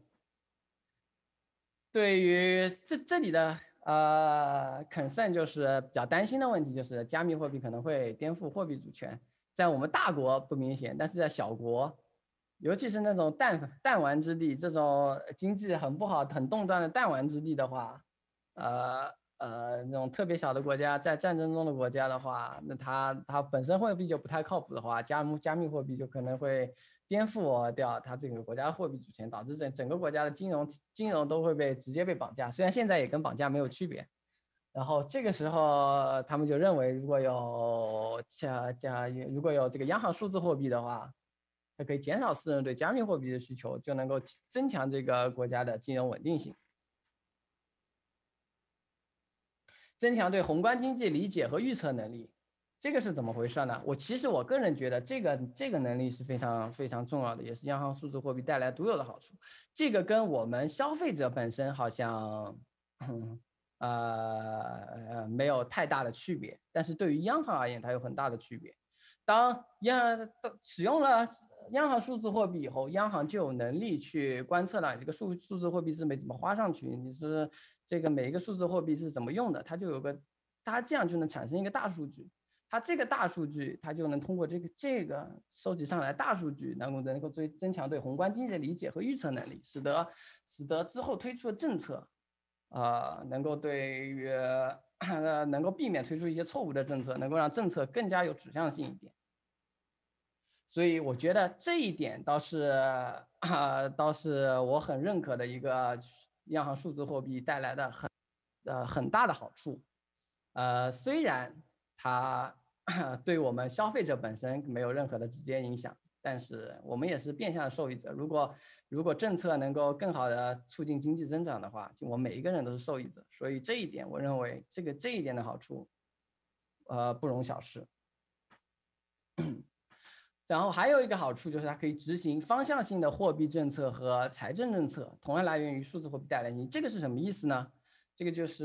对于这这里的呃 concern 就是比较担心的问题，就是加密货币可能会颠覆货币主权。在我们大国不明显，但是在小国，尤其是那种弹弹丸之地，这种经济很不好、很动荡的弹丸之地的话，呃呃，那种特别小的国家，在战争中的国家的话，那它它本身货币就不太靠谱的话，加密加密货币就可能会颠覆掉它这个国家的货币主权，导致整整个国家的金融金融都会被直接被绑架。虽然现在也跟绑架没有区别。然后这个时候，他们就认为，如果有加加如果有这个央行数字货币的话，它可以减少私人对加密货币的需求，就能够增强这个国家的金融稳定性。 增强对宏观经济理解和预测能力。这个是怎么回事呢？我其实我个人觉得这个这个能力是非常非常重要的，也是央行数字货币带来独有的好处。这个跟我们消费者本身好像，嗯、呃没有太大的区别，但是对于央行而言，它有很大的区别。当央使用了央行数字货币以后，央行就有能力去观测了你这个数数字货币是没怎么花上去，你是这个每一个数字货币是怎么用的，它就有个，它这样就能产生一个大数据。它这个大数据，它就能通过这个这个收集上来大数据，能够能够增增强对宏观经济的理解和预测能力，使得使得之后推出的政策，呃，能够对于呃能够避免推出一些错误的政策，能够让政策更加有指向性一点。所以我觉得这一点倒是啊、呃，倒是我很认可的一个央行数字货币带来的很呃很大的好处。呃，虽然它对我们消费者本身没有任何的直接影响，但是我们也是变相的受益者。如果如果政策能够更好的促进经济增长的话，就我们每一个人都是受益者。所以这一点，我认为这个这一点的好处，呃，不容小视。然后还有一个好处就是它可以执行方向性的货币政策和财政政策，同样来源于数字货币带来的。这个是什么意思呢？这个就是，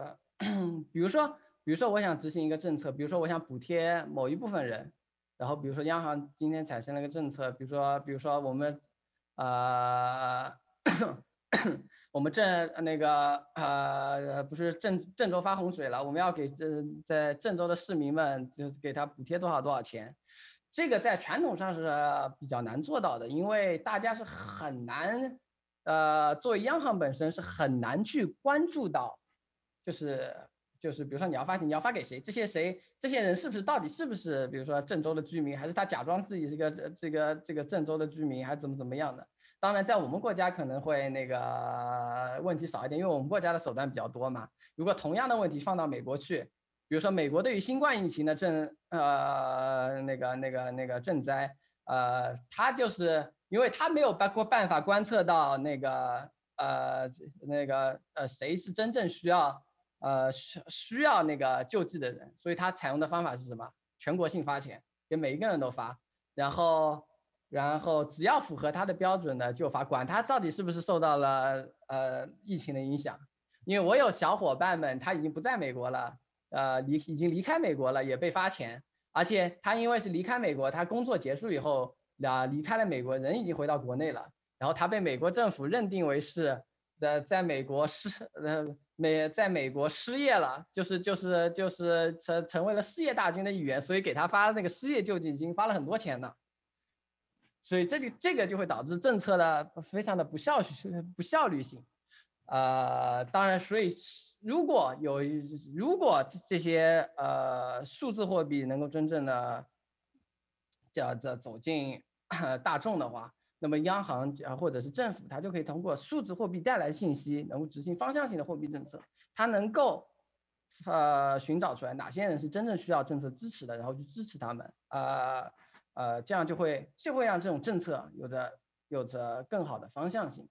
比如说，比如说我想执行一个政策，比如说我想补贴某一部分人，然后比如说央行今天产生了一个政策，比如说，比如说我们，呃，我们郑那个呃不是郑郑州发洪水了，我们要给呃在郑州的市民们就是给他补贴多少多少钱。这个在传统上是比较难做到的，因为大家是很难，呃，作为央行本身是很难去关注到，就是就是比如说你要发钱，你要发给谁？这些谁这些人是不是到底是不是比如说郑州的居民，还是他假装自己是个这个这个郑州的居民，还是怎么怎么样的？当然，在我们国家可能会那个问题少一点，因为我们国家的手段比较多嘛。如果同样的问题放到美国去，比如说美国对于新冠疫情的赈呃那个那个那个赈灾，呃，他就是因为他没有办过办法观测到那个呃那个呃谁是真正需要呃需需要那个救济的人，所以他采用的方法是什么？全国性发钱，给每一个人都发，然后然后只要符合他的标准的就发，管他到底是不是受到了呃疫情的影响。因为我有小伙伴们他已经不在美国了。呃，离已经离开美国了，也被发钱，而且他因为是离开美国，他工作结束以后，啊，离开了美国，人已经回到国内了，然后他被美国政府认定为是的，在美国失呃美在美国失业了，就是就是就是成成为了失业大军的一员，所以给他发那个失业救济金发了很多钱呢，所以这就这个就会导致政策的非常的不效不效率性。呃，当然，所以如果有如果这些呃数字货币能够真正的叫这走进大众的话，那么央行啊或者是政府，它就可以通过数字货币带来的信息，能够执行方向性的货币政策，它能够呃寻找出来哪些人是真正需要政策支持的，然后去支持他们，呃呃，这样就会就会让这种政策有着有着更好的方向性。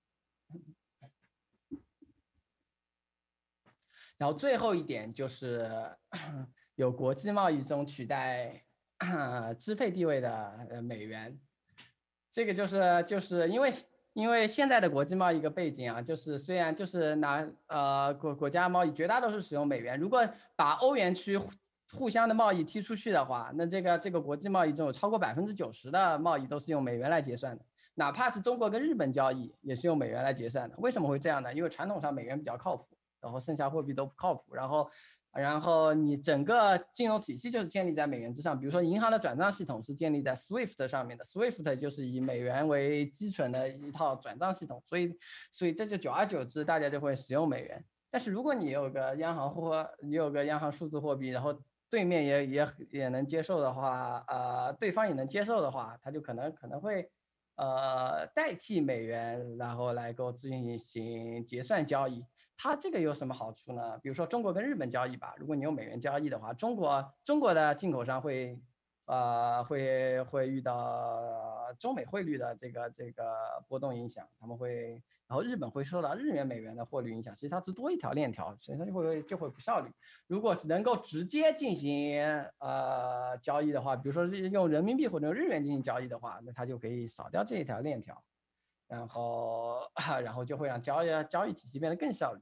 然后最后一点就是有国际贸易中取代支配地位的美元，这个就是就是因为因为现在的国际贸易一个背景啊，就是虽然就是拿呃国国家贸易绝大多数使用美元，如果把欧元区互相的贸易踢出去的话，那这个这个国际贸易中有超过百分之九十的贸易都是用美元来结算的，哪怕是中国跟日本交易也是用美元来结算的。为什么会这样呢？因为传统上美元比较靠谱。然后剩下货币都不靠谱，然后，然后你整个金融体系就是建立在美元之上，比如说银行的转账系统是建立在 SWIFT 上面的 ，SWIFT 就是以美元为基准的一套转账系统，所以，所以这就久而久之大家就会使用美元。但是如果你有个央行货，你有个央行数字货币，然后对面也也也能接受的话，呃，对方也能接受的话，它就可能可能会。呃，代替美元，然后来够进行结算交易，它这个有什么好处呢？比如说中国跟日本交易吧，如果你用美元交易的话，中国中国的进口商会呃会会遇到中美汇率的这个这个波动影响，他们会，然后日本会受到日元美元的汇率影响，其实它是多一条链条，所以它就会就会不效率。如果是能够直接进行呃交易的话，比如说是用人民币或者用日元进行交易的话，那它就可以少掉这一条链条，然后然后就会让交易交易体系变得更效率。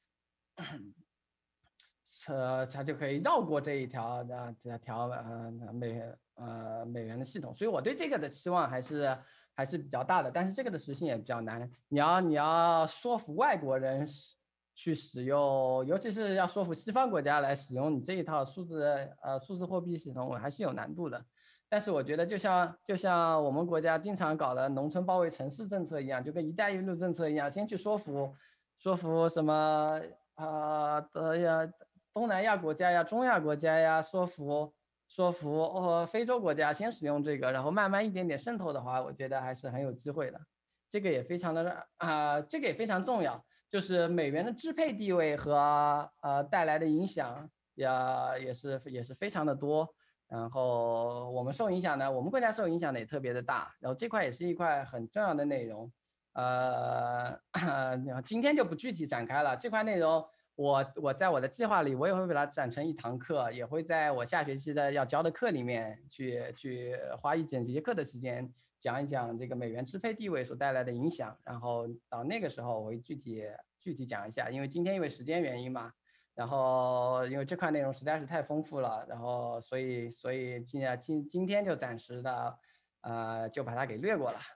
呃，它就可以绕过这一条的这条呃美呃美元的系统，所以我对这个的期望还是还是比较大的，但是这个的实行也比较难。你要你要说服外国人去使用，尤其是要说服西方国家来使用你这一套数字呃数字货币系统，我还是有难度的。但是我觉得就像就像我们国家经常搞的农村包围城市政策一样，就跟一带一路政策一样，先去说服说服什么啊的呀。东南亚国家呀、中亚国家呀，说服说服呃非洲国家先使用这个，然后慢慢一点点渗透的话，我觉得还是很有机会的。这个也非常的啊、呃，这个也非常重要，就是美元的支配地位和呃带来的影响也也是也是非常的多。然后我们受影响呢，我们国家受影响的也特别的大，然后这块也是一块很重要的内容。呃，今天就不具体展开了，这块内容。我我在我的计划里，我也会把它展成一堂课，也会在我下学期的要教的课里面去去花一整节课的时间讲一讲这个美元支配地位所带来的影响。然后到那个时候，我会具体具体讲一下，因为今天因为时间原因嘛，然后因为这块内容实在是太丰富了，然后所以所以今今今天就暂时的呃就把它给略过了。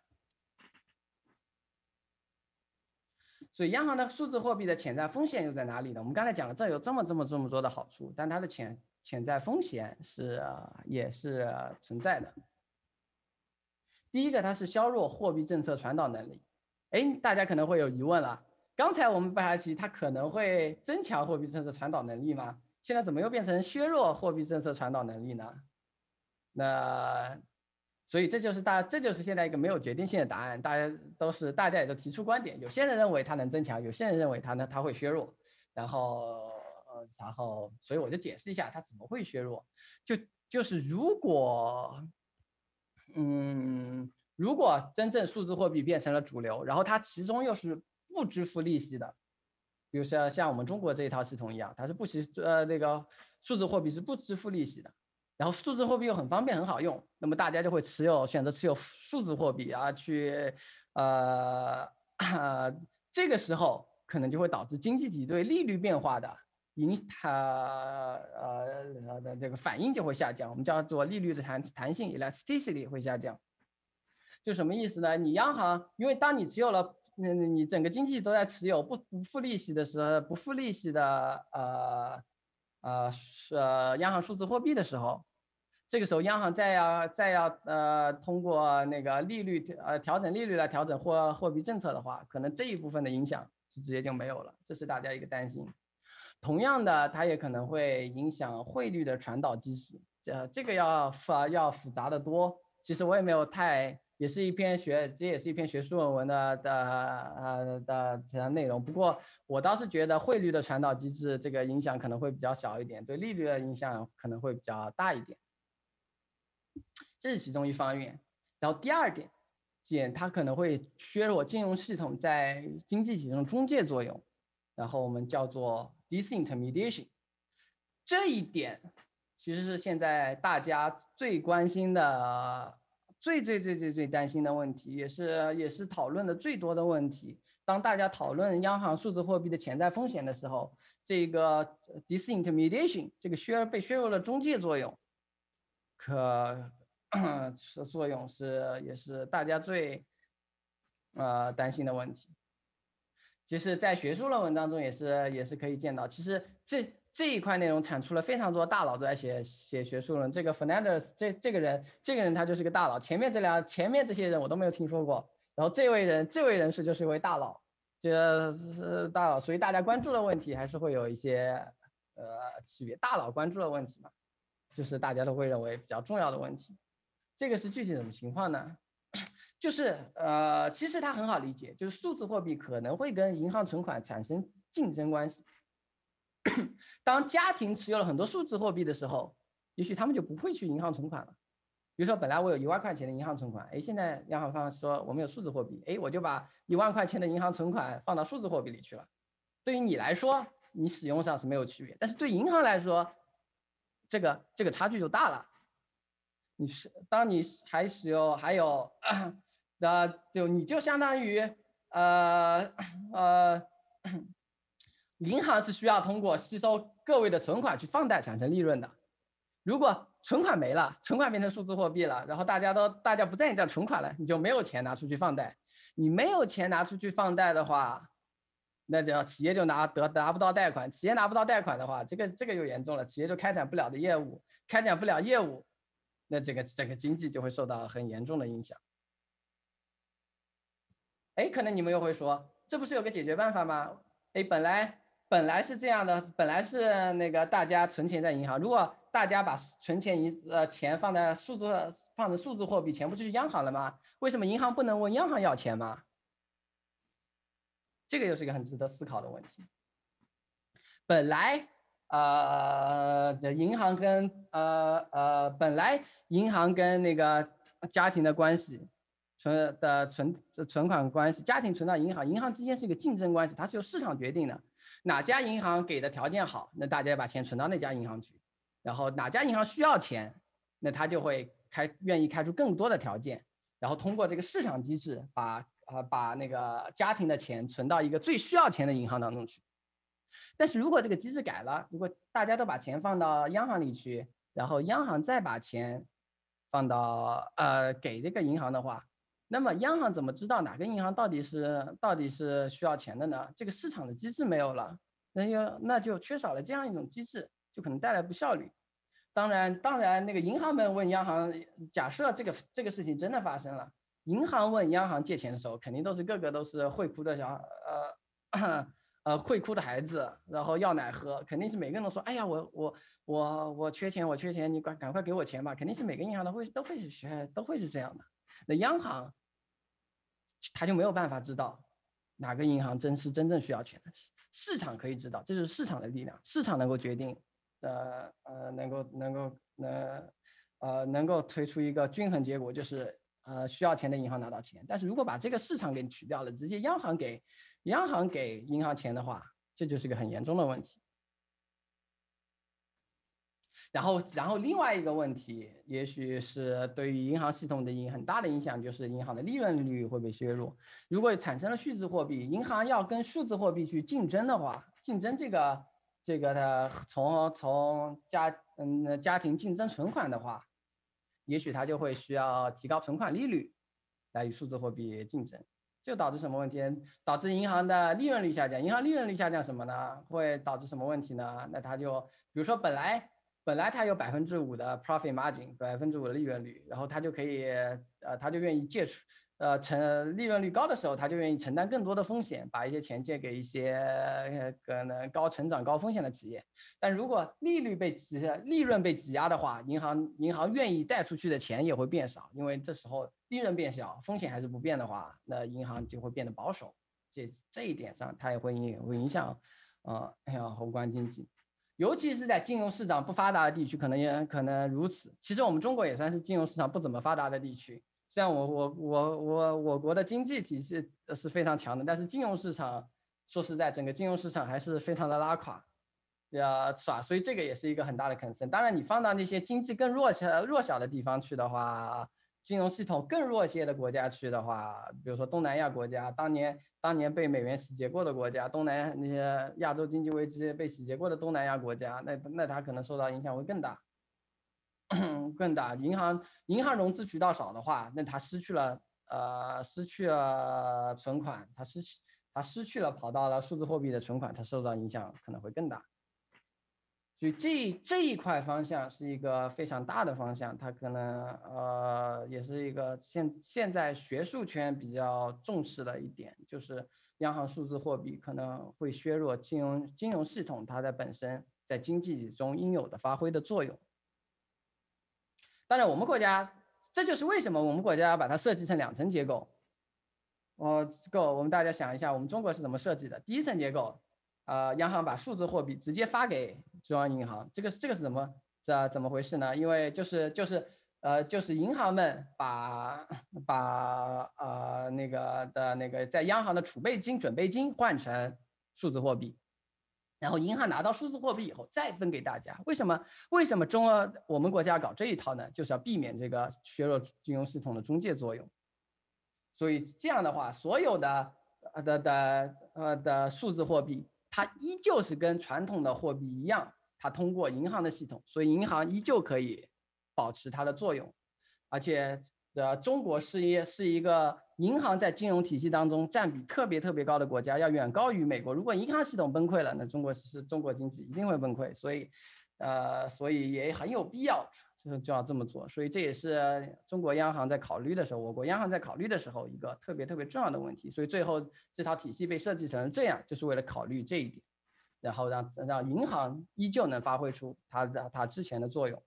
所以央行的数字货币的潜在风险又在哪里呢？我们刚才讲了，这有这么这么这么多的好处，但它的潜潜在风险是、呃、也是存在的。第一个，它是削弱货币政策传导能力。哎，大家可能会有疑问了，刚才我们拜哈奇它可能会增强货币政策传导能力吗？现在怎么又变成削弱货币政策传导能力呢？那所以这就是大，这就是现在一个没有决定性的答案。大家都是，大家也都提出观点，有些人认为它能增强，有些人认为它呢它会削弱。然后呃，然后所以我就解释一下它怎么会削弱。就就是如果，嗯，如果真正数字货币变成了主流，然后它其中又是不支付利息的，比如说像我们中国这一套系统一样，它是不支呃那个数字货币是不支付利息的。然后数字货币又很方便很好用，那么大家就会持有选择持有数字货币啊，去呃啊，这个时候可能就会导致经济体对利率变化的影它呃的这个反应就会下降，我们叫做利率的弹弹性 elasticity 会下降。就什么意思呢？你央行因为当你持有了，嗯，你整个经济都在持有不不付利息的时候，不付利息的呃呃呃央行数字货币的时候。这个时候，央行再要再要呃通过那个利率呃调整利率来调整货货币政策的话，可能这一部分的影响是直接就没有了，这是大家一个担心。同样的，它也可能会影响汇率的传导机制，这这个要复要复杂的多。其实我也没有太，也是一篇学，这也是一篇学术论文的的呃的其他内容。不过我倒是觉得汇率的传导机制这个影响可能会比较小一点，对利率的影响可能会比较大一点。这是其中一方面，然后第二点，点它可能会削弱金融系统在经济体中的中介作用，然后我们叫做 disintermediation。这一点其实是现在大家最关心的、最最最最最担心的问题，也是也是讨论的最多的问题。当大家讨论央行数字货币的潜在风险的时候，这个 disintermediation 这个削被削弱了中介作用。可作用是也是大家最呃担心的问题。其实，在学术论文当中也是也是可以见到，其实这这一块内容产出了非常多大佬都在写写学术论文。这个 Fernandez 这这个人，这个人他就是个大佬。前面这俩前面这些人我都没有听说过，然后这位人这位人士就是一位大佬，这是大佬，所以大家关注的问题还是会有一些呃区别。大佬关注的问题嘛。就是大家都会认为比较重要的问题，这个是具体什么情况呢？就是呃，其实它很好理解，就是数字货币可能会跟银行存款产生竞争关系。当家庭持有了很多数字货币的时候，也许他们就不会去银行存款了， 比如说本来我有一万块钱的银行存款，哎，现在央行方说我们有数字货币，哎，我就把一万块钱的银行存款放到数字货币里去了。对于你来说，你使用上是没有区别，但是对银行来说，这个这个差距就大了。你是当你还使用还有呃就你就相当于呃呃银行是需要通过吸收各位的存款去放贷产生利润的。如果存款没了，存款变成数字货币了，然后大家都大家不在你这存款了，你就没有钱拿出去放贷。你没有钱拿出去放贷的话，那就企业就拿得拿不到贷款。企业拿不到贷款的话，这个这个就严重了，企业就开展不了的业务，开展不了业务，那这个整个经济就会受到很严重的影响。哎，可能你们又会说，这不是有个解决办法吗？哎，本来本来是这样的，本来是那个大家存钱在银行，如果大家把存钱一呃钱放在数字放在数字货币，钱不就是央行了吗？为什么银行不能问央行要钱吗？这个又是一个很值得思考的问题。本来呃银行跟呃呃本来银行跟那个家庭的关系。存的存存款关系，家庭存到银行，银行之间是一个竞争关系，它是由市场决定的。哪家银行给的条件好，那大家把钱存到那家银行去。然后哪家银行需要钱，那他就会开愿意开出更多的条件，然后通过这个市场机制把呃把那个家庭的钱存到一个最需要钱的银行当中去。但是如果这个机制改了，如果大家都把钱放到央行里去，然后央行再把钱放到呃给这个银行的话，那么央行怎么知道哪个银行到底是到底是需要钱的呢？这个市场的机制没有了，那就那就缺少了这样一种机制，就可能带来不效率。当然，当然那个银行们问央行，假设这个这个事情真的发生了，银行问央行借钱的时候，肯定都是个个都是会哭的小呃呃会哭的孩子，然后要奶喝，肯定是每个人都说，哎呀，我我我我缺钱，我缺钱，你赶赶快给我钱吧，肯定是每个银行都会都会是学都会是这样的。那央行他就没有办法知道哪个银行真是真正需要钱的，市场可以知道，这就是市场的力量，市场能够决定，呃呃，能够能够能呃能够推出一个均衡结果，就是呃需要钱的银行拿到钱。但是如果把这个市场给取掉了，直接央行给央行给银行钱的话，这就是个很严重的问题。然后，然后另外一个问题，也许是对于银行系统的影很大的影响，就是银行的利润率会被削弱。如果产生了数字货币，银行要跟数字货币去竞争的话，竞争这个这个的从从家嗯家庭竞争存款的话，也许它就会需要提高存款利率来与数字货币竞争。就导致什么问题？导致银行的利润率下降。银行利润率下降什么呢？会导致什么问题呢？那它就比如说本来。本来它有百分之五的 profit margin， 百分之五的利润率，然后它就可以，呃，它就愿意借出，呃，承利润率高的时候，它就愿意承担更多的风险，把一些钱借给一些呃可能高成长、高风险的企业。但如果利率被挤，利润被挤压的话，银行银行愿意贷出去的钱也会变少，因为这时候利润变小，风险还是不变的话，那银行就会变得保守。这这一点上，它也会影会影响，呃，宏观经济。尤其是在金融市场不发达的地区，可能也可能如此。其实我们中国也算是金融市场不怎么发达的地区。虽然我我我我我国的经济体系是非常强的，但是金融市场说实在，整个金融市场还是非常的拉垮，呀，是吧？所以这个也是一个很大的 concern。当然，你放到那些经济更弱小弱小的地方去的话，金融系统更弱些的国家去的话，比如说东南亚国家，当年。当年被美元洗劫过的国家，东南那些亚洲经济危机被洗劫过的东南亚国家，那那它可能受到影响会更大，更大。银行银行融资渠道少的话，那它失去了呃失去了存款，它失去它失去了跑到了数字货币的存款，它受到影响可能会更大。所以这这一块方向是一个非常大的方向，它可能呃也是一个现现在学术圈比较重视的一点，就是央行数字货币可能会削弱金融金融系统它的本身在经济中应有的发挥的作用。当然，我们国家这就是为什么我们国家把它设计成两层结构。我够，我们大家想一下，我们中国是怎么设计的？第一层结构。呃，央行把数字货币直接发给中央银行，这个这个是怎么怎怎么回事呢？因为就是就是呃，就是银行们把把呃那个的那个在央行的储备金、准备金换成数字货币，然后银行拿到数字货币以后再分给大家。为什么？为什么中俄我们国家搞这一套呢？就是要避免这个削弱金融系统的中介作用。所以这样的话，所有的呃的的呃的数字货币，它依旧是跟传统的货币一样，它通过银行的系统，所以银行依旧可以保持它的作用。而且呃，中国是一是一个银行在金融体系当中占比特别特别高的国家，要远高于美国。如果银行系统崩溃了，那中国是中国经济一定会崩溃。所以，呃，所以也很有必要就就要这么做。所以这也是中国央行在考虑的时候，我国央行在考虑的时候一个特别特别重要的问题。所以最后这套体系被设计成这样，就是为了考虑这一点，然后让让银行依旧能发挥出它的它之前的作用。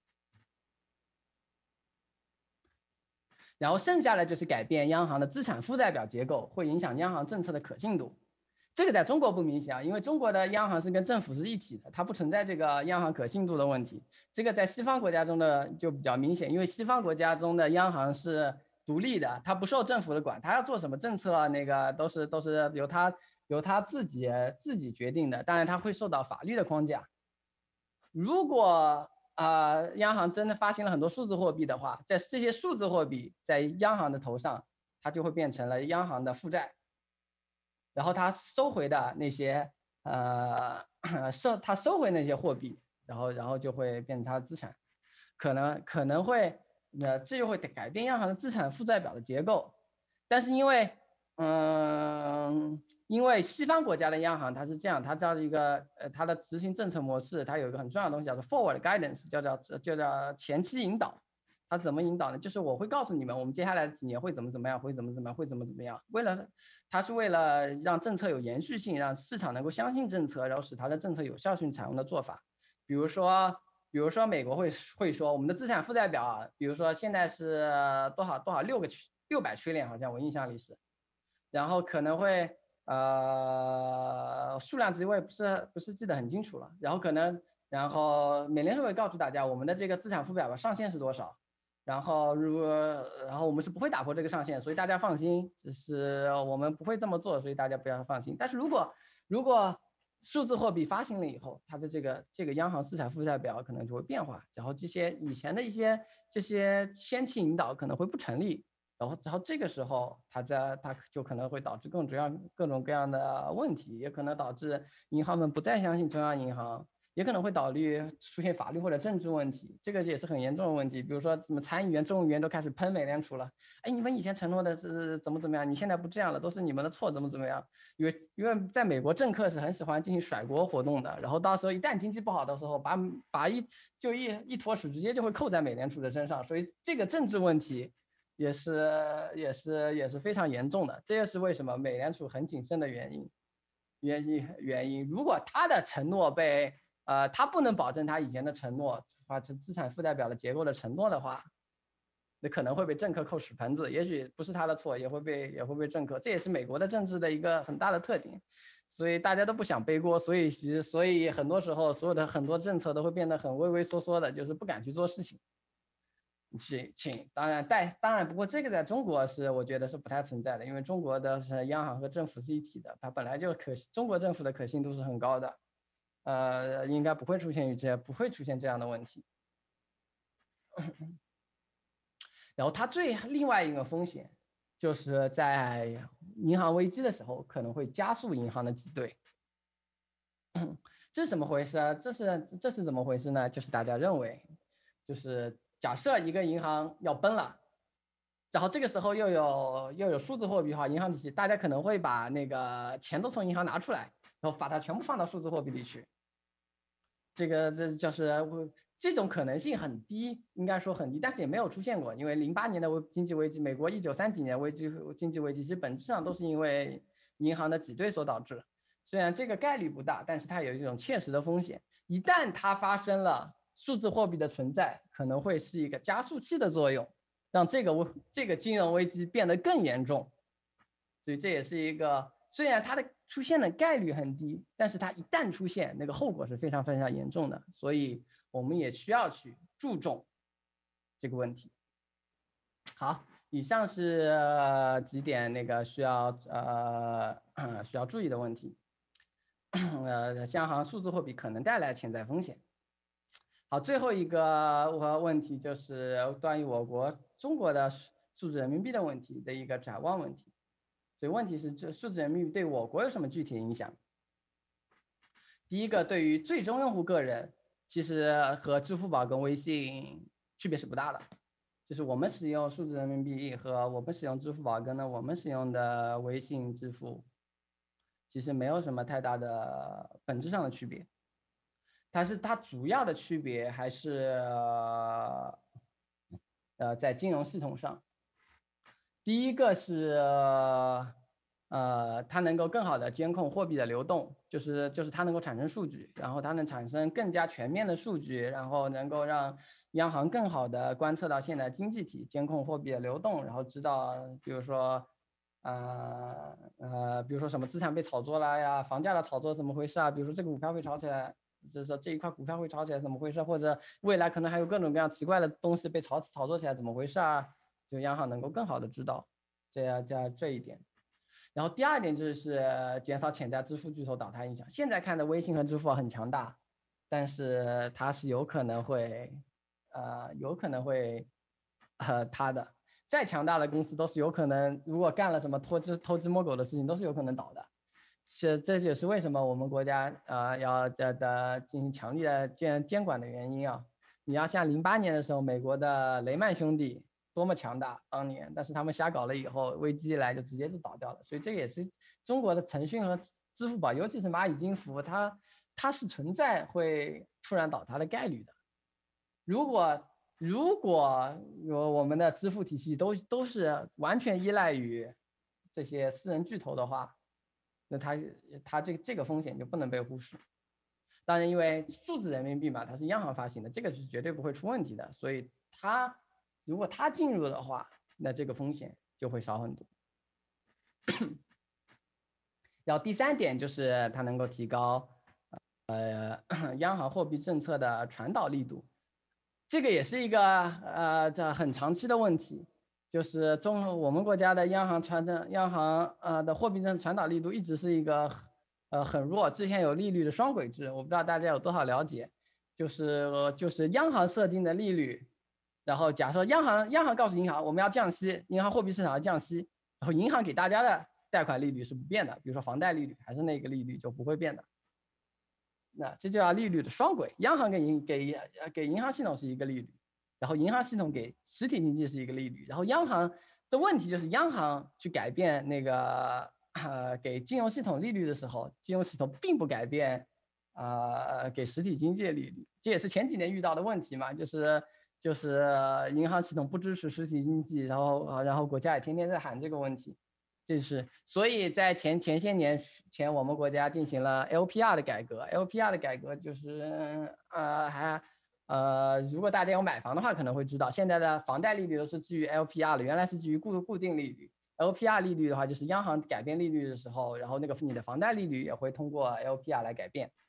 然后剩下的就是改变央行的资产负债表结构，会影响央行政策的可信度。这个在中国不明显啊，因为中国的央行是跟政府是一体的，它不存在这个央行可信度的问题。这个在西方国家中的就比较明显，因为西方国家中的央行是独立的，它不受政府的管，它要做什么政策，那个都是都是由它由它自己自己决定的。当然，它会受到法律的框架。如果啊、呃，央行真的发行了很多数字货币的话，在这些数字货币在央行的头上，它就会变成了央行的负债，然后它收回的那些呃收它收回那些货币，然后然后就会变成它的资产，可能可能会呃这就会改变央行的资产负债表的结构，但是因为嗯。因为西方国家的央行它是这样，它叫一个呃，它的执行政策模式，它有一个很重要的东西叫做 forward guidance，叫叫就叫前期引导。它怎么引导呢？就是我会告诉你们，我们接下来几年会怎么怎么样，会怎么怎么样，会怎么怎么样。为了它是为了让政策有延续性，让市场能够相信政策，然后使它的政策有效性采用的做法。比如说，比如说美国会会说我们的资产负债表啊，比如说现在是多少多少六个六百 trillion，好像我印象里是，然后可能会。呃，数量级我也不是不是记得很清楚了，然后可能，然后美联储会告诉大家我们的这个资产负债表上限是多少，然后如果然后我们是不会打破这个上限，所以大家放心，就是我们不会这么做，所以大家不要放心。但是如果如果数字货币发行了以后，它的这个这个央行资产负债表可能就会变化，然后这些以前的一些这些先期引导可能会不成立。然后，然后这个时候，它在它就可能会导致各种各样各种各样的问题，也可能导致银行们不再相信中央银行，也可能会导致出现法律或者政治问题，这个也是很严重的问题。比如说，什么参议员、众议员都开始喷美联储了，哎，你们以前承诺的是怎么怎么样，你现在不这样了，都是你们的错，怎么怎么样？因为因为在美国，政客是很喜欢进行甩锅活动的，然后到时候一旦经济不好的时候，把把一就一一坨屎直接就会扣在美联储的身上，所以这个政治问题。也是也是也是非常严重的，这也是为什么美联储很谨慎的原因。原因原因，如果他的承诺被呃他不能保证他以前的承诺，或者资产负债表的结构的承诺的话，那可能会被政客扣屎盆子。也许不是他的错，也会被也会被政客。这也是美国的政治的一个很大的特点。所以大家都不想背锅，所以其实所以很多时候所有的很多政策都会变得很畏畏缩缩的，就是不敢去做事情。请请，当然带当然，不过这个在中国是我觉得是不太存在的，因为中国的是央行和政府是一体的，它本来就可中国政府的可信度是很高的，呃，应该不会出现于这不会出现这样的问题。然后它最另外一个风险，就是在银行危机的时候可能会加速银行的挤兑。这是怎么回事啊？这是这是怎么回事呢？就是大家认为，就是。假设一个银行要崩了，然后这个时候又有又有数字货币化银行体系，大家可能会把那个钱都从银行拿出来，然后把它全部放到数字货币里去。这个这就是这种可能性很低，应该说很低，但是也没有出现过。因为零八年的经济危机，美国一九三几年危机经济危机，其实本质上都是因为银行的挤兑所导致。虽然这个概率不大，但是它有一种切实的风险。一旦它发生了，数字货币的存在可能会是一个加速器的作用，让这个这个金融危机变得更严重。所以这也是一个，虽然它的出现的概率很低，但是它一旦出现，那个后果是非常非常严重的。所以我们也需要去注重这个问题。好，以上是、呃、几点那个需要呃需要注意的问题。呃，央行数字货币可能带来潜在风险。好，最后一个问题就是关于我国中国的数字人民币的问题的一个展望问题。所以问题是，这数字人民币对我国有什么具体影响？第一个，对于最终用户个人，其实和支付宝跟微信区别是不大的。就是我们使用数字人民币和我们使用支付宝跟呢我们使用的微信支付，其实没有什么太大的本质上的区别。但是它主要的区别还是呃在金融系统上。第一个是呃它能够更好的监控货币的流动，就是就是它能够产生数据，然后它能产生更加全面的数据，然后能够让央行更好的观测到现在经济体，监控货币的流动，然后知道比如说呃呃比如说什么资产被炒作了呀，房价的炒作怎么回事啊，比如说这个股票会炒起来，就是说这一块股票会炒起来怎么回事，或者未来可能还有各种各样奇怪的东西被炒炒作起来怎么回事啊，就央行能够更好的知道这样这样这一点。然后第二点就是减少潜在支付巨头倒塌影响。现在看的微信和支付宝很强大，但是它是有可能会呃有可能会呃塌的。再强大的公司都是有可能，如果干了什么偷鸡偷鸡摸狗的事情，都是有可能倒的。是，这也是为什么我们国家呃要的的进行强力的监监管的原因啊。你要像零八年的时候，美国的雷曼兄弟多么强大当年，但是他们瞎搞了以后，危机一来就直接就倒掉了。所以这也是中国的腾讯和支付宝，尤其是蚂蚁金服，它它是存在会突然倒塌的概率的。如果如果我们的支付体系都都是完全依赖于这些私人巨头的话，那它它这个这个风险就不能被忽视。当然，因为数字人民币嘛，它是央行发行的，这个是绝对不会出问题的。所以它如果它进入的话，那这个风险就会少很多。然后第三点就是它能够提高呃央行货币政策的传导力度。这个也是一个呃这很长期的问题，就是中我们国家的央行传的央行呃的货币政策传导力度一直是一个呃很弱，之前有利率的双轨制，我不知道大家有多少了解，就是就是央行设定的利率，然后假设央行央行告诉银行我们要降息，银行货币市场要降息，然后银行给大家的贷款利率是不变的，比如说房贷利率还是那个利率就不会变的。那这就叫利率的双轨，央行给银给给银行系统是一个利率，然后银行系统给实体经济是一个利率，然后央行的问题就是央行去改变那个呃给金融系统利率的时候，金融系统并不改变呃给实体经济的利率，这也是前几年遇到的问题嘛，就是就是银行系统不支持实体经济，然后然后国家也天天在喊这个问题。这是，所以在前前些年前，我们国家进行了 L P R 的改革。L P R 的改革就是，呃，还，呃，如果大家有买房的话，可能会知道，现在的房贷利率都是基于 L P R 的，原来是基于固固定利率。L P R 利率的话，就是央行改变利率的时候，然后那个你的房贷利率也会通过 L P R 来改变。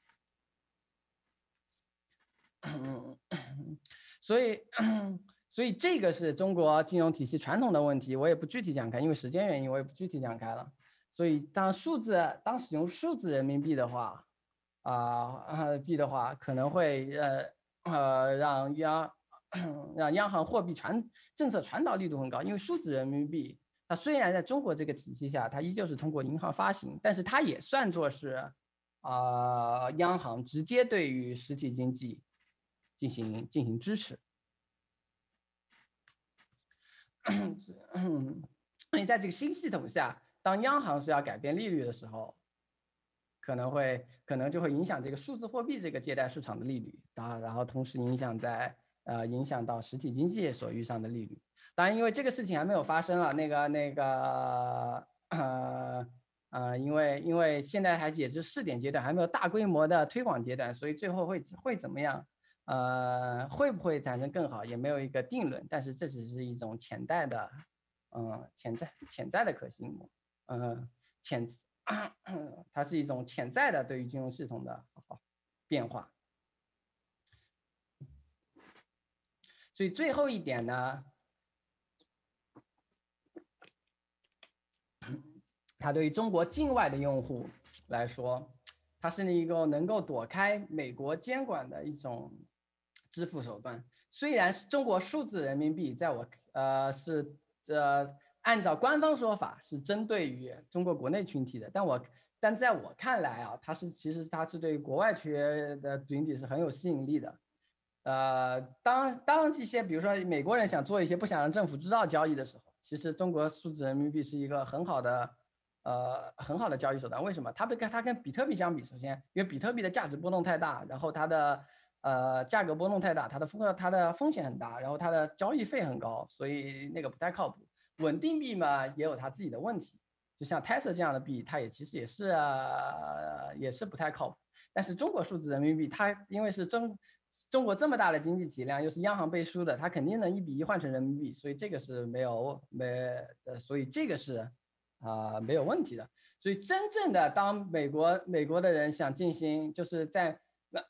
所以。所以这个是中国金融体系传统的问题，我也不具体讲开，因为时间原因，我也不具体讲开了。所以当数字当使用数字人民币的话，啊、呃、币的话，可能会呃呃让央让央行货币传政策传导力度很高，因为数字人民币它虽然在中国这个体系下，它依旧是通过银行发行，但是它也算作是啊、呃、央行直接对于实体经济进行进行支持。所以在这个新系统下，当央行需要改变利率的时候，可能会可能就会影响这个数字货币这个借贷市场的利率，啊，然后同时影响在呃影响到实体经济所遇上的利率。当然，因为这个事情还没有发生了，那个那个呃呃，因为因为现在还也是试点阶段，还没有大规模的推广阶段，所以最后会会怎么样？呃，会不会产生更好，也没有一个定论，但是这只是一种潜在的，嗯、呃，潜在潜在的可行，嗯、呃，潜，它是一种潜在的对于金融系统的变化。 所以最后一点呢，它对于中国境外的用户来说，它是一个能够躲开美国监管的一种支付手段。虽然中国数字人民币在我呃是呃按照官方说法是针对于中国国内群体的，但我但在我看来啊，它是其实它是对国外区的群体是很有吸引力的。呃，当当一些比如说美国人想做一些不想让政府知道交易的时候，其实中国数字人民币是一个很好的呃很好的交易手段。为什么？它不跟它跟比特币相比，首先因为比特币的价值波动太大，然后它的呃价格波动太大，它的风它的风险很大，然后它的交易费很高，所以那个不太靠谱。稳定币嘛也有它自己的问题，就像 Tether 这样的币，它也其实也是、呃、也是不太靠谱。但是中国数字人民币，它因为是中中国这么大的经济体量，又是央行背书的，它肯定能一比一换成人民币，所以这个是没有没呃，所以这个是啊、呃、没有问题的。所以真正的当美国美国的人想进行，就是在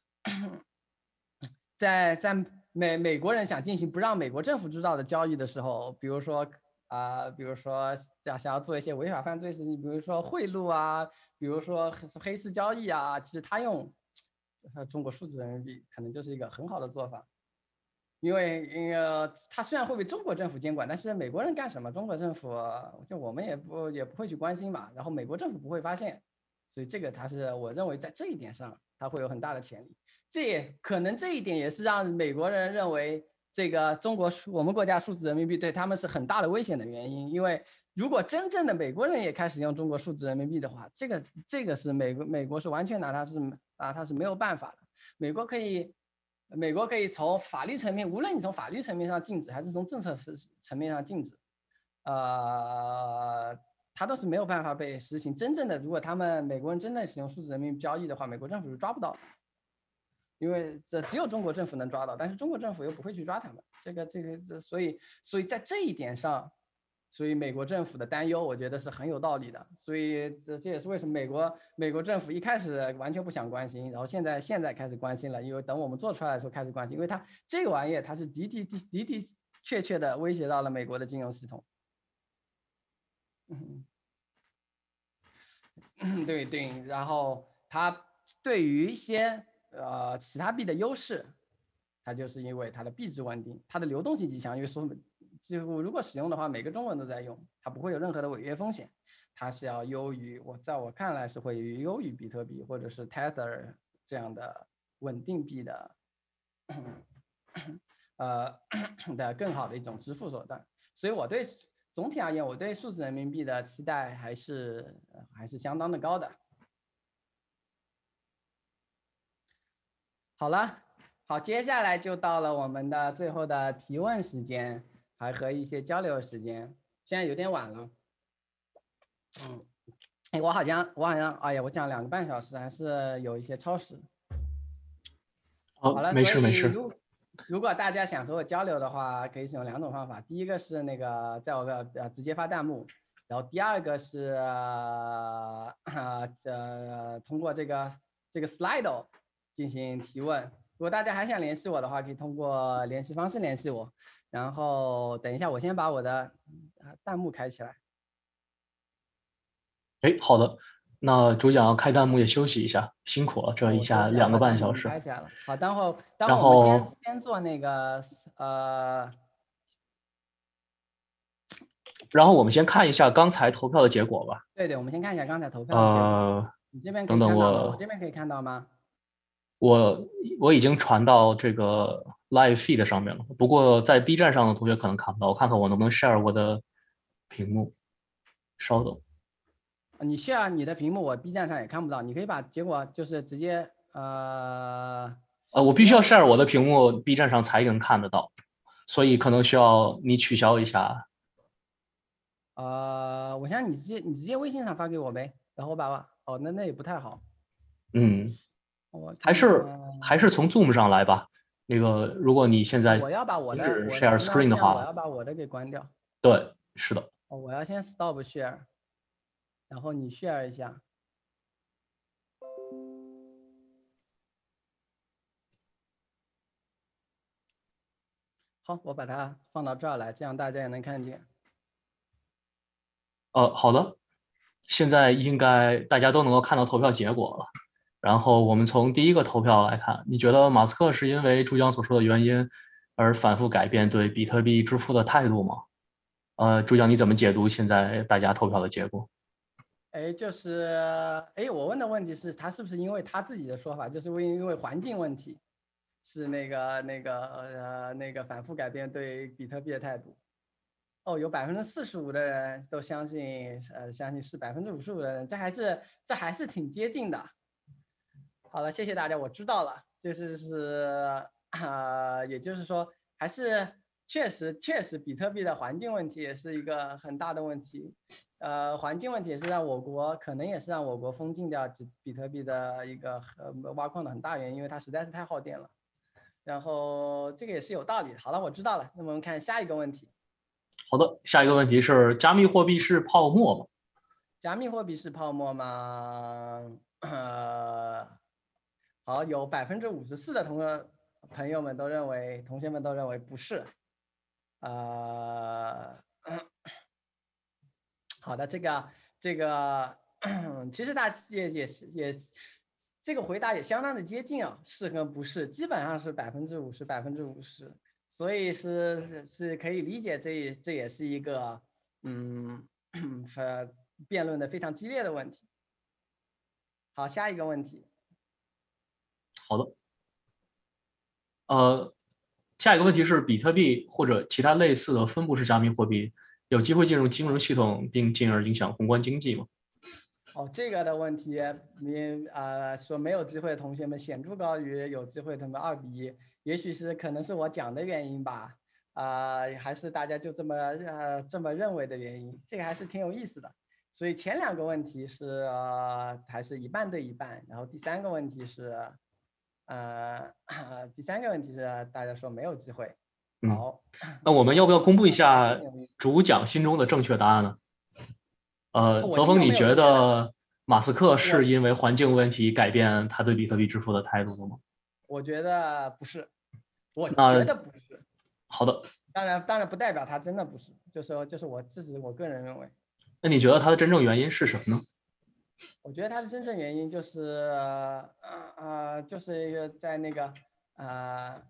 在在美美国人想进行不让美国政府知道的交易的时候，比如说啊、呃，比如说想想要做一些违法犯罪事情，比如说贿赂啊，比如说黑市交易啊，其实他用中国数字人民币可能就是一个很好的做法。因为因为他虽然会被中国政府监管，但是美国人干什么，中国政府就我们也不也不会去关心嘛，然后美国政府不会发现，所以这个他是我认为在这一点上他会有很大的潜力。这也可能这一点也是让美国人认为这个中国我们国家数字人民币对他们是很大的危险的原因。因为如果真正的美国人也开始用中国数字人民币的话，这个这个是美国美国是完全拿它是拿它是没有办法的。美国可以。美国可以从法律层面，无论你从法律层面上禁止，还是从政策层面上禁止，呃，它都是没有办法被实行。真正的，如果他们美国人真的使用数字人民币交易的话，美国政府是抓不到的，因为这只有中国政府能抓到，但是中国政府又不会去抓他们。这个这个这，所以所以在这一点上。所以美国政府的担忧，我觉得是很有道理的。所以这这也是为什么美国美国政府一开始完全不想关心，然后现在现在开始关心了。因为等我们做出来的时候开始关心，因为它这个玩意儿它是的的的的的确确的威胁到了美国的金融系统。嗯，对对，然后它对于一些呃其他币的优势，它就是因为它的币质稳定，它的流动性极强，因为所几乎如果使用的话，每个中国人都在用，它不会有任何的违约风险，它是要优于我在我看来是会优于比特币或者是 Tether 这样的稳定币的，呃的更好的一种支付手段。所以我对总体而言，我对数字人民币的期待还是还是相当的高的。好了，好，接下来就到了我们的最后的提问时间。还和一些交流时间，现在有点晚了。嗯，哎，我好像我好像，哎呀，我讲两个半小时，还是有一些超时。 好了， 没事没事。 如如果大家想和我交流的话，可以使用两种方法。第一个是那个在我的呃直接发弹幕，然后第二个是呃呃通过这个这个 Slido 进行提问。如果大家还想联系我的话，可以通过联系方式联系我。然后等一下，我先把我的弹幕开起来。 哎，好的，那主讲要开弹幕也休息一下，辛苦了，这一下两个半小时。 开起来了。好，待会待会我们先先做那个呃， 然后我们先看一下刚才投票的结果吧。 对对，我们先看一下刚才投票的结果。 呃， 你这边可以看到吗？我这边可以看到吗？ 我我已经传到这个 live feed 上面了，不过在 B 站上的同学可能看不到，我看看我能不能 share 我的屏幕，稍等。 你 share 你的屏幕，我 B 站上也看不到，你可以把结果就是直接呃呃，我必须要 share 我的屏幕 ，B 站上才能看得到，所以可能需要你取消一下。 呃，我想你直接你直接微信上发给我呗，然后我把我哦那那也不太好。 嗯， 我还是还是从 Zoom 上来吧。那个，如果你现在我要把我的停止 share screen 的话， 我要把我的给关掉。 对，是的。 哦，我要先 stop share， 然后你 share 一下。 好，我把它放到这儿来，这样大家也能看见。 呃，好的，现在应该大家都能够看到投票结果了。然后我们从第一个投票来看，你觉得马斯克是因为朱江所说的原因而反复改变对比特币支付的态度吗？呃，朱江你怎么解读现在大家投票的结果？ 哎，就是哎，我问的问题是，他是不是因为他自己的说法，就是因为因为环境问题，是那个那个呃那个反复改变对比特币的态度？哦，有百分之四十五的人都相信，呃，相信是百分之五十五的人，这还是这还是挺接近的。好了，谢谢大家，我知道了，就是是呃，也就是说，还是确实确实比特币的环境问题也是一个很大的问题。呃，环境问题也是让我国可能也是让我国封禁掉比比特币的一个呃挖矿的很大原因，因为它实在是太耗电了。然后这个也是有道理的。好了，我知道了。那么我们看下一个问题。 好的，下一个问题是：加密货币是泡沫吗？ 加密货币是泡沫吗？呃，好，有百分之五十四的同学朋友们都认为，同学们都认为不是。呃，好的，这个这个，其实大也也是也，这个回答也相当的接近啊，是跟不是，基本上是百分之五十，百分之五十，所以是是可以理解这，这这也是一个嗯，呃，辩论的非常激烈的问题。好，下一个问题。 好的，呃，下一个问题是：比特币或者其他类似的分布式加密货币有机会进入金融系统，并进而影响宏观经济吗？ 哦，这个的问题，你呃说没有机会的同学们显著高于有机会的们二比一，也许是可能是我讲的原因吧，啊、呃，还是大家就这么呃这么认为的原因，这个还是挺有意思的。所以前两个问题是、呃、还是一半对一半，然后第三个问题是，呃，第三个问题是大家说没有机会。 嗯， 好， 那我们要不要公布一下哦主讲心中的正确答案呢？呃，泽峰， 我心中你觉没有正确答案， 得马斯克我是因为环境问题改变他对比特币支付的态度的吗？ 我觉得不是，我觉那得不是。 好的， 当然，当然不代表他真的不是，就是就是我这是我个人认为， 那你觉得他的真正原因是什么呢？ 我觉得他的真正原因就是呃呃就是一个在那个呃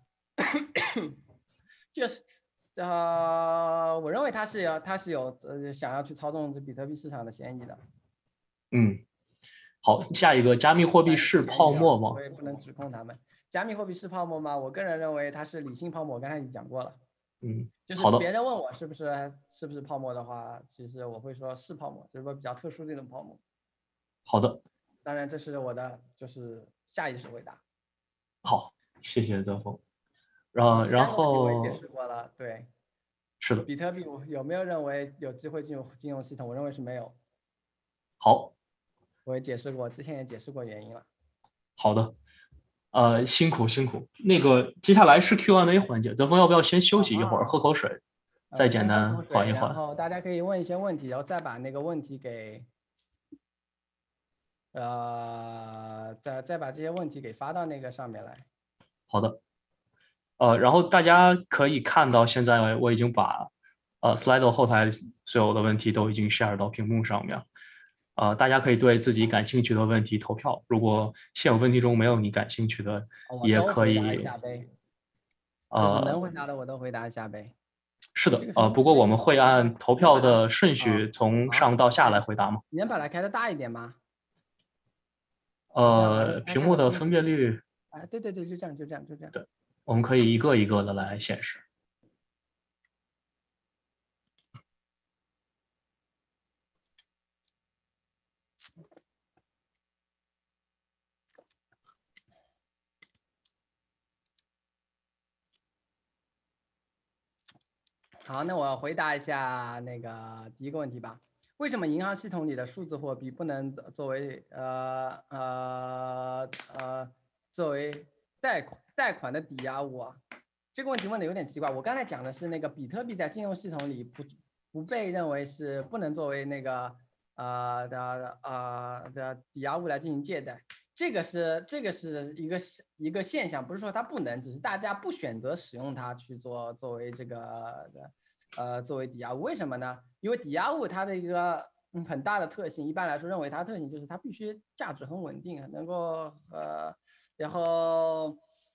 就是呃我认为他是有他是有呃想要去操纵这比特币市场的嫌疑的。 嗯，好，下一个，加密货币但是嫌疑啊， 泡沫吗？ 我也不能指控他们。加密货币是泡沫吗？我个人认为它是理性泡沫，我刚才已经讲过了。 嗯， 就是好的， 别人问我是不是是不是泡沫的话，其实我会说是泡沫，只不过比较特殊的一种泡沫。 好的， 当然，这是我的就是下意识回答。 好，谢谢泽峰。 好， 呃，然第三个问题我也解后释过了。对， 是的， 比特币有没有认为有机会进入金融系统？我认为是没有。 好我也解释过，之前也解释过原因了。 好的，呃，辛苦辛苦。那个接下来是 Q and A 环节，泽峰要不要先休息一会儿， 啊， 喝口水，再呃，先喝简单口水， 缓一缓？ 然后大家可以问一些问题，然后再把那个问题给呃，再再把这些问题给发到那个上面来。 好的。呃，然后大家可以看到，现在我已经把呃 Slido 后台所有的问题都已经 share 到屏幕上面。呃，大家可以对自己感兴趣的问题投票。如果现有问题中没有你感兴趣的， 我也可都回答一以下呗，就是能呃， 回答的我都回答一下呗。 是的，呃， 这个屏幕不过我们太小了， 会按投你能把它票的顺啊序从好， 上到下来回答吗？ 你能把它开的大一点吗？这样好像呃， 不太屏幕的看得清楚。 分辨率， 哎，对对对，就这样就这样就这样。 对，我们可以一个一个的来显示。 好，那我回答一下那个第一个问题吧。为什么银行系统里的数字货币不能作为呃呃呃作为贷款贷款的抵押物啊？这个问题问的有点奇怪。我刚才讲的是那个比特币在金融系统里不不被认为是不能作为那个呃的呃的抵押物来进行借贷。 这个是这个是一个一个现象，不是说它不能，只是大家不选择使用它去做作为这个呃作为抵押物。为什么呢？因为抵押物它的一个嗯很大的特性，一般来说认为它的特性就是它必须价值很稳定，能够呃，然后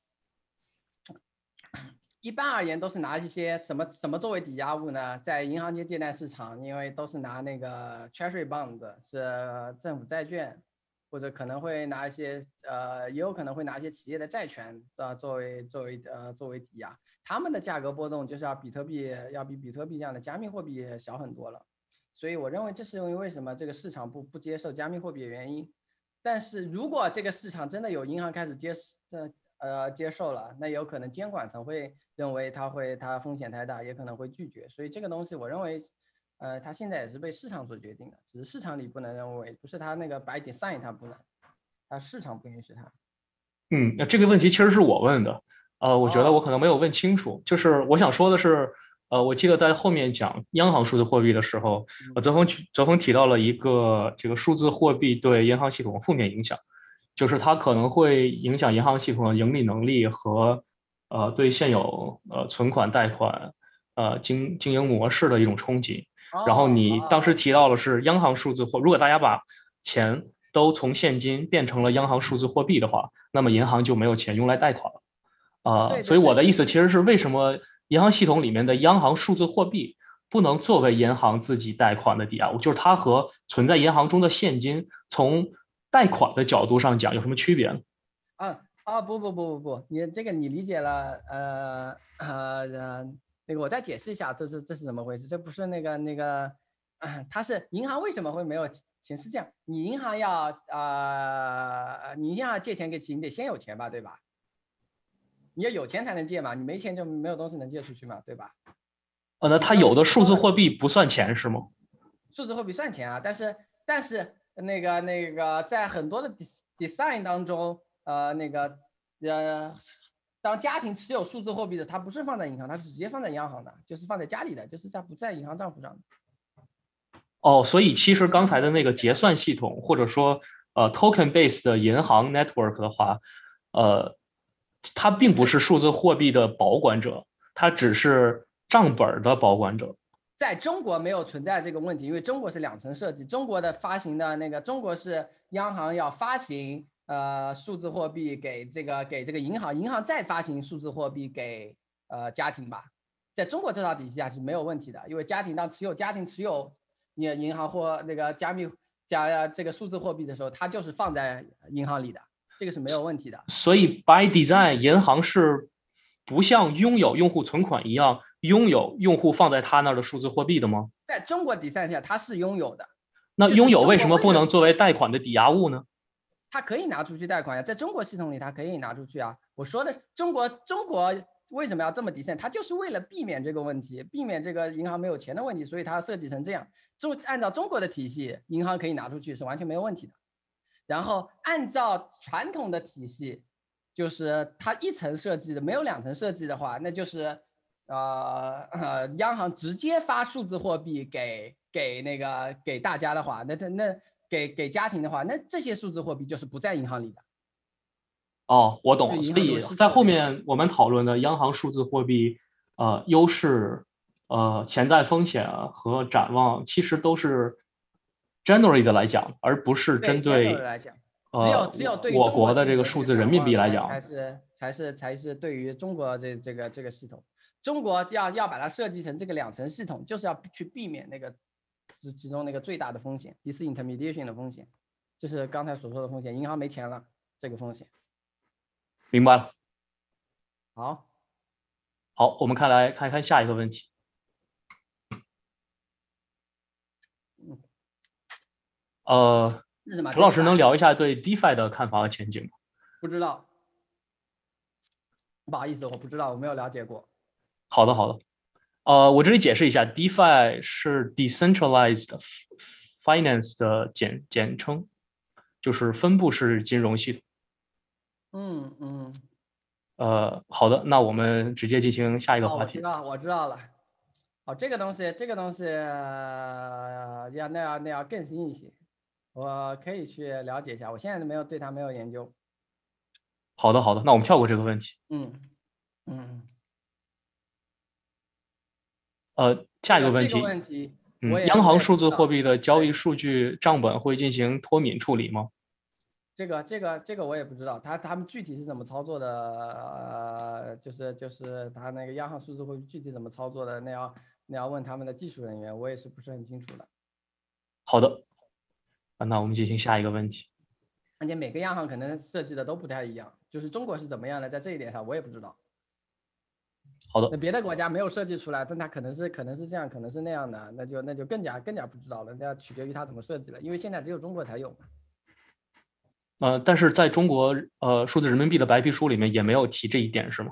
一般而言都是拿一些什么什么作为抵押物呢？在银行间借贷市场，因为都是拿那个 Treasury Bond 是政府债券。或者可能会拿一些呃，也有可能会拿一些企业的债权呃作为作为呃作为抵押，他们的价格波动就是要比特币要比比特币这样的加密货币小很多了，所以我认为这是因为为什么这个市场不不接受加密货币的原因。但是如果这个市场真的有银行开始接呃呃接受了，那有可能监管层会认为它会它风险太大，也可能会拒绝。所以这个东西我认为。呃，它现在也是被市场所决定的，只是市场里不能认为，不是它那个 by design 它不能，它市场不允许它。 嗯，那这个问题其实是我问的，呃，我觉得我可能没有问清楚。就是我想说的是，呃，我记得在后面讲央行数字货币的时候，呃，泽峰泽峰提到了一个这个数字货币对银行系统负面影响，就是它可能会影响银行系统的盈利能力和呃对现有呃存款贷款呃经经营模式的一种冲击。然后哦你当时哦提到的是央行数字货，如果大家把钱都从现金变成了央行数字货币的话，那么银行就没有钱用来贷款了。啊、呃所以我对对对， 的意思其实是，为什么银行系统里面的央行数字货币不能作为银行自己贷款的抵押物？就是它和存在银行中的现金，从贷款的角度上讲有什么区别呢？ 啊啊不不不不不，你这个你理解了，呃呃呃，那个我再解释一下，这是这是怎么回事？这不是那个那个，呃、它是银行为什么会没有钱？是这样，你银行要呃，你银行借钱给企业，你得先有钱吧，对吧？你要有钱才能借嘛，你没钱就没有东西能借出去嘛，对吧？ 呃，那你不能它有的数字是说货币不算钱是吗？ 数字货币算钱啊，但是但是那个那个在很多的 design 当中，呃，那个呃，当家庭持有数字货币的，它不是放在银行，它是直接放在央行的，就是放在家里的，就是在不在银行账户上的。 哦，所以其实刚才的那个结算系统，或者说呃 token base 的银行 network 的话，呃，它并不是数字货币的保管者，它只是账本的保管者。 在中国没有存在这个问题，因为中国是两层设计。中国的发行的那个，中国是央行要发行呃数字货币给这个给这个银行，银行再发行数字货币给呃家庭吧。在中国这套体系下是没有问题的，因为家庭当持有家庭持有你银行或那个加密加这个数字货币的时候，它就是放在银行里的，这个是没有问题的。 所以 by design，银行是不像拥有用户存款一样拥有用户放在他那儿的数字货币的吗？ 在中国 design 下，它是拥有的。 那拥有为什么不能就是中国为什么作为贷款的抵押物呢？ 它可以拿出去贷款呀，在中国系统里它可以拿出去啊。我说的中国中国为什么要这么 design？它就是为了避免这个问题，避免这个银行没有钱的问题，所以它设计成这样。就按照中国的体系，银行可以拿出去是完全没有问题的。然后按照传统的体系，就是它一层设计的，没有两层设计的话，那就是呃呃央行直接发数字货币给给那个给大家的话，那那给给家庭的话，那这些数字货币就是不在银行里的。 哦，我懂了。 对银所以行就失去在后了这个权利。 面我们讨论的央行数字货币，呃，优势、呃，潜在风险和展望，其实都是 generally 的来讲，而不是针对 general 对来讲，只有呃只有对于我中国国的这个系统的这个数字人民币展望， 来讲。 才才是才是才是对于中国这这个这个系统，中国要要把它设计成这个两层系统，就是要去避免那个其其中那个最大的风险 ，disintermediation 的风险，就是刚才所说的风险，银行没钱了这个风险。 明白了。 好， 好，我们看来看一看下一个问题。呃， 是什么？ 陈老师能 DeFi 聊一下对 DeFi 的看法和前景吗？ 不知道，不好意思，我不知道，我没有了解过。 好的，好的。呃，我这里解释一下，DeFi 是 Decentralized Finance 的简简称，就是分布式金融系统。 嗯嗯， 呃，好的，那我们直接进行下一个哦， 话题。 我知道，我知道了。哦，这个东西，这个东西、呃、要那要那要更新一些。 我可以去了解一下，我现在没有对它没有研究。 好的，好的，那我们跳过这个问题。 嗯嗯。 呃，下这个这个一个问题， 问题，我嗯， 也我央行数也不知道。 字货币的交易对， 数据账本会进行脱敏处理吗？ 这个这个这个我也不知道，他他们具体是怎么操作的？呃，就是就是他那个央行数字货币具体怎么操作的？那要那要问他们的技术人员，我也是不是很清楚的。 好的，啊那我们进行下一个问题。 而且每个央行可能设计的都不太一样，就是中国是怎么样的，在这一点上我也不知道。 好的， 那别的国家没有设计出来，但它可能是可能是这样，可能是那样的，那就那就更加更加不知道了，那要取决于它怎么设计了，因为现在只有中国才有嘛。 呃，但是在中国，呃，数字人民币的白皮书里面也没有提这一点，是吗？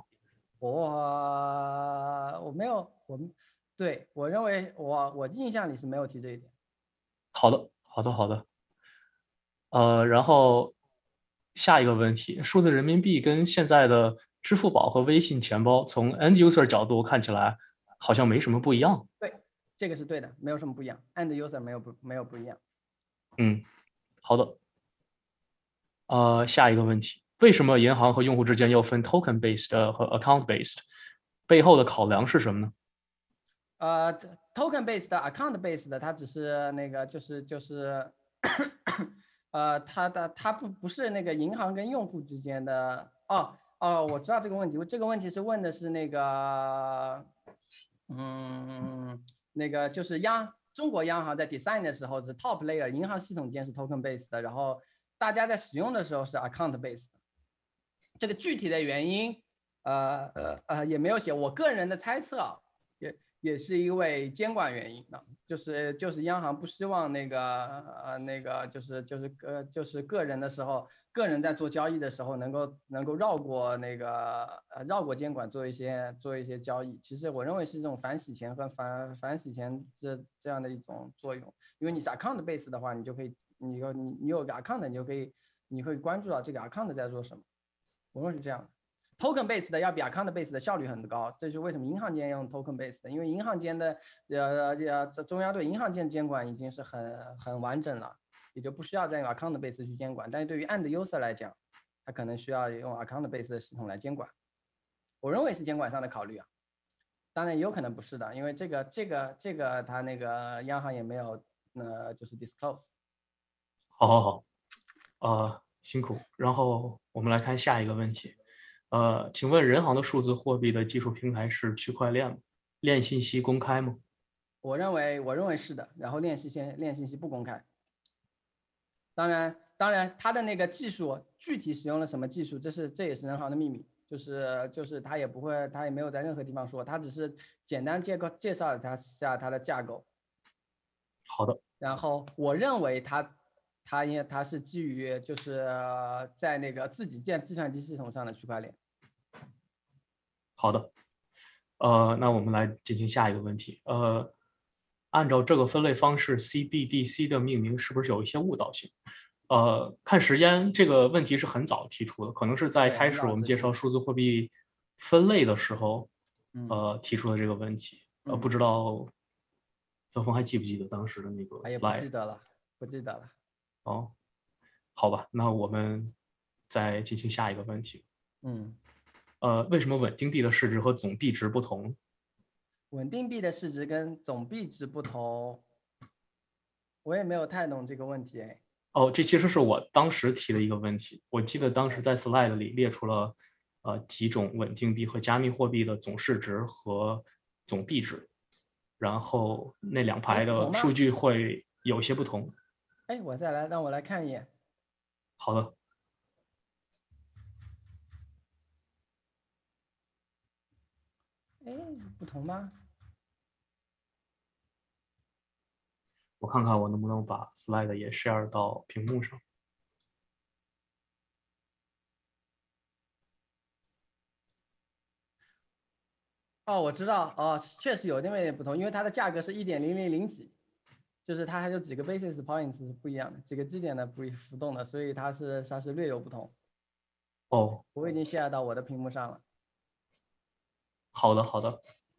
我我没有，我们对我认为我我印象里是没有提这一点。 好的，好的，好的。呃，然后下一个问题，数字人民币跟现在的支付宝和微信钱包，从 end user 角度看起来好像没什么不一样。 对，这个是对的，没有什么不一样，end user 没有不没有不一样。 嗯，好的。呃，下一个问题，为什么银行和用户之间要分 token based 和 account based？背后的考量是什么呢？ 呃，token based 的 account based 的，它只是那个就是就是呃，它的它不不是那个银行跟用户之间的。哦哦，我知道这个问题，这个问题是问的是那个嗯那个就是央中国央行在 design 的时候是 top layer 银行系统间是 token based 的，然后大家在使用的时候是 account based。这个具体的原因，呃呃呃也没有写。我个人的猜测啊，也也是因为监管原因的，就是就是央行不希望那个呃那个就是就是呃就是个人的时候，个人在做交易的时候能够能够绕过那个呃绕过监管做一些做一些交易。其实我认为是这种反洗钱和反反洗钱这这样的一种作用。因为你是 account base 的话，你就可以你有你你有个 account，你就可以你会关注到这个 account 在做什么。我认为是这样的。token base 的要比 account base 的效率很高，这就是为什么银行间用 token base 的，因为银行间的呃呃中央对银行间监管已经是很很完整了，也就不需要再用 account base 去监管。但是对于 end user 来讲，他可能需要用 account base 的系统来监管。我认为是监管上的考虑啊，当然也有可能不是的，因为这个这个这个他那个央行也没有呃就是 disclose。 好好好，呃，辛苦。然后我们来看下一个问题，呃，请问人行的数字货币的技术平台是区块链吗？链信息公开吗？ 我认为我认为是的，然后链信息链信息不公开。当然，当然，它的那个技术具体使用了什么技术，这是这也是人行的秘密，就是就是他也不会，他也没有在任何地方说，他只是简单介绍介绍了它下它的架构。 好的， 然后我认为它它因为它是基于就是在那个自己建计算机系统上的区块链。 好的。呃，那我们来进行下一个问题。呃，按照这个分类方式，C B D C 的命名是不是有一些误导性？呃，看时间，这个问题是很早提出的，可能是在对， 开很始我们介绍早之前。 数字货币分类的时候， 嗯呃，提出的这个问题。呃，不嗯， 知道泽峰还记不记得当时的那个哎也不记 slide？ 得了，不记得了。 哦，好吧，那我们再进行下一个问题。 嗯， 呃，为什么稳定币的市值和总币值不同？ 稳定币的市值跟总币值不同，我也没有太懂这个问题哎。 哦，这其实是我当时提的一个问题。我记得当时在 slide 里列出了呃几种稳定币和加密货币的总市值和总币值，然后那两有排不同吗？ 的数据会有些不同。 哎，我再来，让我来看一眼。 好的， 哎，不同吗？ 我看看我能不能把 slide 也 share 到屏幕上。 哦，我知道，哦，确实有那么一点不同，因为它的价格是一点零零零几，就是它还有几个 basis points 是不一样的，几个基点的不浮动的，所以它是它是略有不同。 哦， 我已经 share 到我的屏幕上了。 好的，好的。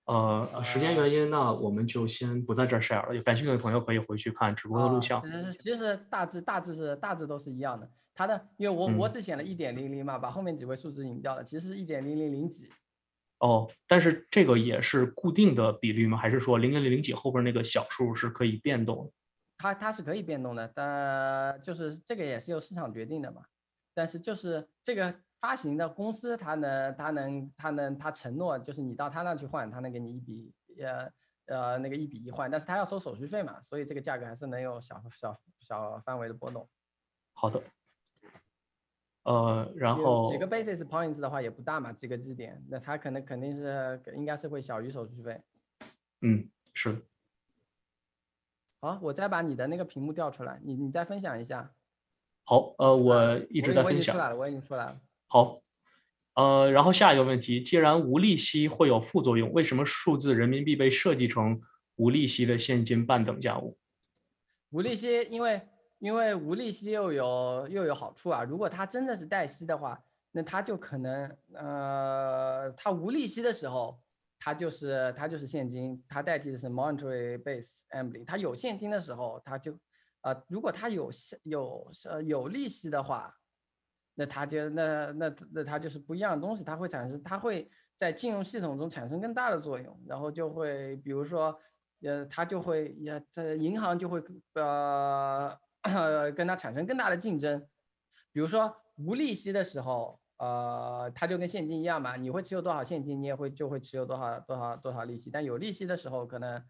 呃，时间原因呢，我们就先不在这儿 share 了。有感兴趣的朋友可以回去看直播的录啊， 像。 其实其实大致大致是大致都是一样的。它的，因为我、 嗯、 我只选了一点零零嘛，把后面几位数字隐掉了，其实是一点零零零几。 哦，但是这个也是固定的比率吗？还是说零零零几后边那个小数是可以变动的？ 它它是可以变动的，但就是这个也是由市场决定的嘛。但是就是这个发行的公司，它能它能它能它承诺，就是你到他那去换，它能给你一比呃呃那个一比一换，但是它要收手续费嘛，所以这个价格还是能有小小小范围的波动。 好的。呃，然有几个后 basis points 的话也不大嘛，几个基点，那它可能肯定是应该是会小于手续费。 嗯，是的。 好，我再把你的那个屏幕调出来，你你再分享一下。 好，呃，我一直我在分享。 我已经出来了，我已经出来了。 好，呃，然后下一个问题，既然无利息会有副作用，为什么数字人民币被设计成无利息的现金半等价物？ 无利息，因为因为无利息又有又有好处啊。如果它真的是带息的话，那它就可能呃，它无利息的时候，它就是它就是现金，它代替的是 monetary base emblem。它有现金的时候，它就呃，如果它有有呃有利息的话，那它就那那那它就是不一样的东西，它会产生，它会在金融系统中产生更大的作用，然后就会比如说。呃，它就会也在银行就会呃跟它产生更大的竞争。比如说无利息的时候，呃，它就跟现金一样嘛，你会持有多少现金，你也会就会持有多少多少多少利息。但有利息的时候，可能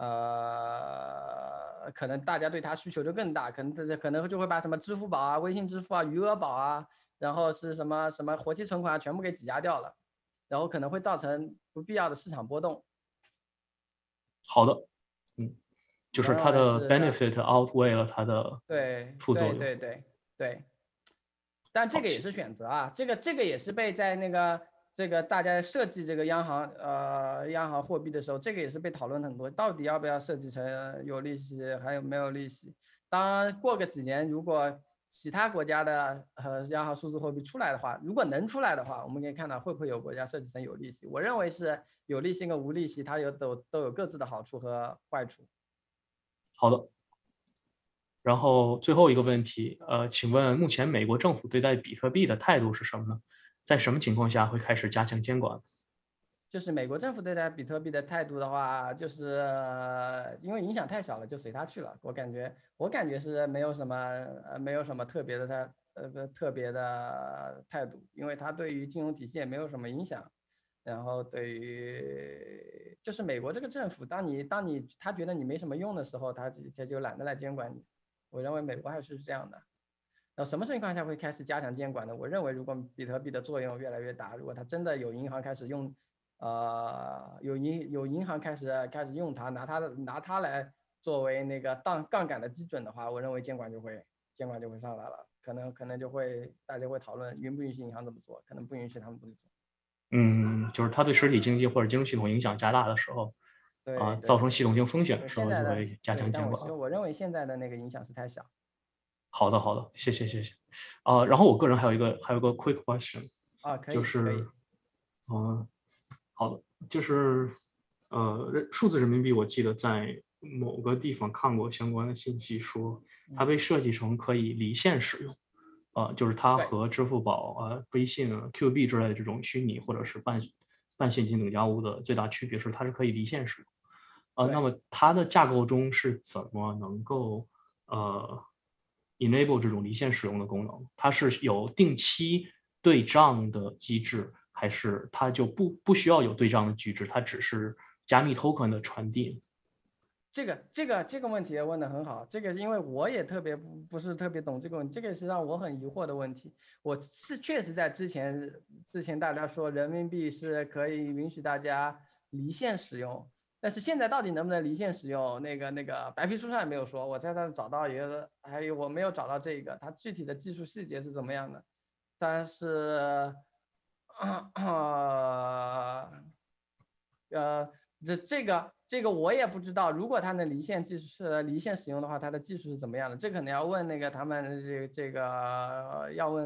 呃可能大家对它需求就更大，可能这可能就会把什么支付宝啊、微信支付啊、余额宝啊，然后是什么什么活期存款啊，全部给挤压掉了，然后可能会造成不必要的市场波动。 好的。嗯，就我认是它的为是 benefit outweigh 了它的对副作用。 对对对对，但这好， 个也是选择啊，这个这个也是被在那个这个大家设计这个央行呃央行货币的时候，这个也是被讨论很多，到底要不要设计成有利息，还有没有利息？当过个几年，如果其他国家的呃央行数字货币出来的话，如果能出来的话，我们可以看到会不会有国家设计成有利息？我认为是有利息跟无利息，它有都都有各自的好处和坏处。 好的。然后最后一个问题，呃，请问目前美国政府对待比特币的态度是什么呢？在什么情况下会开始加强监管？ 就是美国政府对待比特币的态度的话，就是因为影响太小了，就随他去了。我感觉，我感觉是没有什么，呃，没有什么特别的他呃特别的态度，因为他对于金融体系也没有什么影响。然后对于，就是美国这个政府，当你当你他觉得你没什么用的时候，他他就懒得来监管你。我认为美国还是这样的。然后什么情况下会开始加强监管呢？我认为，如果比特币的作用越来越大，如果它真的有银行开始用。呃，有银有银行开始开始用它，拿它的拿它来作为那个杠杠杆的基准的话，我认为监管就会监管就会上来了，可能可能就会大家会讨论允不允许银行这么做，可能不允许他们这么做。 嗯，就是它对实体经济或者金融系统影响加大的时候，啊、 对对对造成系统性风险的对， 时候， 现在的就会加对， 强监管。 但我希我认为现在的那个影响是太小。 好的，好的，谢谢，谢谢。啊、然后我个人还有一个还有个 quick question， 啊，可就是， 以可以。 嗯、好的，就是呃，数字人民币，我记得在某个地方看过相关的信息，说它嗯， 被设计成可以离线使用，啊、就是它对和支付宝、啊、微信啊、Q 币之类的这种虚拟或者是半半现金等价物的最大区别是，它是可以离线使用。啊、那对。 么它的架构中是怎么能够呃 enable 这种离线使用的功能？它是有定期对账的机制，还是它就不不需要有对账的机制，它只是加密 token 的传递？ 这个这个这个问题问的很好，这个因为我也特别不不是特别懂这个问题，这个是让我很疑惑的问题。我是确实在之前之前大家说人民币是可以允许大家离线使用，但是现在到底能不能离线使用，那个那个白皮书上也没有说，我在那找到也还有我没有找到这个，它具体的技术细节是怎么样的，但是啊啊呃。这这个这个我也不知道，如果它能离线技术是离线使用的话，它的技术是怎么样的？这可能要问那个他们这这个要问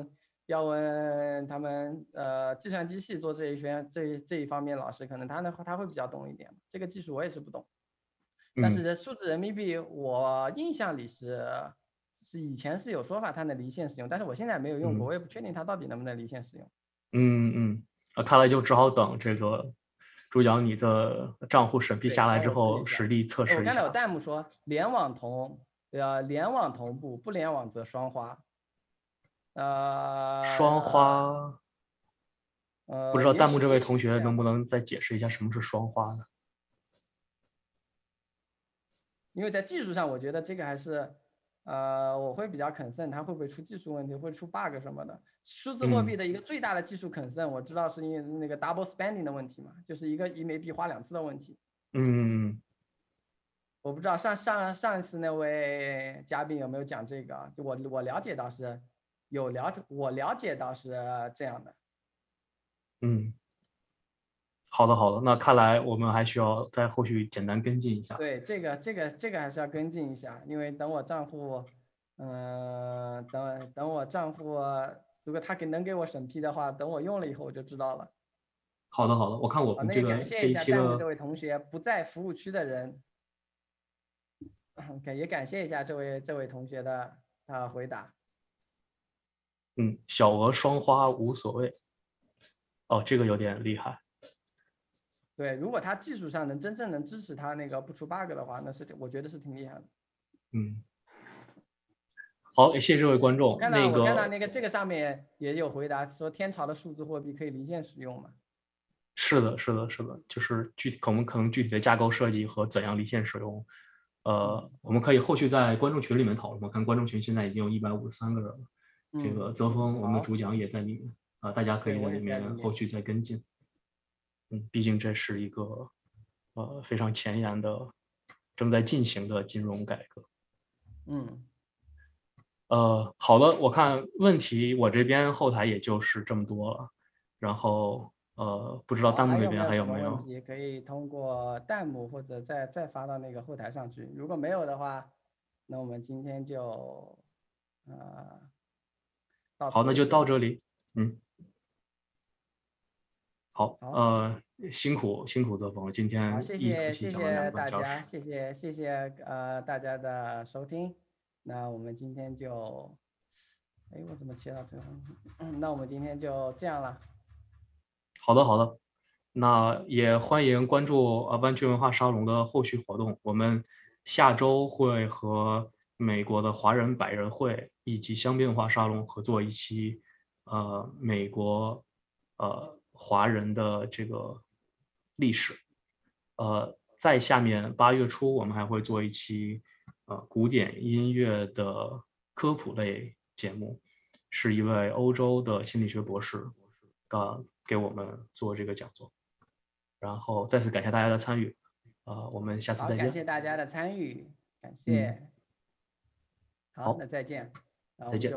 要问他们呃计算机系做这一圈这这一方面老师，可能他呢他会比较懂一点，这个技术我也是不懂。但是数字人民币，我印象里是是以前是有说法它能离线使用，但是我现在没有用过，我也不确定它到底能不能离线使用。 嗯嗯，啊，看来就只好等这个主讲你的账户审批下来之后，实地测试一下。 我看到有弹幕说联网同呃联网同步，不联网则双花。呃， 双花， 呃， 不知道弹幕这位同学能不能再解释一下什么是双花呢？ 因为在技术上，我觉得这个还是，呃，我会比较 concern 它会不会出技术问题，会出 bug 什么的。数字货币的一个最大的技术 concern，我知道是因为那个 double spending 的问题嘛，就是一个一枚币花两次的问题。 嗯， 我不知道上上上一次那位嘉宾有没有讲这个啊？就我我了解到是有了解，我了解到是这样的。 嗯。好的，好的，那看来我们还需要在后续简单跟进一下。 对，这个这个这个还是要跟进一下，因为等我账户，嗯、呃，等等我账户，如果他给能给我审批的话，等我用了以后我就知道了。 好的，好的，我看我们这个、 啊、那感谢一下弹幕这位同学，不在服务区的人，感也感谢一下这位这位同学的他回答。 嗯，小额双花无所谓。哦，这个有点厉害。 对，如果他技术上能真正能支持他那个不出 bug 的话，那是我觉得是挺厉害的。 嗯，好，谢谢这位观众。 我看到、 那个、 我看到那个这个上面也有回答说，天朝的数字货币可以离线使用吗？ 是的，是的，是的，就是具体我们可能具体的架构设计和怎样离线使用，呃，我们可以后续在观众群里面讨论。我看观众群现在已经有一百五十三个人了， 嗯、 这个泽峰我们的主讲也在里面啊、呃，大家可以在里面后续再跟进。嗯，毕竟这是一个呃非常前沿的、正在进行的金融改革。 嗯， 呃，好的，我看问题我这边后台也就是这么多了，然后呃，不知道弹幕那边还有没有？ 问题可以通过弹幕或者再再发到那个后台上去。如果没有的话，那我们今天就呃， 好，那就到这里。嗯。好，呃，辛苦辛苦泽峰，今天一口气讲了两个半小时。 谢谢谢谢呃大家的收听，那我们今天就，哎，我怎么切到这个？嗯，那我们今天就这样了。 好的好的，那也欢迎关注啊湾区文化沙龙的后续活动。我们下周会和美国的华人百人会以及香槟文化沙龙合作一期，呃，美国呃华人的这个历史。呃，在下面八月初我们还会做一期呃古典音乐的科普类节目，是一位欧洲的心理学博士呃给我们做这个讲座。然后再次感谢大家的参与，呃，我们下次再见。 感谢大家的参与，感谢。 嗯、 好，那再见。 再见。